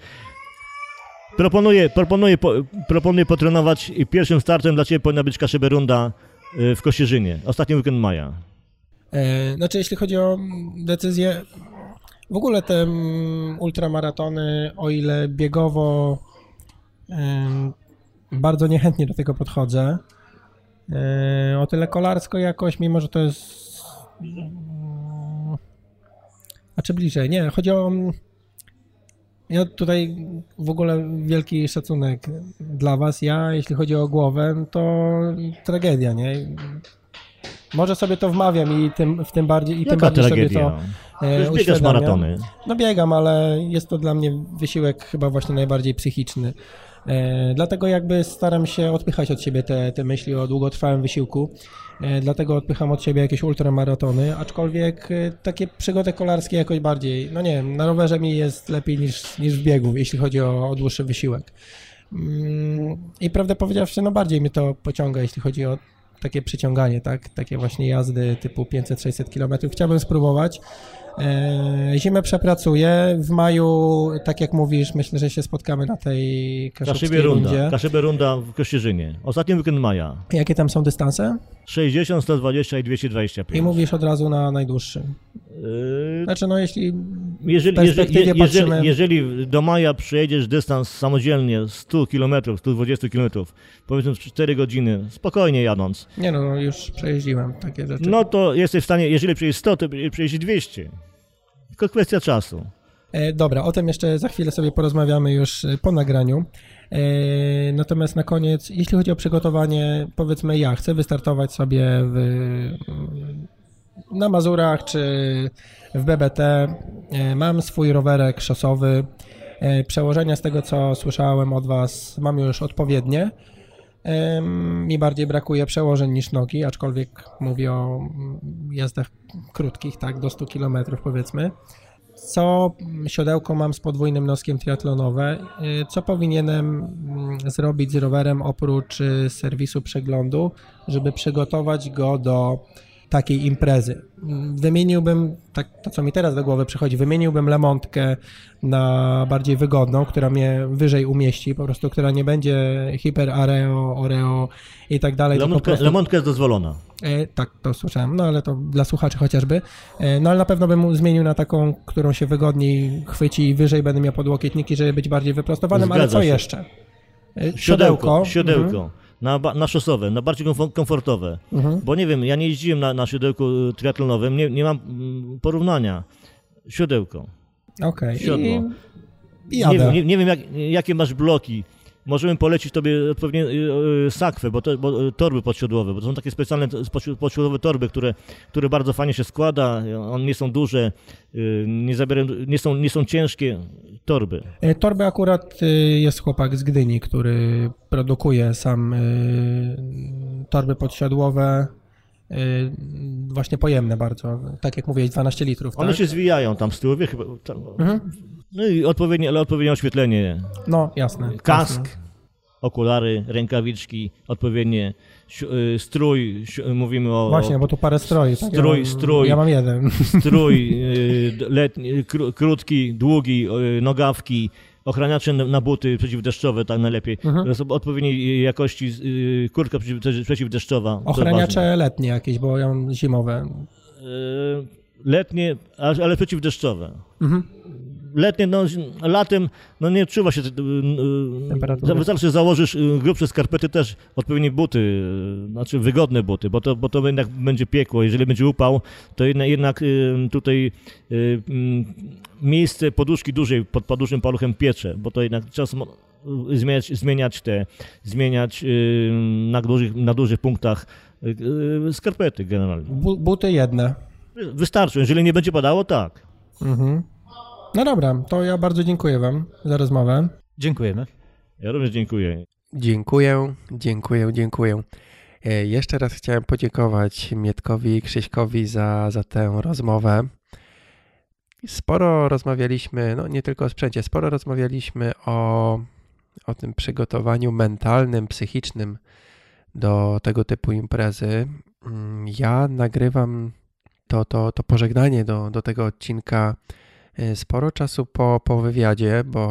Proponuję potrenować i pierwszym startem dla Ciebie powinna być Kaszyby Runda w Kościerzynie. Ostatni weekend maja. Znaczy, jeśli chodzi o decyzję, w ogóle te ultramaratony, o ile biegowo bardzo niechętnie do tego podchodzę, o tyle kolarsko jakoś, mimo że to jest... A czy bliżej? Nie, chodzi o... Ja tutaj w ogóle wielki szacunek dla was. Ja, jeśli chodzi o głowę, to tragedia, nie? Może sobie to wmawiam i tym bardziej Jaka bardziej tragedia? sobie to Już biegasz uświadamiam. maratony. No biegam, ale jest to dla mnie wysiłek chyba właśnie najbardziej psychiczny. Dlatego jakby staram się odpychać od siebie te myśli o długotrwałym wysiłku. Dlatego odpycham od siebie jakieś ultramaratony, aczkolwiek takie przygody kolarskie jakoś bardziej, no nie wiem, na rowerze mi jest lepiej niż w biegu, jeśli chodzi o dłuższy wysiłek. I prawdę powiedziawszy, no bardziej mnie to pociąga, jeśli chodzi o takie przyciąganie, tak? Takie właśnie jazdy typu 500-600 km. Chciałbym spróbować. Zimę przepracuję. W maju, tak jak mówisz, myślę, że się spotkamy na tej kaszubskiej rundzie. Kaszyby Runda w Kościerzynie. Ostatni weekend maja. Jakie tam są dystanse? 60, 120 i 225. I mówisz od razu na najdłuższy. Znaczy, no jeśli Jeżeli, w perspektywie patrzymy... jeżeli do maja przejedziesz dystans samodzielnie 100 km, 120 km, powiedzmy w 4 godziny, spokojnie jadąc, Nie no, już przejeździłem takie rzeczy. no to jesteś w stanie, jeżeli przejedziesz 100, to przejedziesz 200. Tylko kwestia czasu. Dobra, o tym jeszcze za chwilę sobie porozmawiamy już po nagraniu. Natomiast na koniec, jeśli chodzi o przygotowanie, powiedzmy ja chcę wystartować sobie na Mazurach czy w BBT. Mam swój rowerek szosowy. Przełożenia z tego, co słyszałem od was, mam już odpowiednie. Mi bardziej brakuje przełożeń niż nogi, aczkolwiek mówię o jazdach krótkich, tak, do 100 km powiedzmy. Co siodełko mam z podwójnym noskiem triatlonowe, co powinienem zrobić z rowerem oprócz serwisu przeglądu, żeby przygotować go do takiej imprezy. Wymieniłbym, tak to co mi teraz do głowy przychodzi, wymieniłbym Lemontkę na bardziej wygodną, która mnie wyżej umieści, po prostu, która nie będzie hiper oreo i tak dalej. Lemontka jest dozwolona. Tak, to słyszałem, no ale to dla słuchaczy chociażby. No ale na pewno bym zmienił na taką, którą się wygodniej chwyci i wyżej będę miał podłokietniki, żeby być bardziej wyprostowanym, ale co jeszcze? Siodełko. Mhm. Na szosowe, na bardziej komfortowe. Bo nie wiem, ja nie jeździłem na siodełku triatlonowym, nie mam porównania. Siodełko. Okej. Siodło. I jadę. Nie wiem, jakie masz bloki. Możemy polecić tobie odpowiednie sakwę, bo torby podsiodłowe, bo to są takie specjalne podsiodłowe torby, które bardzo fajnie się składa, one nie są duże, nie są ciężkie torby. Torby akurat jest chłopak z Gdyni, który produkuje sam torby podsiodłowe, właśnie pojemne bardzo, tak jak mówiłeś, 12 litrów. One tak? się zwijają tam z tyłu, chyba. No i odpowiednie oświetlenie. No, jasne. Kask, jasne. okulary, rękawiczki, odpowiednie strój, mówimy o... Właśnie, bo tu parę stroi. Tak? Strój. Ja mam jeden. Strój letni, krótki, długi, nogawki, ochraniacze na buty przeciwdeszczowe, tak najlepiej. Odpowiedniej jakości kurtka przeciwdeszczowa. Ochraniacze letnie jakieś, bo ja mam zimowe. Letnie, ale przeciwdeszczowe. Letnie, no latem, no nie odczuwa się temperatury. Wystarczy założysz grubsze skarpety, też odpowiednie buty, znaczy wygodne buty, bo to jednak będzie piekło. Jeżeli będzie upał, to jednak tutaj miejsce poduszki dużej pod podłużnym paluchem piecze, bo to jednak czas zmieniać na dużych punktach skarpety generalnie. Buty jedne. Wystarczy, jeżeli nie będzie padało, tak. No dobra, to ja bardzo dziękuję wam za rozmowę. Dziękujemy. Ja również dziękuję. Dziękuję. Jeszcze raz chciałem podziękować Mietkowi i Krzyśkowi za tę rozmowę. Sporo rozmawialiśmy, no nie tylko o sprzęcie, sporo rozmawialiśmy o tym przygotowaniu mentalnym, psychicznym do tego typu imprezy. Ja nagrywam to pożegnanie do tego odcinka sporo czasu po wywiadzie, bo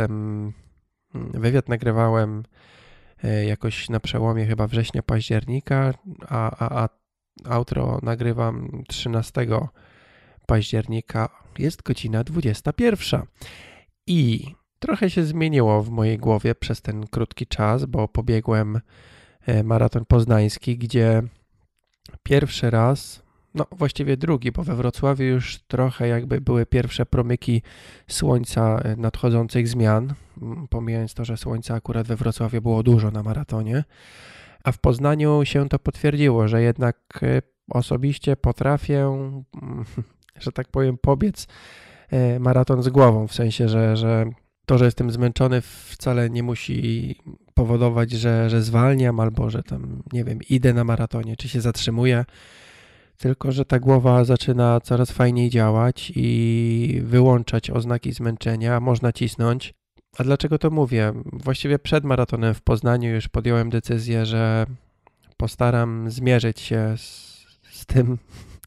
wywiad nagrywałem jakoś na przełomie chyba września, października, a outro nagrywam 13 października. Jest godzina 21. I trochę się zmieniło w mojej głowie przez ten krótki czas, bo pobiegłem maraton poznański, gdzie pierwszy raz, no właściwie drugi, bo we Wrocławiu już trochę jakby były pierwsze promyki słońca nadchodzących zmian, pomijając to, że słońca akurat we Wrocławiu było dużo na maratonie, a w Poznaniu się to potwierdziło, że jednak osobiście potrafię, że tak powiem, pobiec maraton z głową, w sensie, że to, że jestem zmęczony wcale nie musi powodować, że zwalniam albo że tam, nie wiem, idę na maratonie, czy się zatrzymuję, tylko że ta głowa zaczyna coraz fajniej działać i wyłączać oznaki zmęczenia, można cisnąć. A dlaczego to mówię? Właściwie przed maratonem w Poznaniu już podjąłem decyzję, że postaram zmierzyć się z tym,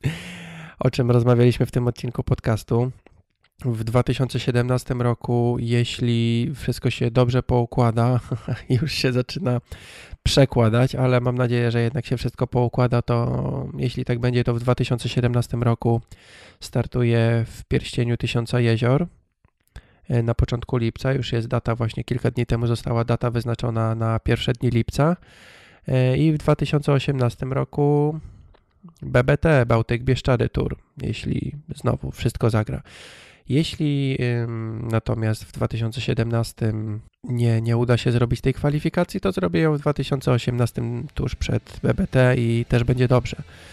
o czym rozmawialiśmy w tym odcinku podcastu. W 2017 roku, jeśli wszystko się dobrze poukłada, już się zaczyna przekładać, ale mam nadzieję, że jednak się wszystko poukłada, to jeśli tak będzie, to w 2017 roku startuję w Pierścieniu Tysiąca Jezior. Na początku lipca, już jest data, właśnie kilka dni temu została data wyznaczona na pierwsze dni lipca i w 2018 roku BBT, Bałtyk Bieszczady Tour, jeśli znowu wszystko zagra. Jeśli natomiast w 2017 nie uda się zrobić tej kwalifikacji, to zrobię ją w 2018 tuż przed BBT i też będzie dobrze.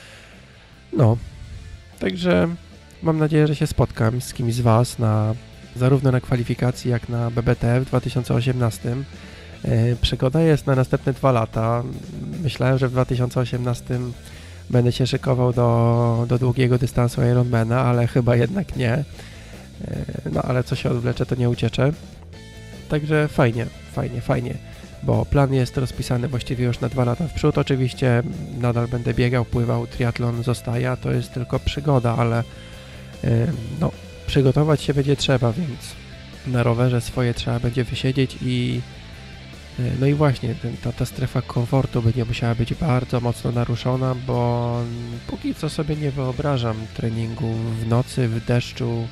No, także mam nadzieję, że się spotkam z kimś z Was zarówno na kwalifikacji, jak na BBT w 2018. Przygoda jest na następne 2 lata. Myślałem, że w 2018 będę się szykował do długiego dystansu Ironmana, ale chyba jednak nie. No ale co się odwlecze, to nie ucieczę. Także fajnie, bo plan jest rozpisany właściwie już na 2 lata w przód. Oczywiście nadal będę biegał, pływał, triatlon zostaje, a to jest tylko przygoda, ale no, przygotować się będzie trzeba, więc na rowerze swoje trzeba będzie wysiedzieć i no i właśnie ta strefa komfortu będzie musiała być bardzo mocno naruszona, bo póki co sobie nie wyobrażam treningu w nocy, w deszczu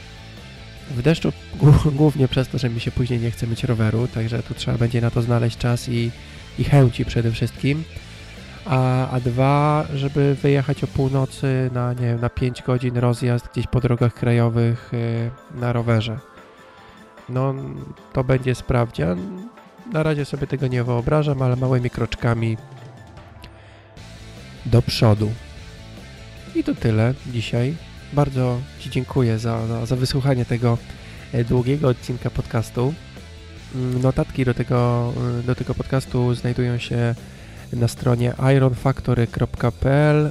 głównie przez to, że mi się później nie chce myć roweru, także tu trzeba będzie na to znaleźć czas i chęci przede wszystkim. A 2, żeby wyjechać o północy na 5 godzin rozjazd gdzieś po drogach krajowych na rowerze. No to będzie sprawdzian. Na razie sobie tego nie wyobrażam, ale małymi kroczkami do przodu. I to tyle dzisiaj. Bardzo Ci dziękuję za wysłuchanie tego długiego odcinka podcastu. Notatki do tego podcastu znajdują się na stronie ironfactory.pl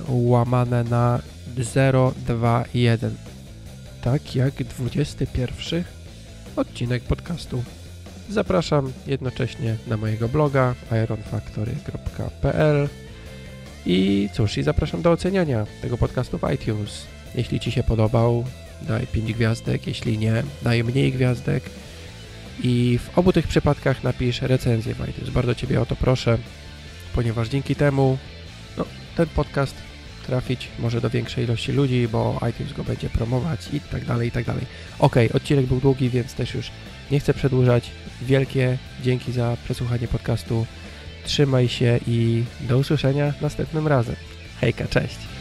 /021. Tak jak 21 odcinek podcastu. Zapraszam jednocześnie na mojego bloga ironfactory.pl i cóż, zapraszam do oceniania tego podcastu w iTunes. Jeśli Ci się podobał, daj 5 gwiazdek, jeśli nie, daj mniej gwiazdek i w obu tych przypadkach napisz recenzję w iTunes. Bardzo Ciebie o to proszę, ponieważ dzięki temu ten podcast trafić może do większej ilości ludzi, bo iTunes go będzie promować i tak dalej, i tak dalej. Okej, odcinek był długi, więc też już nie chcę przedłużać. Wielkie dzięki za przesłuchanie podcastu. Trzymaj się i do usłyszenia następnym razem. Hejka, cześć!